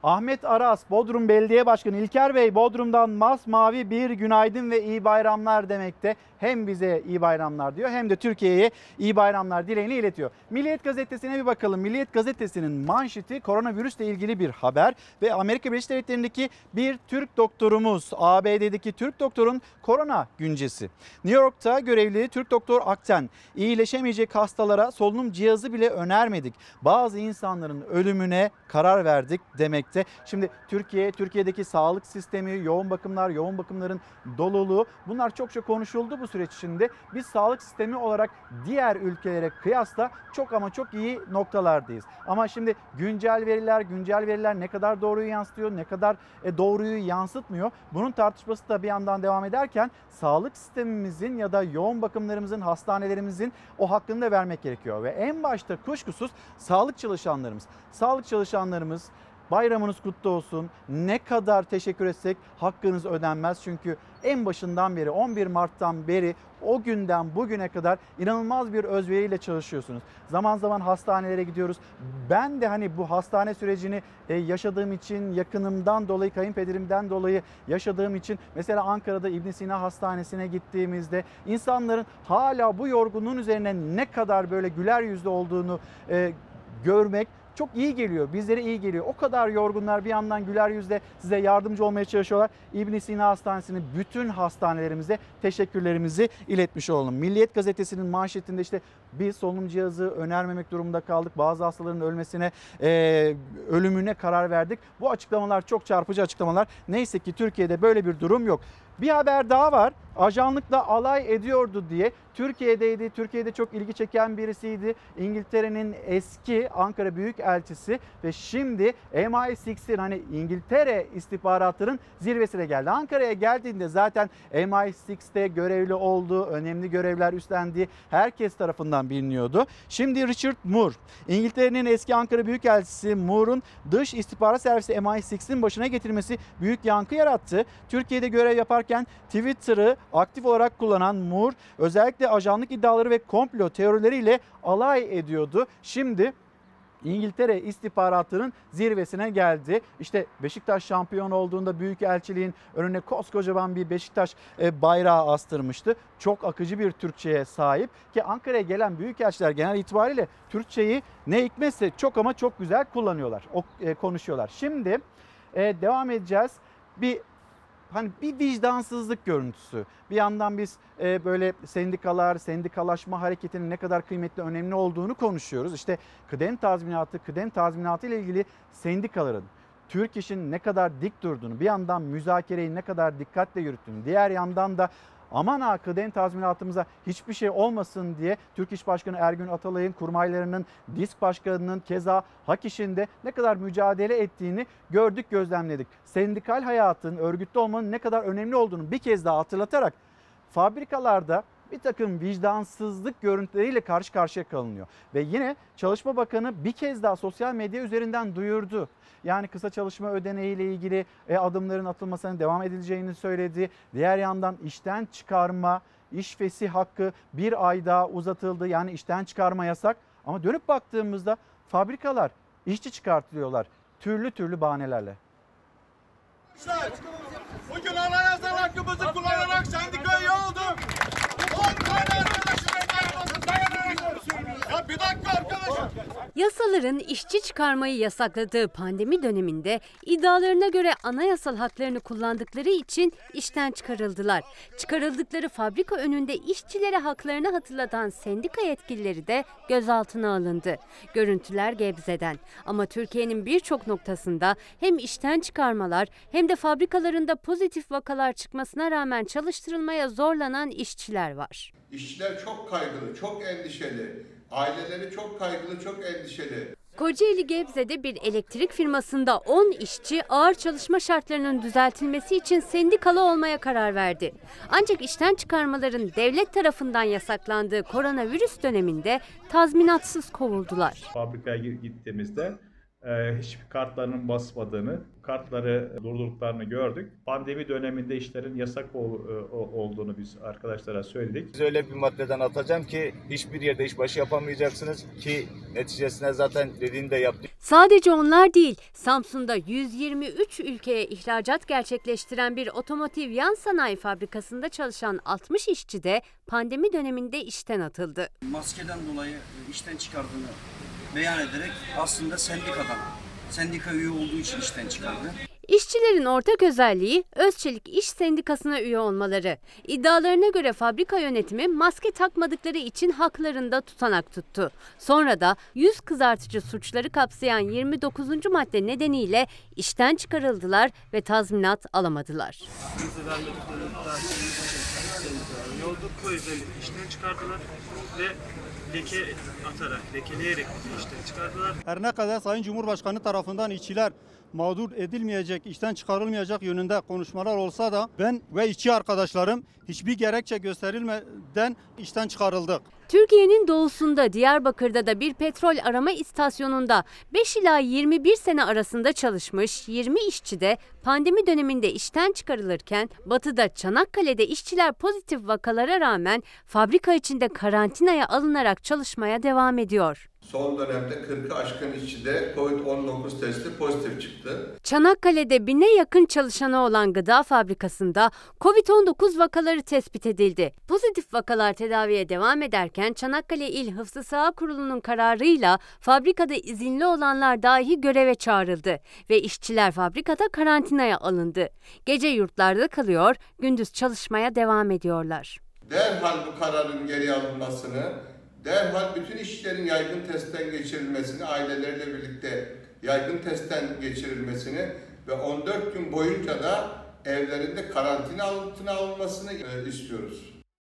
Ahmet Aras, Bodrum Belediye Başkanı İlker Bey, Bodrum'dan masmavi bir günaydın ve iyi bayramlar demekte. Hem bize iyi bayramlar diyor hem de Türkiye'ye iyi bayramlar dileğini iletiyor. Milliyet Gazetesi'ne bir bakalım. Milliyet Gazetesi'nin manşeti koronavirüsle ilgili bir haber ve Amerika Birleşik Devletleri'ndeki bir Türk doktorumuz, A B D'deki Türk doktorun korona güncesi. New York'ta görevli Türk doktor Akten, iyileşemeyecek hastalara solunum cihazı bile önermedik. Bazı insanların ölümüne karar verdik demekte. Şimdi Türkiye, Türkiye'deki sağlık sistemi, yoğun bakımlar, yoğun bakımların doluluğu, bunlar çokça konuşuldu bu süreç içinde. Biz sağlık sistemi olarak diğer ülkelere kıyasla çok ama çok iyi noktalardayız. Ama şimdi güncel veriler, güncel veriler ne kadar doğruyu yansıtıyor, ne kadar doğruyu yansıtmıyor. Bunun tartışması da bir yandan devam ederken sağlık sistemimizin ya da yoğun bakımlarımızın, hastanelerimizin o hakkını da vermek gerekiyor. Ve en başta kuşkusuz sağlık çalışanlarımız. Sağlık çalışanlarımız, bayramınız kutlu olsun. Ne kadar teşekkür etsek hakkınız ödenmez. Çünkü en başından beri, on bir Mart'tan beri o günden bugüne kadar inanılmaz bir özveriyle çalışıyorsunuz. Zaman zaman hastanelere gidiyoruz. Ben de hani bu hastane sürecini yaşadığım için, yakınımdan dolayı, kayınpederimden dolayı yaşadığım için mesela Ankara'da İbn Sina Hastanesi'ne gittiğimizde insanların hala bu yorgunluğun üzerine ne kadar böyle güler yüzlü olduğunu e, görmek çok iyi geliyor. Bizlere iyi geliyor. O kadar yorgunlar bir yandan güler yüzle size yardımcı olmaya çalışıyorlar. İbn Sina Hastanesi'nin bütün hastanelerimize teşekkürlerimizi iletmiş olalım. Milliyet Gazetesi'nin manşetinde işte biz solunum cihazı önermemek durumunda kaldık. Bazı hastaların ölmesine, e, ölümüne karar verdik. Bu açıklamalar çok çarpıcı açıklamalar. Neyse ki Türkiye'de böyle bir durum yok. Bir haber daha var. Ajanlıkla alay ediyordu diye Türkiye'deydi. Türkiye'de çok ilgi çeken birisiydi. İngiltere'nin eski Ankara Büyükelçisi ve şimdi M I altının hani İngiltere istihbaratının zirvesine geldi. Ankara'ya geldiğinde zaten M I altıda görevli olduğu, önemli görevler üstlendiği herkes tarafından biliniyordu. Şimdi Richard Moore, İngiltere'nin eski Ankara Büyükelçisi Moore'un dış istihbarat servisi M I altının başına getirmesi büyük yankı yarattı. Türkiye'de görev yaparken Twitter'ı aktif olarak kullanan Moore özellikle ajanlık iddiaları ve komplo teorileriyle alay ediyordu. Şimdi İngiltere istihbaratının zirvesine geldi. İşte Beşiktaş şampiyon olduğunda büyükelçiliğin önüne koskocaman bir Beşiktaş bayrağı astırmıştı. Çok akıcı bir Türkçe'ye sahip ki Ankara'ya gelen büyükelçiler genel itibariyle Türkçeyi ne hikmetse çok ama çok güzel kullanıyorlar, konuşuyorlar. Şimdi devam edeceğiz. Bir Hani bir vicdansızlık görüntüsü. Bir yandan biz e, böyle sendikalar, sendikalaşma hareketinin ne kadar kıymetli, önemli olduğunu konuşuyoruz. İşte kıdem tazminatı, kıdem tazminatı ile ilgili sendikaların, Türk İş'in ne kadar dik durduğunu, bir yandan müzakereyi ne kadar dikkatle yürüttüğünü, diğer yandan da aman ha kıdem tazminatımıza hiçbir şey olmasın diye Türk İş Başkanı Ergün Atalay'ın, kurmaylarının, DİSK Başkanı'nın keza Hak İş'inde ne kadar mücadele ettiğini gördük, gözlemledik. Sendikal hayatın, örgütlü olmanın ne kadar önemli olduğunu bir kez daha hatırlatarak fabrikalarda bir takım vicdansızlık görüntüleriyle karşı karşıya kalınıyor. Ve yine Çalışma Bakanı bir kez daha sosyal medya üzerinden duyurdu. Yani kısa çalışma ödeneği ile ilgili adımların atılmasına devam edileceğini söyledi. Diğer yandan işten çıkarma, iş fesih hakkı bir ay daha uzatıldı. Yani işten çıkarma yasak. Ama dönüp baktığımızda fabrikalar işçi çıkartılıyorlar türlü türlü bahanelerle. Bugün anayasal hakkımızı kullanarak sendikayı olduk. Ya bir dakika arkadaşım. Yasaların işçi çıkarmayı yasakladığı pandemi döneminde iddialarına göre anayasal haklarını kullandıkları için işten çıkarıldılar. Çıkarıldıkları fabrika önünde işçilere haklarını hatırlatan sendika yetkilileri de gözaltına alındı. Görüntüler Gebze'den. Ama Türkiye'nin birçok noktasında hem işten çıkarmalar hem de fabrikalarında pozitif vakalar çıkmasına rağmen çalıştırılmaya zorlanan işçiler var. İşçiler çok kaygılı, çok endişeli. Aileleri çok kaygılı, çok endişeli. Kocaeli Gebze'de bir elektrik firmasında on işçi ağır çalışma şartlarının düzeltilmesi için sendikalı olmaya karar verdi. Ancak işten çıkarmaların devlet tarafından yasaklandığı koronavirüs döneminde tazminatsız kovuldular. Fabrikaya gittiğimizde e, hiçbir kartlarının basmadığını, kartları durdurduklarını gördük. Pandemi döneminde işlerin yasak ol, olduğunu biz arkadaşlara söyledik. Biz öyle bir maddeden atacağım ki hiçbir yerde işbaşı yapamayacaksınız ki neticesinde zaten dediğini de yaptık. Sadece onlar değil, Samsun'da yüz yirmi üç ülkeye ihracat gerçekleştiren bir otomotiv yan sanayi fabrikasında çalışan altmış işçi de pandemi döneminde işten atıldı. Maskeden dolayı işten çıkardığını beyan ederek aslında sendikadan, sendika üye olduğu için işten çıkardı. İşçilerin ortak özelliği Özçelik İş Sendikası'na üye olmaları. İddialarına göre fabrika yönetimi maske takmadıkları için haklarında tutanak tuttu. Sonra da yüz kızartıcı suçları kapsayan yirmi dokuzuncu madde nedeniyle işten çıkarıldılar ve tazminat alamadılar. Yolluk bu özellikle işten çıkardılar ve leke atarak, lekeleyerek işten çıkardılar. Her ne kadar Sayın Cumhurbaşkanı tarafından işçiler mağdur edilmeyecek, işten çıkarılmayacak yönünde konuşmalar olsa da ben ve işçi arkadaşlarım hiçbir gerekçe gösterilmeden işten çıkarıldık. Türkiye'nin doğusunda Diyarbakır'da da bir petrol arama istasyonunda beş ila yirmi bir sene arasında çalışmış yirmi işçi de pandemi döneminde işten çıkarılırken batıda Çanakkale'de işçiler pozitif vakalara rağmen fabrika içinde karantinaya alınarak çalışmaya devam ediyor. Son dönemde kırkı aşkın işçide kovid on dokuz testi pozitif çıktı. Çanakkale'de bine yakın çalışanı olan gıda fabrikasında kovid on dokuz vakaları tespit edildi. Pozitif vakalar tedaviye devam ederken Çanakkale İl Hıfzı Sıha Kurulu'nun kararıyla fabrikada izinli olanlar dahi göreve çağrıldı ve işçiler fabrikada karantinaya alındı. Gece yurtlarda kalıyor, gündüz çalışmaya devam ediyorlar. Derhal bu kararın geri alınmasını, derhal bütün işçilerin yaygın testten geçirilmesini, aileleriyle birlikte yaygın testten geçirilmesini ve on dört gün boyunca da evlerinde karantina altına alınmasını istiyoruz.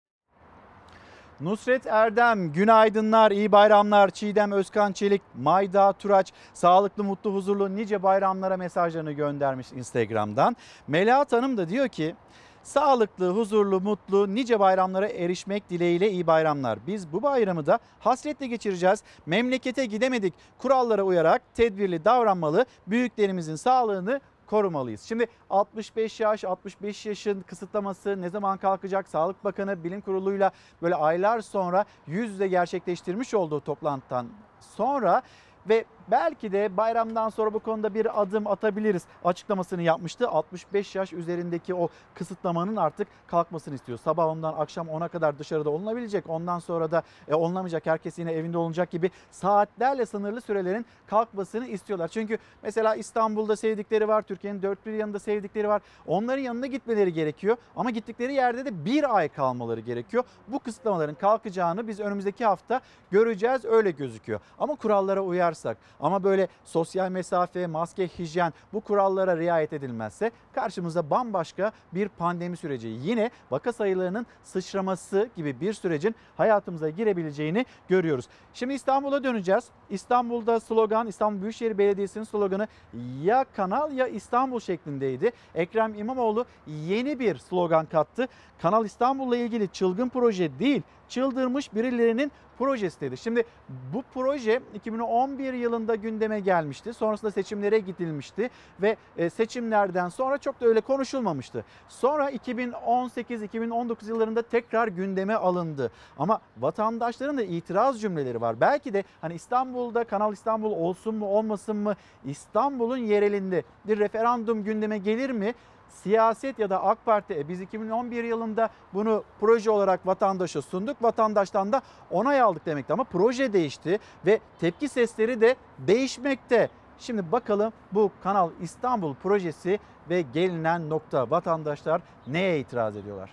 Nusret Erdem, günaydınlar, iyi bayramlar. Çiğdem Özkan Çelik, Mayda Turaç, sağlıklı, mutlu, huzurlu nice bayramlara mesajlarını göndermiş Instagram'dan. Melahat Hanım da diyor ki, sağlıklı, huzurlu, mutlu, nice bayramlara erişmek dileğiyle iyi bayramlar. Biz bu bayramı da hasretle geçireceğiz. Memlekete gidemedik. Kurallara uyarak tedbirli davranmalı. Büyüklerimizin sağlığını korumalıyız. Şimdi altmış beş yaş, altmış beş yaşın kısıtlaması ne zaman kalkacak? Sağlık Bakanı Bilim Kurulu'yla böyle aylar sonra yüz yüze gerçekleştirmiş olduğu toplantıdan sonra ve belki de bayramdan sonra bu konuda bir adım atabiliriz açıklamasını yapmıştı. altmış beş yaş üzerindeki o kısıtlamanın artık kalkmasını istiyor. Sabah ondan akşam ona kadar dışarıda olunabilecek. Ondan sonra da e, olunamayacak, herkes yine evinde olacak gibi saatlerle sınırlı sürelerin kalkmasını istiyorlar. Çünkü mesela İstanbul'da sevdikleri var, Türkiye'nin dört bir yanında sevdikleri var. Onların yanına gitmeleri gerekiyor ama gittikleri yerde de bir ay kalmaları gerekiyor. Bu kısıtlamaların kalkacağını biz önümüzdeki hafta göreceğiz, öyle gözüküyor. Ama kurallara uyarsak, ama böyle sosyal mesafe, maske, hijyen bu kurallara riayet edilmezse karşımıza bambaşka bir pandemi süreci, yine vaka sayılarının sıçraması gibi bir sürecin hayatımıza girebileceğini görüyoruz. Şimdi İstanbul'a döneceğiz. İstanbul'da slogan, İstanbul Büyükşehir Belediyesi'nin sloganı ya Kanal ya İstanbul şeklindeydi. Ekrem İmamoğlu yeni bir slogan kattı. Kanal İstanbul'la ilgili çılgın proje değil, çıldırmış birilerinin projesi dedi. Şimdi bu proje iki bin on bir yılında gündeme gelmişti. Sonrasında seçimlere gidilmişti ve seçimlerden sonra çok da öyle konuşulmamıştı. Sonra iki bin on sekiz iki bin on dokuz yıllarında tekrar gündeme alındı. Ama vatandaşların da itiraz cümleleri var. Belki de hani İstanbul'da Kanal İstanbul olsun mu olmasın mı, İstanbul'un yerelinde bir referandum gündeme gelir mi? Siyaset ya da AK Parti, e biz iki bin on bir yılında bunu proje olarak vatandaşa sunduk. Vatandaştan da onay aldık demekti ama proje değişti ve tepki sesleri de değişmekte. Şimdi bakalım bu Kanal İstanbul projesi ve gelinen nokta, vatandaşlar neye itiraz ediyorlar?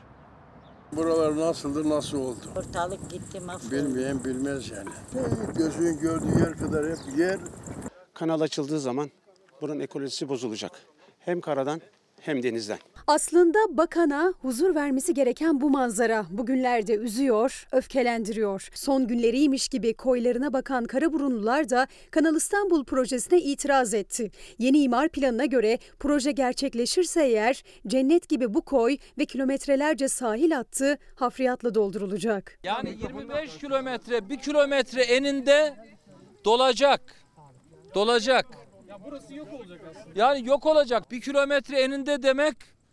Buralar nasıldır, nasıl oldu? Ortalık gitti, mahvoldu. Bilmeyen bilmez yani. Gözünün gördüğü yer kadar hep yer. Kanal açıldığı zaman buranın ekolojisi bozulacak. Hem karadan hem denizden. Aslında bakana huzur vermesi gereken bu manzara bugünlerde üzüyor, öfkelendiriyor. Son günleriymiş gibi koylarına bakan Karaburunlular da Kanal İstanbul projesine itiraz etti. Yeni imar planına göre proje gerçekleşirse eğer cennet gibi bu koy ve kilometrelerce sahil hattı hafriyatla doldurulacak. Yani yirmi beş kilometre, bir kilometre eninde dolacak. Dolacak. Burası yok olacak aslında. Yani yok olacak. Bir kilometre eninde demek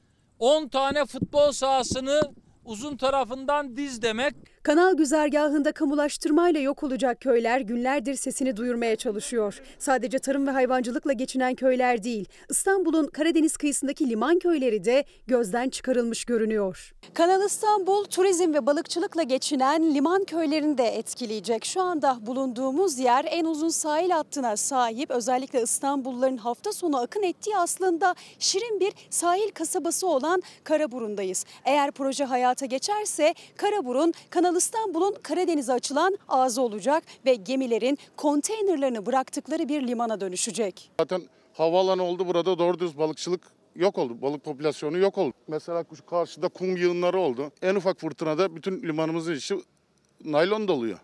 on tane futbol sahasını uzun tarafından diz demek. Kanal güzergahında kamulaştırmayla yok olacak köyler günlerdir sesini duyurmaya çalışıyor. Sadece tarım ve hayvancılıkla geçinen köyler değil, İstanbul'un Karadeniz kıyısındaki liman köyleri de gözden çıkarılmış görünüyor. Kanal İstanbul, turizm ve balıkçılıkla geçinen liman köylerini de etkileyecek. Şu anda bulunduğumuz yer en uzun sahil hattına sahip. Özellikle İstanbulluların hafta sonu akın ettiği aslında şirin bir sahil kasabası olan Karaburun'dayız. Eğer proje hayata geçerse Karaburun, Kanal İstanbul'un Karadeniz'e açılan ağzı olacak ve gemilerin konteynerlarını bıraktıkları bir limana dönüşecek. Zaten havaalanı oldu, burada doğru düz balıkçılık yok oldu. Balık popülasyonu yok oldu. Mesela karşıda kum yığınları oldu. En ufak fırtınada bütün limanımızın içi naylon doluyor.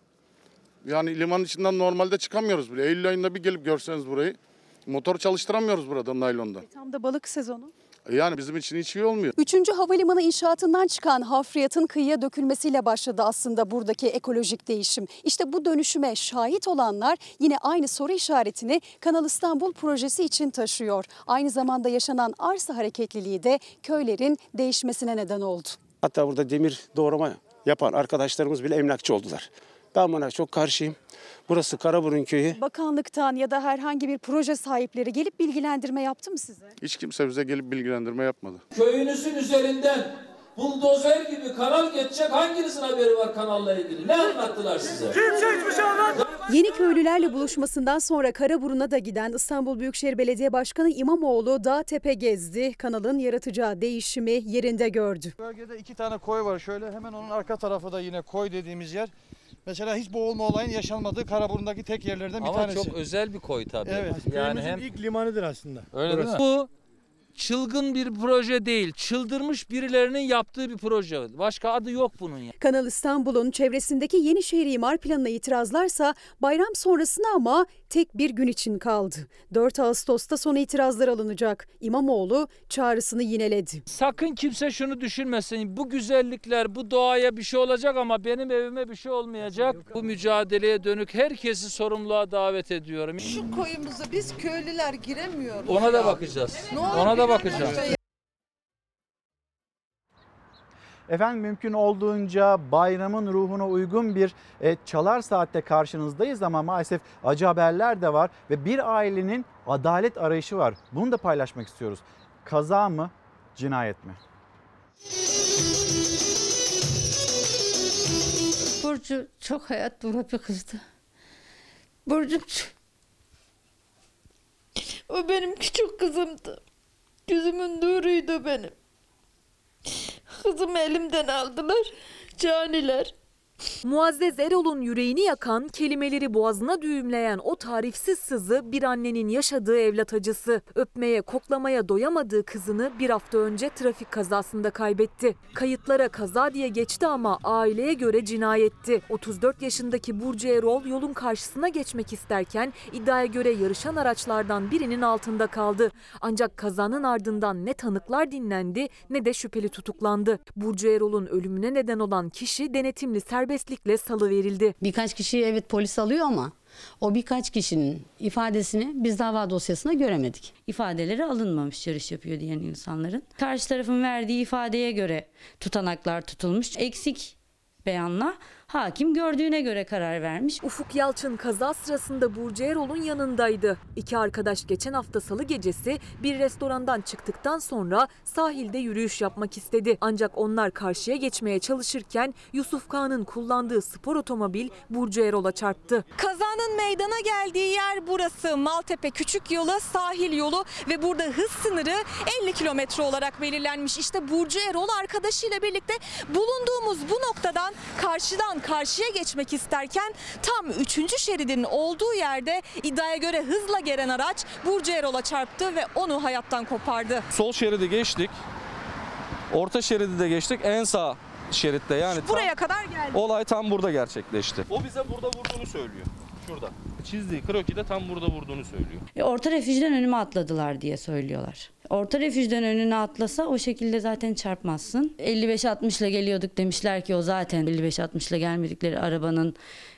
Yani limanın içinden normalde çıkamıyoruz bile. Eylül ayında bir gelip görseniz burayı, motor çalıştıramıyoruz burada naylonda. Tam da balık sezonu. Yani bizim için hiç iyi olmuyor. Üçüncü havalimanı inşaatından çıkan hafriyatın kıyıya dökülmesiyle başladı aslında buradaki ekolojik değişim. İşte bu dönüşüme şahit olanlar yine aynı soru işaretini Kanal İstanbul projesi için taşıyor. Aynı zamanda yaşanan arsa hareketliliği de köylerin değişmesine neden oldu. Hatta burada demir doğrama yapan arkadaşlarımız bile emlakçı oldular. Ben buna çok karşıyım. Burası Karaburun köyü. Bakanlıktan ya da herhangi bir proje sahipleri gelip bilgilendirme yaptı mı size? Hiç kimse bize gelip bilgilendirme yapmadı. Köyünüzün üzerinden buldozer gibi kanal geçecek, hanginizin haberi var kanalla ilgili? Ne anlattılar size? Kimse hiçbir şey anlatmadı. Yeni köylülerle buluşmasından sonra Karaburun'a da giden İstanbul Büyükşehir Belediye Başkanı İmamoğlu dağ tepe gezdi. Kanalın yaratacağı değişimi yerinde gördü. Bölgede iki tane koy var. Şöyle hemen onun arka tarafı da yine koy dediğimiz yer. Mesela hiç boğulma olayın yaşanmadığı Karaburun'daki tek yerlerden bir Ama tanesi. Ama çok özel bir koy tabii. Evet. Yani hem ilk limanıdır aslında. Öyle değil mi? Bu çılgın bir proje değil. Çıldırmış birilerinin yaptığı bir proje. Başka adı yok bunun ya. Kanal İstanbul'un çevresindeki Yenişehir imar planına itirazlarsa bayram sonrasına ama tek bir gün için kaldı. dört Ağustos'ta son itirazlar alınacak. İmamoğlu çağrısını yineledi. Sakın kimse şunu düşünmesin. Bu güzellikler, bu doğaya bir şey olacak ama benim evime bir şey olmayacak. Bu mücadeleye dönük herkesi sorumluluğa davet ediyorum. Şu koyumuza biz köylüler giremiyoruz. Ona da bakacağız. Ona da bakacağız. Efendim mümkün olduğunca bayramın ruhuna uygun bir e, Çalar Saat'te karşınızdayız ama maalesef acı haberler de var ve bir ailenin adalet arayışı var. Bunu da paylaşmak istiyoruz. Kaza mı, cinayet mi? Burcu çok hayat dolu bir kızdı. Burcu o benim küçük kızımdı. Gözümün nuruydu benim. Kızımı elimden aldılar. Caniler. Muazzez Erol'un yüreğini yakan, kelimeleri boğazına düğümleyen o tarifsiz sızı bir annenin yaşadığı evlat acısı. Öpmeye, koklamaya doyamadığı kızını bir hafta önce trafik kazasında kaybetti. Kayıtlara kaza diye geçti ama aileye göre cinayetti. otuz dört yaşındaki Burcu Erol yolun karşısına geçmek isterken iddiaya göre yarışan araçlardan birinin altında kaldı. Ancak kazanın ardından ne tanıklar dinlendi ne de şüpheli tutuklandı. Burcu Erol'un ölümüne neden olan kişi denetimli serbest serbestlikle salıverildi. Birkaç kişi evet polis alıyor ama o birkaç kişinin ifadesini biz dava dosyasına göremedik. İfadeleri alınmamış yarış yapıyor diyen insanların. Karşı tarafın verdiği ifadeye göre tutanaklar tutulmuş. Eksik beyanla hakim gördüğüne göre karar vermiş. Ufuk Yalçın kaza sırasında Burcu Erol'un yanındaydı. İki arkadaş geçen hafta salı gecesi bir restorandan çıktıktan sonra sahilde yürüyüş yapmak istedi. Ancak onlar karşıya geçmeye çalışırken Yusuf Kağan'ın kullandığı spor otomobil Burcu Erol'a çarptı. Kazanın meydana geldiği yer burası. Maltepe Küçük Yolu, sahil yolu ve burada hız sınırı elli kilometre olarak belirlenmiş. İşte Burcu Erol arkadaşıyla birlikte bulunduğumuz bu noktadan karşıdan karşıya geçmek isterken tam üçüncü şeridin olduğu yerde iddiaya göre hızla gelen araç Burcu Erol'a çarptı ve onu hayattan kopardı. Sol şeridi geçtik. Orta şeridi de geçtik. En sağ şeritte yani. Buraya kadar geldi. Olay tam burada gerçekleşti. O bize burada vurduğunu söylüyor. Şurada. Çizdiği krokide tam burada vurduğunu söylüyor. E, orta refüjden önüme atladılar diye söylüyorlar. Orta refüjden önüne atlasa o şekilde zaten çarpmazsın. elli beş altmış ile geliyorduk demişler ki o zaten elli beş altmış ile gelmedikleri arabanın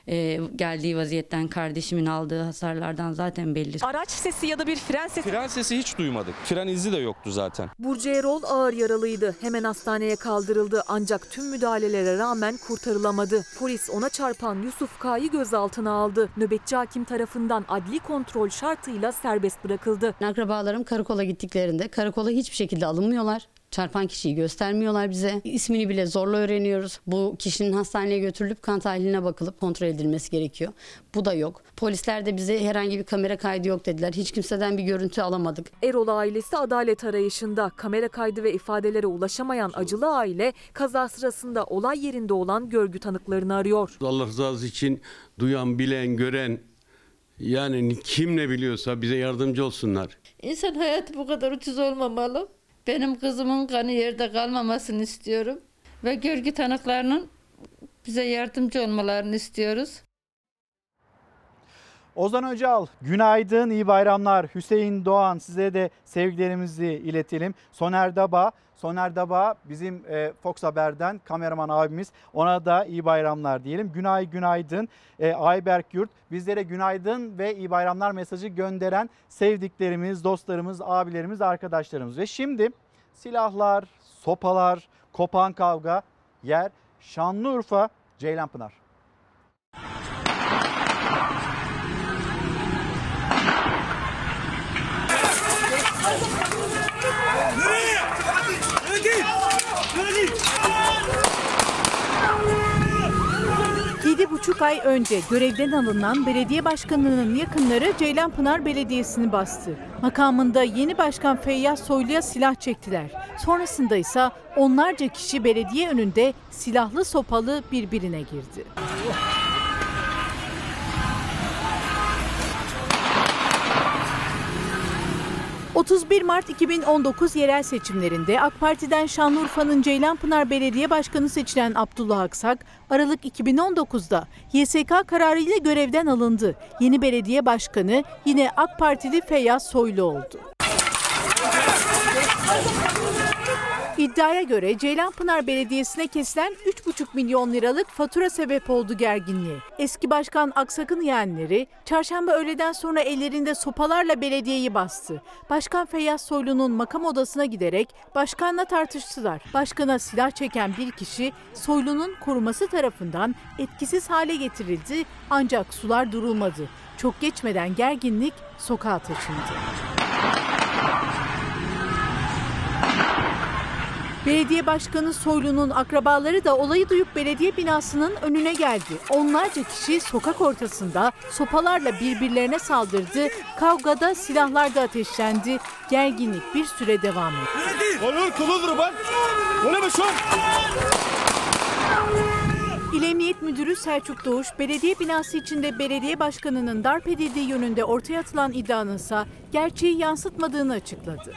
Ee, geldiği vaziyetten, kardeşimin aldığı hasarlardan zaten belli. Araç sesi ya da bir fren sesi. Fren sesi hiç duymadık. Fren izi de yoktu zaten. Burcu Erol ağır yaralıydı. Hemen hastaneye kaldırıldı ancak tüm müdahalelere rağmen kurtarılamadı. Polis ona çarpan Yusuf K'yı gözaltına aldı. Nöbetçi hakim tarafından adli kontrol şartıyla serbest bırakıldı. Akrabalarım karakola gittiklerinde karakola hiçbir şekilde alınmıyorlar. Çarpan kişiyi göstermiyorlar bize. İsmini bile zorla öğreniyoruz. Bu kişinin hastaneye götürülüp kan tahliline bakılıp kontrol edilmesi gerekiyor. Bu da yok. Polisler de bize herhangi bir kamera kaydı yok dediler. Hiç kimseden bir görüntü alamadık. Erol ailesi adalet arayışında. Kamera kaydı ve ifadelere ulaşamayan acılı aile kaza sırasında olay yerinde olan görgü tanıklarını arıyor. Allah rızası için duyan, bilen, gören, yani kim ne biliyorsa bize yardımcı olsunlar. İnsan hayatı bu kadar ucuz olmamalı. Benim kızımın kanı yerde kalmamasını istiyorum ve görgü tanıklarının bize yardımcı olmalarını istiyoruz. Ozan Öcal, günaydın, iyi bayramlar. Hüseyin Doğan, size de sevgilerimizi iletelim. Soner Daba, Soner Daba bizim e, Fox Haber'den kameraman abimiz. Ona da iyi bayramlar diyelim. Günay günaydın. E, Ayberk Yurt, bizlere günaydın ve iyi bayramlar mesajı gönderen sevdiklerimiz, dostlarımız, abilerimiz, arkadaşlarımız. Ve şimdi silahlar, sopalar, kopan kavga yer Şanlıurfa, Ceylanpınar. Yedi buçuk ay önce görevden alınan belediye başkanının yakınları Ceylanpınar Belediyesi'ni bastı. Makamında yeni başkan Feyyaz Soylu'ya silah çektiler. Sonrasında ise onlarca kişi belediye önünde silahlı sopalı birbirine girdi. otuz bir Mart iki bin on dokuz yerel seçimlerinde AK Parti'den Şanlıurfa'nın Ceylanpınar Belediye Başkanı seçilen Abdullah Aksak, Aralık iki bin on dokuzda Y S K kararıyla görevden alındı. Yeni belediye başkanı yine AK Partili Feyyaz Soylu oldu. İddiaya göre Ceylanpınar Belediyesi'ne kesilen üç buçuk milyon liralık fatura sebep oldu gerginliğe. Eski başkan Aksak'ın yeğenleri çarşamba öğleden sonra ellerinde sopalarla belediyeyi bastı. Başkan Feyyaz Soylu'nun makam odasına giderek başkanla tartıştılar. Başkana silah çeken bir kişi Soylu'nun koruması tarafından etkisiz hale getirildi ancak sular durulmadı. Çok geçmeden gerginlik sokağa taşındı. Belediye Başkanı Soylu'nun akrabaları da olayı duyup belediye binasının önüne geldi. Onlarca kişi sokak ortasında sopalarla birbirlerine saldırdı. Kavgada silahlar da ateşlendi. Gerginlik bir süre devam etti. İl Emniyet Müdürü Selçuk Doğuş, belediye binası içinde belediye başkanının darp edildiği yönünde ortaya atılan iddianın ise gerçeği yansıtmadığını açıkladı.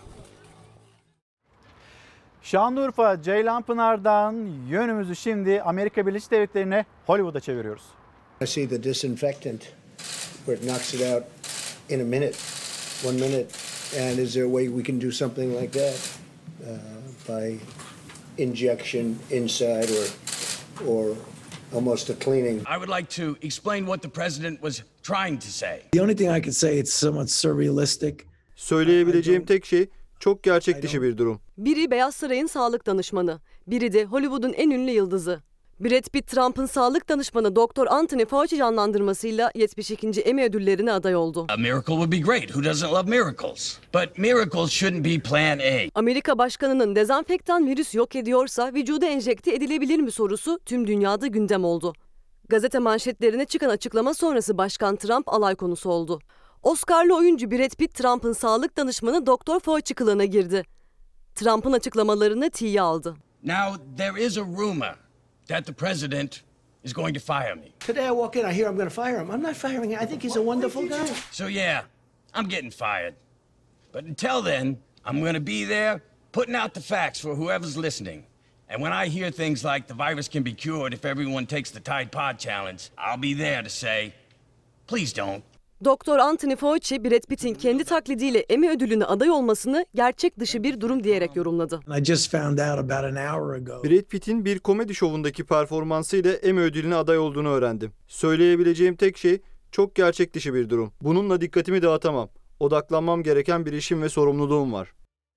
Şanlıurfa, Ceylanpınar'dan yönümüzü şimdi Amerika Birleşik Devletleri'ne, Hollywood'a çeviriyoruz. I see the disinfectant where it knocks it out in a minute, one minute. And is there a way we can do something like that uh, by injection inside or or almost a cleaning? I would like to explain what the president was trying to say. The only thing I can say, it's somewhat surrealistic. Söyleyebileceğim tek şey çok gerçek dışı bir durum. Biri Beyaz Saray'ın sağlık danışmanı, biri de Hollywood'un en ünlü yıldızı. Brad Pitt, Trump'ın sağlık danışmanı Doktor Anthony Fauci canlandırmasıyla yetmiş ikinci Emmy ödüllerine aday oldu. A miracle would be great. Who doesn't love miracles? But miracles shouldn't be plan A. Amerika başkanının dezenfektan virüs yok ediyorsa vücuda enjekte edilebilir mi sorusu tüm dünyada gündem oldu. Gazete manşetlerine çıkan açıklama sonrası Başkan Trump alay konusu oldu. Oscar'lı oyuncu Brad Pitt, Trump'ın sağlık danışmanı Doktor Fauci kılığına girdi. Trump'ın açıklamalarını tiye aldı. Now there is a rumor that the president is going to fire me. Today I walk in, I hear I'm going to fire him. I'm not firing him. I think he's a wonderful guy. So yeah, I'm getting fired. But until then, I'm going to be there putting out the facts for whoever's listening. And when I hear things like the virus can be cured if everyone takes the Tide Pod challenge, I'll be there to say, please don't. Doktor Anthony Fauci, Brad Pitt'in kendi taklidiyle Emmy ödülüne aday olmasını gerçek dışı bir durum diyerek yorumladı. I just found out about an hour ago. Brad Pitt'in bir komedi şovundaki performansıyla Emmy ödülüne aday olduğunu öğrendim. Söyleyebileceğim tek şey çok gerçek dışı bir durum. Bununla dikkatimi dağıtamam. Odaklanmam gereken bir işim ve sorumluluğum var.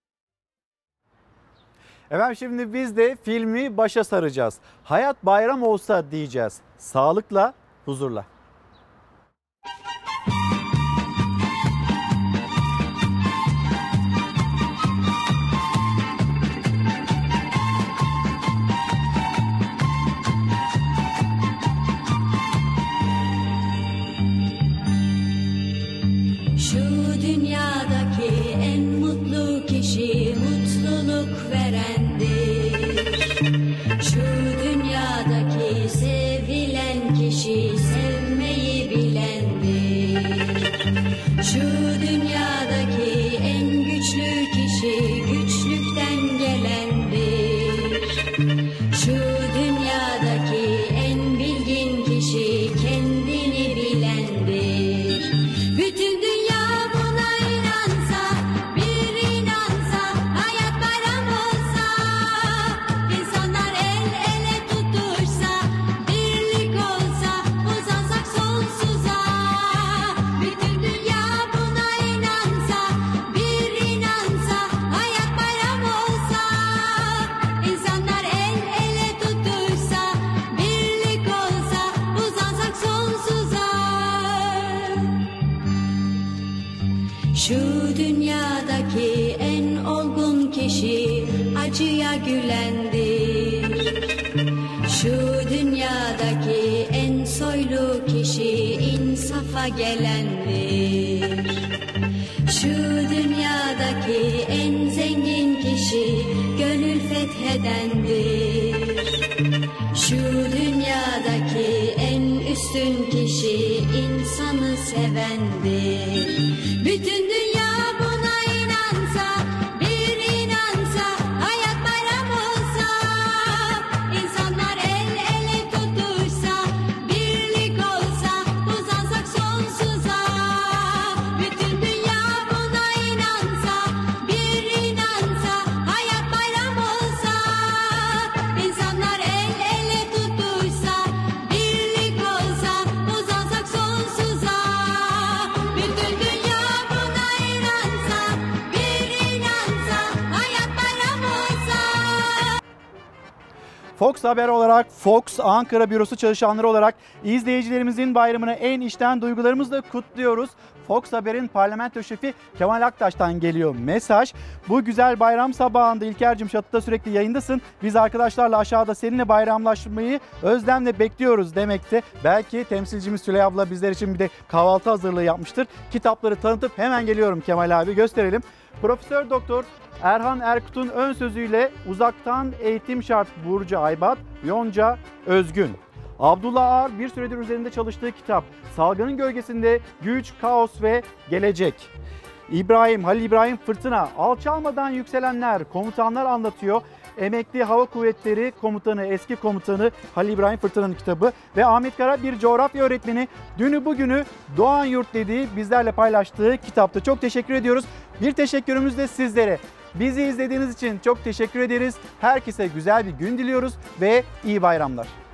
Efendim şimdi biz de filmi başa saracağız. Hayat bayram olsa diyeceğiz. Sağlıkla, huzurla. Şu dünyadaki en mutlu kişi mutluluk verendir. Şu dünyadaki sevilen kişi sevmeyi bilendir. Şu dünyadaki en güçlü kişi güçlükten gelendir. Şu dünyadaki en bilgin kişi kendini bilendir. Bütün dünya buna inansa, bir inansa, hayat bayram olsa, insanlar el ele tutuşsa, birlik olsa, uzansak sonsuza. Bütün dünya buna inansa, bir inansa, hayat bayram olsa, insanlar el ele tutuşsa, birlik olsa, uzansak sonsuza. Şu dünyadaki en olgun kişi acıya gülendir. Şu dünyadaki en soylu kişi insafa gelendir. Şu dünyadaki en zengin kişi gönül fethedendir. Şu dünyadaki en üstün kişi insanı sevendir. Bütün dünya buna inansa, bir inansa, hayat bayram olsa, insanlar el ele tutuşsa, birlik olsa, uzansak sonsuza. Bütün dünya buna inansa, bir inansa, hayat bayram olsa, insanlar el ele tutuşsa, birlik olsa, uzansak sonsuza. Bütün dünya buna inansa, bir inansa, hayat bayram olsa. Fox Haber olarak, Fox Ankara Bürosu çalışanları olarak izleyicilerimizin bayramını en içten duygularımızla kutluyoruz. Fox Haber'in parlamento şefi Kemal Aktaş'tan geliyor mesaj. Bu güzel bayram sabahında İlker'cim çatıda sürekli yayındasın. Biz arkadaşlarla aşağıda seninle bayramlaşmayı özlemle bekliyoruz demekte. Belki temsilcimiz Süleyha abla bizler için bir de kahvaltı hazırlığı yapmıştır. Kitapları tanıtıp hemen geliyorum Kemal abi, gösterelim. Profesör Doktor Erhan Erkut'un ön sözüyle uzaktan eğitim şart Burcu Aybat, Yonca Özgün. Abdullah Ağar bir süredir üzerinde çalıştığı kitap Salgının Gölgesinde Güç, Kaos ve Gelecek. İbrahim, Halil İbrahim Fırtına, Alçalmadan Yükselenler, Komutanlar anlatıyor. Emekli Hava Kuvvetleri Komutanı, eski komutanı Halil İbrahim Fırtına'nın kitabı ve Ahmet Kara bir coğrafya öğretmeni dünü bugünü Doğan Yurt dediği bizlerle paylaştığı kitapta. Çok teşekkür ediyoruz. Bir teşekkürümüz de sizlere. Bizi izlediğiniz için çok teşekkür ederiz. Herkese güzel bir gün diliyoruz ve iyi bayramlar.